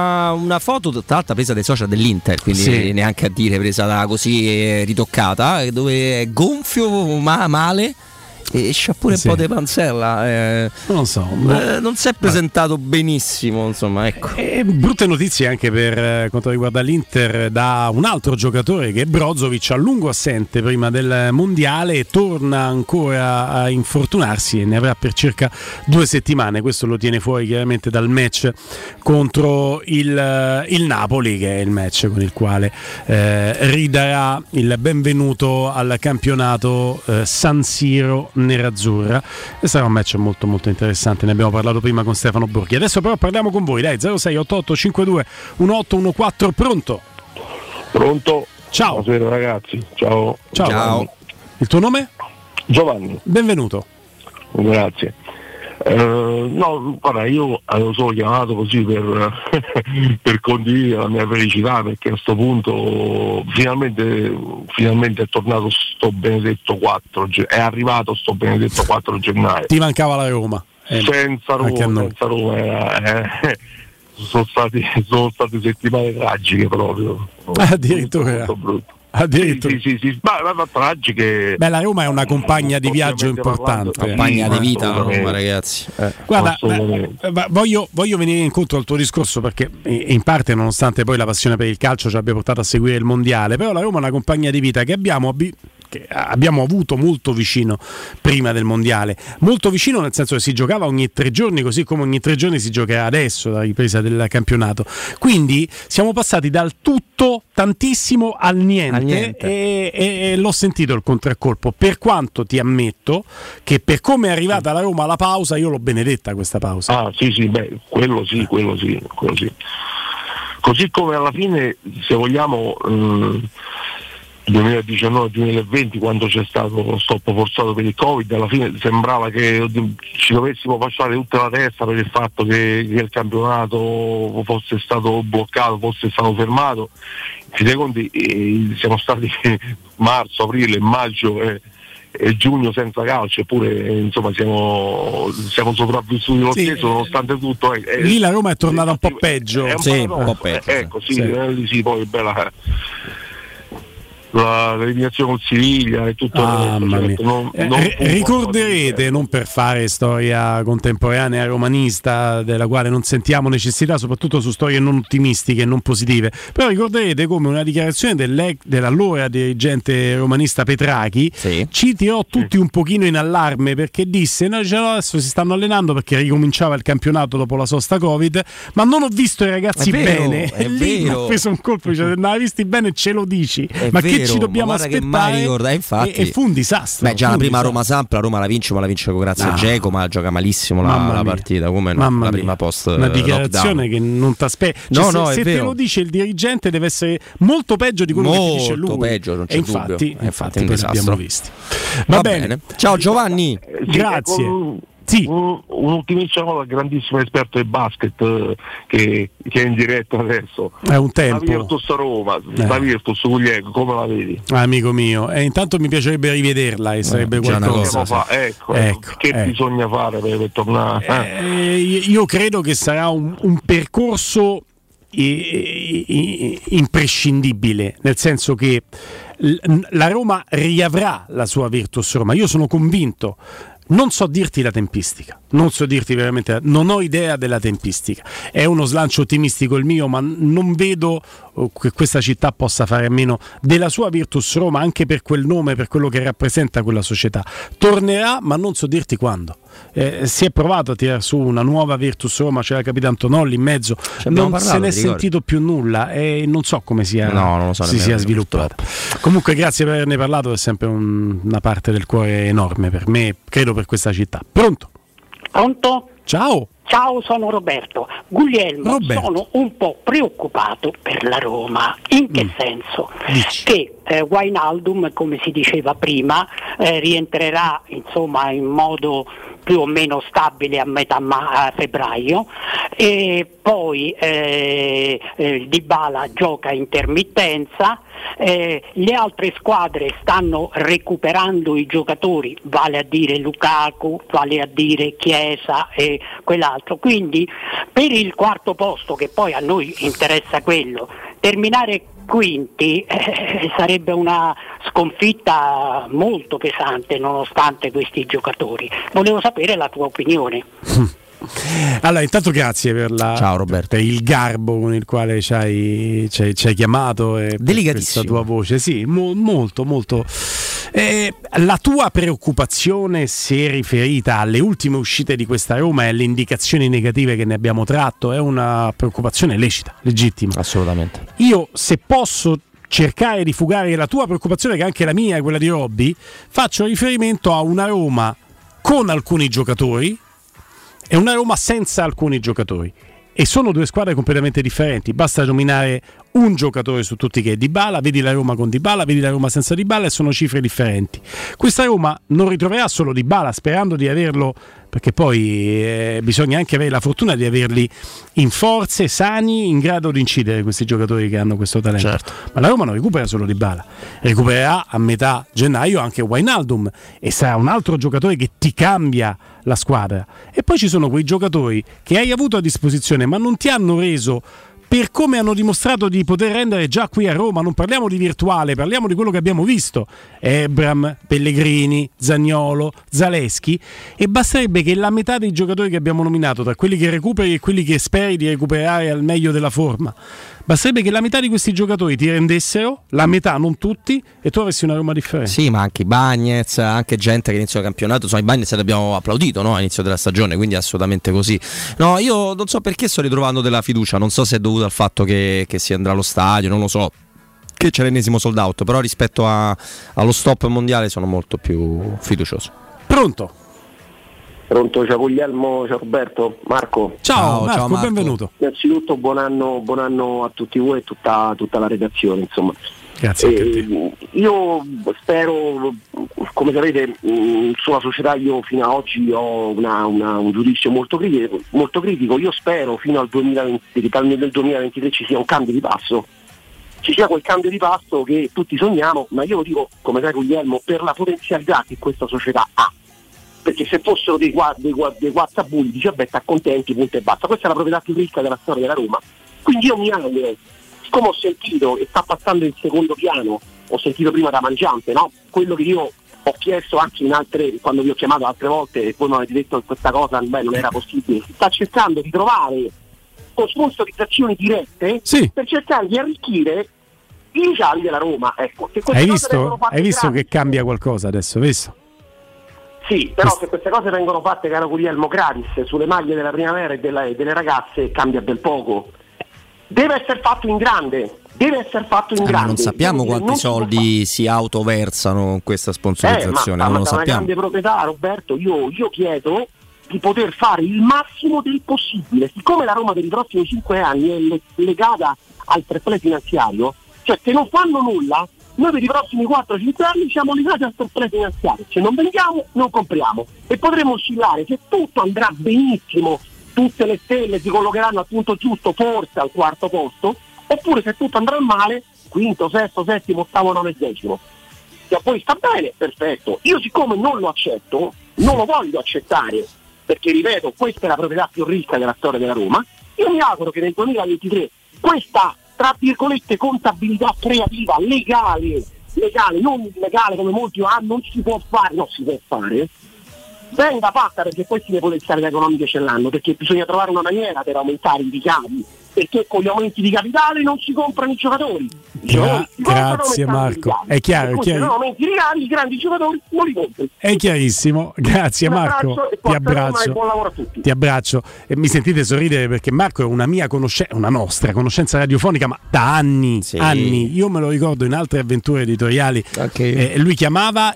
Speaker 2: una foto tra l'altro presa dai social dell'Inter, quindi
Speaker 1: sì,
Speaker 2: neanche a dire presa così ritoccata, dove è gonfio male e c'ha pure un po' di panzella,
Speaker 1: non so,
Speaker 2: non si è presentato benissimo, insomma, ecco.
Speaker 1: E brutte notizie anche per quanto riguarda l'Inter da un altro giocatore che è Brozovic, a lungo assente prima del mondiale, torna ancora a infortunarsi e ne avrà per circa 2 settimane. Questo lo tiene fuori chiaramente dal match contro il Napoli, che è il match con il quale ridarà il benvenuto al campionato San Siro nerazzurra, e sarà un match molto molto interessante. Ne abbiamo parlato prima con Stefano Borghi. Adesso però parliamo con voi, dai, 0688 52 1814. Pronto? Ciao.
Speaker 10: Buonasera ragazzi, ciao.
Speaker 1: Il tuo nome?
Speaker 10: Giovanni.
Speaker 1: Benvenuto.
Speaker 10: Grazie. No, guarda, io avevo solo chiamato così per condividere la mia felicità, perché a questo punto finalmente è tornato sto benedetto 4, è arrivato sto benedetto 4 gennaio.
Speaker 1: Ti mancava la Roma.
Speaker 10: Senza Roma sono state settimane tragiche proprio.
Speaker 1: Addirittura. Sì. Ma tragiche. Beh, la Roma è una compagna di viaggio importante.
Speaker 2: Compagna di vita, Roma, ragazzi.
Speaker 1: Guarda, voglio venire incontro al tuo discorso, perché in parte, nonostante poi la passione per il calcio ci abbia portato a seguire il mondiale, però la Roma è una compagna di vita che abbiamo avuto molto vicino prima del mondiale, molto vicino nel senso che si giocava ogni 3 giorni, così come ogni 3 giorni si giocherà adesso la ripresa del campionato, quindi siamo passati dal tutto tantissimo al niente. E l'ho sentito il contraccolpo, per quanto ti ammetto che per come è arrivata la Roma alla pausa io l'ho benedetta questa pausa.
Speaker 10: Quello sì. Così come alla fine, se vogliamo, 2019-2020, quando c'è stato lo stop forzato per il Covid, alla fine sembrava che ci dovessimo passare tutta la testa per il fatto che il campionato fosse stato bloccato, fosse stato fermato. In dei conti siamo stati marzo, aprile, maggio e giugno senza calcio, eppure insomma siamo sopravvissuti lo stesso, nonostante tutto.
Speaker 1: Lì la Roma è tornata un po' peggio.
Speaker 10: Un po' peggio. Ecco, sì. Poi bella. l'eliminazione con Siviglia e tutto il resto.
Speaker 1: Ricorderete, non per fare storia contemporanea romanista della quale non sentiamo necessità, soprattutto su storie non ottimistiche e non positive, però ricorderete come una dichiarazione dell'allora dirigente romanista Petrachi ci tirò tutti un pochino in allarme, perché disse adesso si stanno allenando perché ricominciava il campionato dopo la sosta Covid, ma non ho visto i ragazzi bene, e lì mi ha preso un colpo, cioè, non hai visti bene, ce lo dici, ma che ci dobbiamo aspettare? E fu un disastro.
Speaker 2: Beh, già la prima Roma-Samp, la Roma la vince, ma la vince grazie a Dzeko, ma gioca malissimo la partita, come la prima post
Speaker 1: una dichiarazione lockdown che non ti aspetti, cioè, se te lo dice il dirigente deve essere molto peggio di quello che ti dice lui,
Speaker 2: peggio, non c'è
Speaker 1: infatti
Speaker 2: un
Speaker 1: poi abbiamo visti. Va bene.
Speaker 2: Ciao Giovanni.
Speaker 1: Grazie.
Speaker 10: Un ultimissimo cosa, grandissimo esperto di basket che è in diretta adesso.
Speaker 1: È un tempo.
Speaker 10: La Virtus Roma, la Virtus Guglielmo, come la vedi?
Speaker 1: Amico mio, intanto mi piacerebbe rivederla e sarebbe qualcosa.
Speaker 10: Ecco, che bisogna fare per tornare?
Speaker 1: Io credo che sarà un percorso imprescindibile, nel senso che la Roma riavrà la sua Virtus Roma. Io sono convinto. Non so dirti la tempistica, non so dirti veramente, non ho idea della tempistica. È uno slancio ottimistico il mio, ma non vedo che questa città possa fare a meno della sua Virtus Roma, anche per quel nome, per quello che rappresenta quella società. Tornerà, ma non so dirti quando. Si è provato a tirare su una nuova Virtus Roma, c'era il capitano Antonolli in mezzo, non se ne è sentito più nulla e non so come si sia sviluppata. Comunque grazie per averne parlato, è sempre una parte del cuore enorme per me, credo per questa città. Pronto? Ciao,
Speaker 3: sono Roberto. Guglielmo, sono un po' preoccupato per la Roma. In che senso? Che Wijnaldum, come si diceva prima, rientrerà insomma in modo più o meno stabile a metà febbraio, e poi Dybala gioca a intermittenza. Le altre squadre stanno recuperando i giocatori, vale a dire Lukaku, vale a dire Chiesa e quell'altro, quindi per il quarto posto, che poi a noi interessa quello, terminare quinti sarebbe una sconfitta molto pesante nonostante questi giocatori. Volevo sapere la tua opinione.
Speaker 1: Allora, intanto grazie per per il garbo con il quale ci hai chiamato e per questa tua voce. Sì, molto. La tua preoccupazione, se riferita alle ultime uscite di questa Roma e alle indicazioni negative che ne abbiamo tratto, è una preoccupazione lecita, legittima.
Speaker 2: Assolutamente.
Speaker 1: Io, se posso cercare di fugare la tua preoccupazione, che è anche la mia e quella di Robby, faccio riferimento a una Roma con alcuni giocatori e una Roma senza alcuni giocatori, e sono due squadre completamente differenti. Basta nominare un giocatore su tutti, che è Dybala. Vedi la Roma con Dybala, vedi la Roma senza Dybala, e sono cifre differenti. Questa Roma non ritroverà solo Dybala, sperando di averlo, perché poi bisogna anche avere la fortuna di averli in forze, sani, in grado di incidere questi giocatori che hanno questo talento.
Speaker 2: Certo.
Speaker 1: Ma la Roma non recupera solo Dybala, recupererà a metà gennaio anche Wijnaldum, e sarà un altro giocatore che ti cambia la squadra. E poi ci sono quei giocatori che hai avuto a disposizione ma non ti hanno reso per come hanno dimostrato di poter rendere già qui a Roma. Non parliamo di virtuale, parliamo di quello che abbiamo visto: Ebram, Pellegrini, Zaniolo, Zaleschi. E basterebbe che la metà dei giocatori che abbiamo nominato, tra quelli che recuperi e quelli che speri di recuperare al meglio della forma, basterebbe che la metà di questi giocatori ti rendessero, la metà, non tutti, e tu avresti una Roma differente.
Speaker 2: Sì, ma anche i Bagnez, anche gente che inizia il campionato, insomma, i Bagnez li abbiamo applaudito, no? All'inizio della stagione, quindi è assolutamente così. No, io non so perché sto ritrovando della fiducia, non so se è dovuto al fatto che si andrà allo stadio, non lo so, che c'è l'ennesimo sold out, però rispetto allo stop mondiale sono molto più fiducioso.
Speaker 1: Pronto,
Speaker 6: ciao Guglielmo, ciao Roberto, Marco.
Speaker 1: Ciao Marco, benvenuto.
Speaker 6: Innanzitutto buon anno a tutti voi e tutta la redazione, insomma.
Speaker 1: Grazie.
Speaker 6: Io spero, come sapete, sulla società io fino ad oggi ho un giudizio molto critico. Io spero fino al 2020, nel 2023 ci sia un cambio di passo, ci sia quel cambio di passo che tutti sogniamo, ma io lo dico, come sai Guglielmo, per la potenzialità che questa società ha. Perché se fossero dei guazzabulli, dice vabbè, sta contenti, punto e basta. Questa è la proprietà più ricca della storia della Roma. Quindi io mi auguro, siccome ho sentito e sta passando in secondo piano ho sentito prima da Mangiante, no? Quello che io ho chiesto anche in altre, quando vi ho chiamato altre volte e poi mi avete detto che questa cosa non era possibile, si sta cercando di trovare con sponsorizzazioni dirette per cercare di arricchire i locali della Roma. Ecco,
Speaker 1: hai visto che cambia qualcosa adesso, visto?
Speaker 6: Sì, però se queste cose vengono fatte, caro Guglielmo, gratis sulle maglie della primavera e delle ragazze, cambia ben poco. Deve essere fatto in grande.
Speaker 2: Ma non sappiamo quanti soldi si autoversano con questa sponsorizzazione, non lo sappiamo.
Speaker 6: Una grande proprietà, Roberto, io chiedo di poter fare il massimo del possibile. Siccome la Roma per i prossimi 5 anni è legata al fair play finanziario, cioè se non fanno nulla, noi per i prossimi 4-5 anni siamo legati al fair play finanziario. Se non vendiamo, non compriamo. E potremo oscillare, se tutto andrà benissimo, tutte le stelle si collocheranno al punto giusto, forse al 4º posto, oppure se tutto andrà male, 5º, 6º, 7º, 8º, 9º, 10º. Se poi sta bene, perfetto. Io siccome non lo accetto, non lo voglio accettare, perché ripeto, questa è la proprietà più ricca della storia della Roma, io mi auguro che nel 2023 questa, tra virgolette, contabilità creativa, legale, non illegale come molti non si può fare, venga fatta, perché questi le potenzialità economiche ce l'hanno, perché bisogna trovare una maniera per aumentare i ricavi, perché con gli aumenti di capitale non si comprano i giocatori.
Speaker 1: Grazie Marco, è chiaro.
Speaker 6: Se non aumenti i ricavi, i grandi giocatori non li compri.
Speaker 1: È chiarissimo, grazie Marco, ti abbraccio.
Speaker 6: Buon lavoro a tutti.
Speaker 1: Ti abbraccio e mi sentite sorridere perché Marco è una nostra conoscenza radiofonica, ma da anni. Io me lo ricordo in altre avventure editoriali. Lui chiamava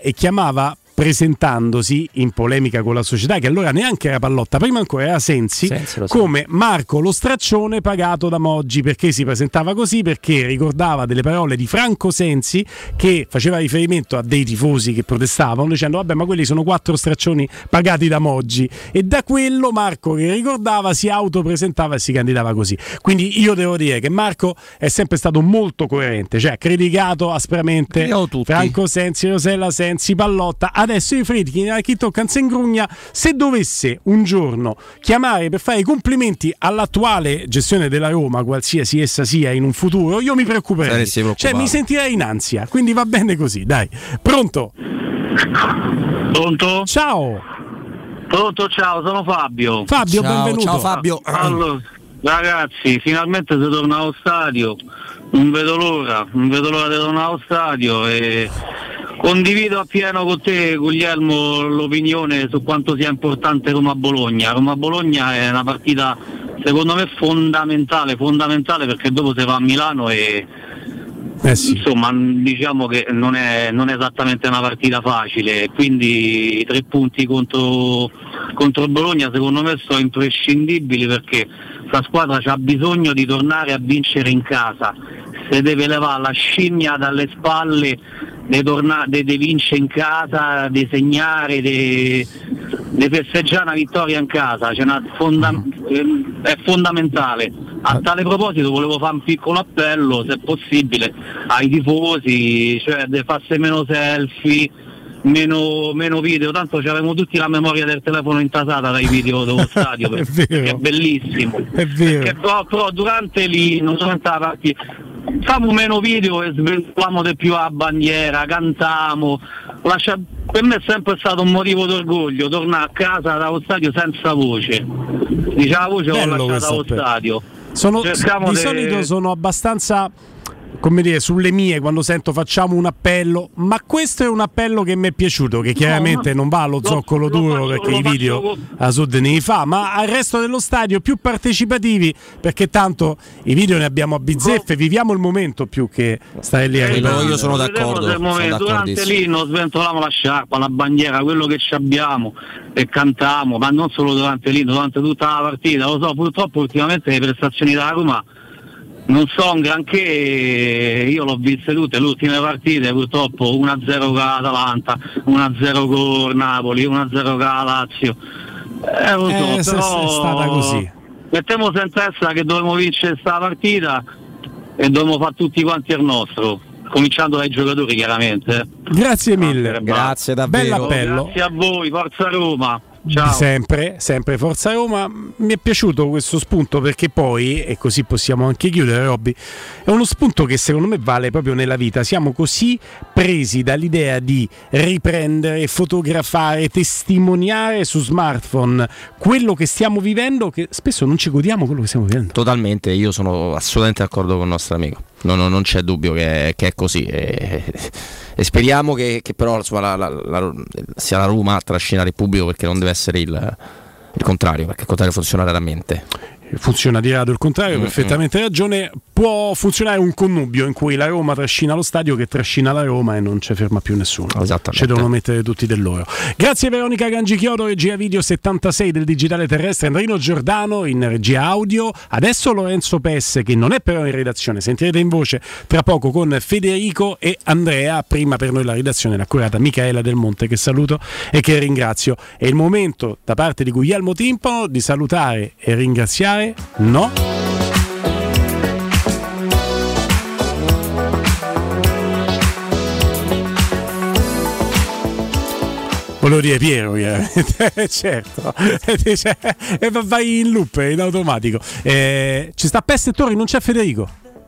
Speaker 1: presentandosi in polemica con la società, che allora neanche era Pallotta, prima ancora era Sensi, come Marco lo straccione pagato da Moggi. Perché si presentava così? Perché ricordava delle parole di Franco Sensi, che faceva riferimento a dei tifosi che protestavano dicendo vabbè, ma quelli sono 4 straccioni pagati da Moggi, e da quello Marco, che ricordava, si autopresentava e si candidava così. Quindi io devo dire che Marco è sempre stato molto coerente, cioè ha criticato aspramente Franco Sensi, Rosella Sensi, Pallotta. Adesso i Friedkin, chi tocca in grugna, se dovesse un giorno chiamare per fare i complimenti all'attuale gestione della Roma, qualsiasi essa sia in un futuro, io mi preoccuperei, cioè mi sentirei in ansia, quindi va bene così, dai. Pronto? Ciao.
Speaker 11: Pronto, ciao, sono Fabio.
Speaker 1: Benvenuto.
Speaker 11: Ciao Fabio. Allora, ragazzi, finalmente si torna allo stadio, non vedo l'ora di tornare allo stadio e condivido appieno con te, Guglielmo, l'opinione su quanto sia importante Roma-Bologna. Roma-Bologna è una partita secondo me fondamentale, perché dopo si va a Milano e insomma diciamo che non è esattamente una partita facile, quindi i 3 punti contro Bologna secondo me sono imprescindibili, perché la squadra ha bisogno di tornare a vincere in casa, se deve levare la scimmia dalle spalle, di vincere in casa, di segnare, di festeggiare una vittoria in casa, è fondamentale. A tale proposito volevo fare un piccolo appello, se possibile, ai tifosi, cioè di farsi meno selfie, meno video, tanto avevamo tutti la memoria del telefono intasata dai video dello stadio, perché è bellissimo.
Speaker 1: È vero.
Speaker 11: Perché però durante non durante la partita facciamo meno video e sventoliamo di più la bandiera, cantiamo. Per me è sempre stato un motivo d'orgoglio tornare a casa dallo stadio senza voce. La voce l'ho lasciata allo stadio.
Speaker 1: Di solito sono abbastanza, come dire, sulle mie quando sento facciamo un appello, ma questo è un appello che mi è piaciuto, che chiaramente non va allo zoccolo duro perché i video a Sud ne fa, ma al resto dello stadio più partecipativi, perché tanto i video ne abbiamo a bizzeffe, viviamo il momento più che stare lì a ridere.
Speaker 2: Io sono d'accordo.
Speaker 11: Durante l'inno sventoliamo la sciarpa, la bandiera, quello che ci abbiamo e cantiamo, ma non solo durante l'inno, durante tutta la partita. Lo so, purtroppo ultimamente le prestazioni della Roma non so granché, io l'ho viste tutte le ultime partite, purtroppo 1-0 con l'Atalanta, 1-0 con Napoli, 1-0 con la Lazio. Lo so, però
Speaker 1: è stata così.
Speaker 11: Mettiamo in testa che dovremmo vincere questa partita e dovremmo fare tutti quanti il nostro, cominciando dai giocatori chiaramente.
Speaker 1: Grazie mille.
Speaker 2: Grazie davvero.
Speaker 1: Bell'appello.
Speaker 11: Grazie a voi, forza Roma.
Speaker 10: Ciao.
Speaker 1: Sempre Forza Roma. Mi è piaciuto questo spunto perché poi, e così possiamo anche chiudere, Robby, è uno spunto che secondo me vale proprio nella vita. Siamo così presi dall'idea di riprendere, fotografare, testimoniare su smartphone quello che stiamo vivendo, che spesso non ci godiamo quello che stiamo vivendo.
Speaker 2: Totalmente, io sono assolutamente d'accordo con il nostro amico. Non c'è dubbio che è così. E speriamo che però insomma, sia la Roma a trascinare il pubblico, perché non deve essere il contrario, perché il contrario funziona raramente.
Speaker 1: Funziona di rado il contrario, perfettamente ragione. Può funzionare un connubio in cui la Roma trascina lo stadio che trascina la Roma e non ci ferma più nessuno.
Speaker 2: Esattamente.
Speaker 1: Ci devono mettere tutti del loro. Grazie Veronica Gangichiodo, regia video 76 del Digitale Terrestre, Andrino Giordano in regia audio, adesso Lorenzo Pesse, che non è però in redazione, sentirete in voce tra poco con Federico e Andrea. Prima per noi la redazione l'ha curata Micaela Del Monte, che saluto e che ringrazio. È il momento da parte di Guglielmo Timpano di salutare e ringraziare. No? Volevo dire Piero, certo, e vai in loop, in automatico. Ci sta Peste e Torri, non c'è Federico.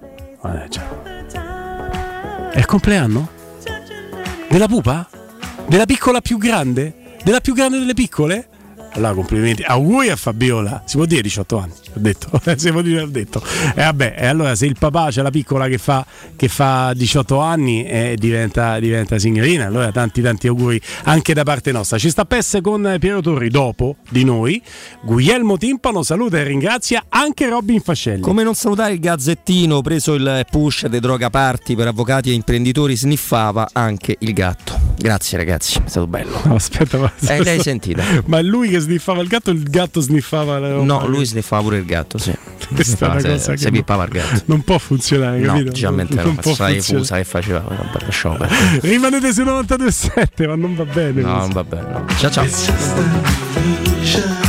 Speaker 1: È il compleanno? Della pupa? Della piccola più grande? Della più grande delle piccole? Allora complimenti, auguri a Fabiola. Si può dire 18 anni, ho detto. Si può dire, ho detto. E vabbè, e allora se il papà c'è la piccola che fa 18 anni e diventa signorina, allora tanti auguri anche da parte nostra. Ci sta Pesse con Piero Torri dopo di noi. Guglielmo Timpano saluta e ringrazia anche Robin Fascelli.
Speaker 2: Come non salutare il Gazzettino, preso il push dei droga party per avvocati e imprenditori, sniffava anche il gatto. Grazie ragazzi, è stato bello.
Speaker 1: No, aspetta,
Speaker 2: l'hai sentita?
Speaker 1: Ma lui che sniffava il gatto sniffava la roba?
Speaker 2: No, lui sniffava pure il gatto, sì.
Speaker 1: Questa è una cosa che
Speaker 2: si pippava il gatto.
Speaker 1: Non può funzionare, capito?
Speaker 2: No, generalmente non può funzionare. Fusa che faceva,
Speaker 1: rimanete su 92.7, ma non va bene.
Speaker 2: No, non va bene. No. Ciao.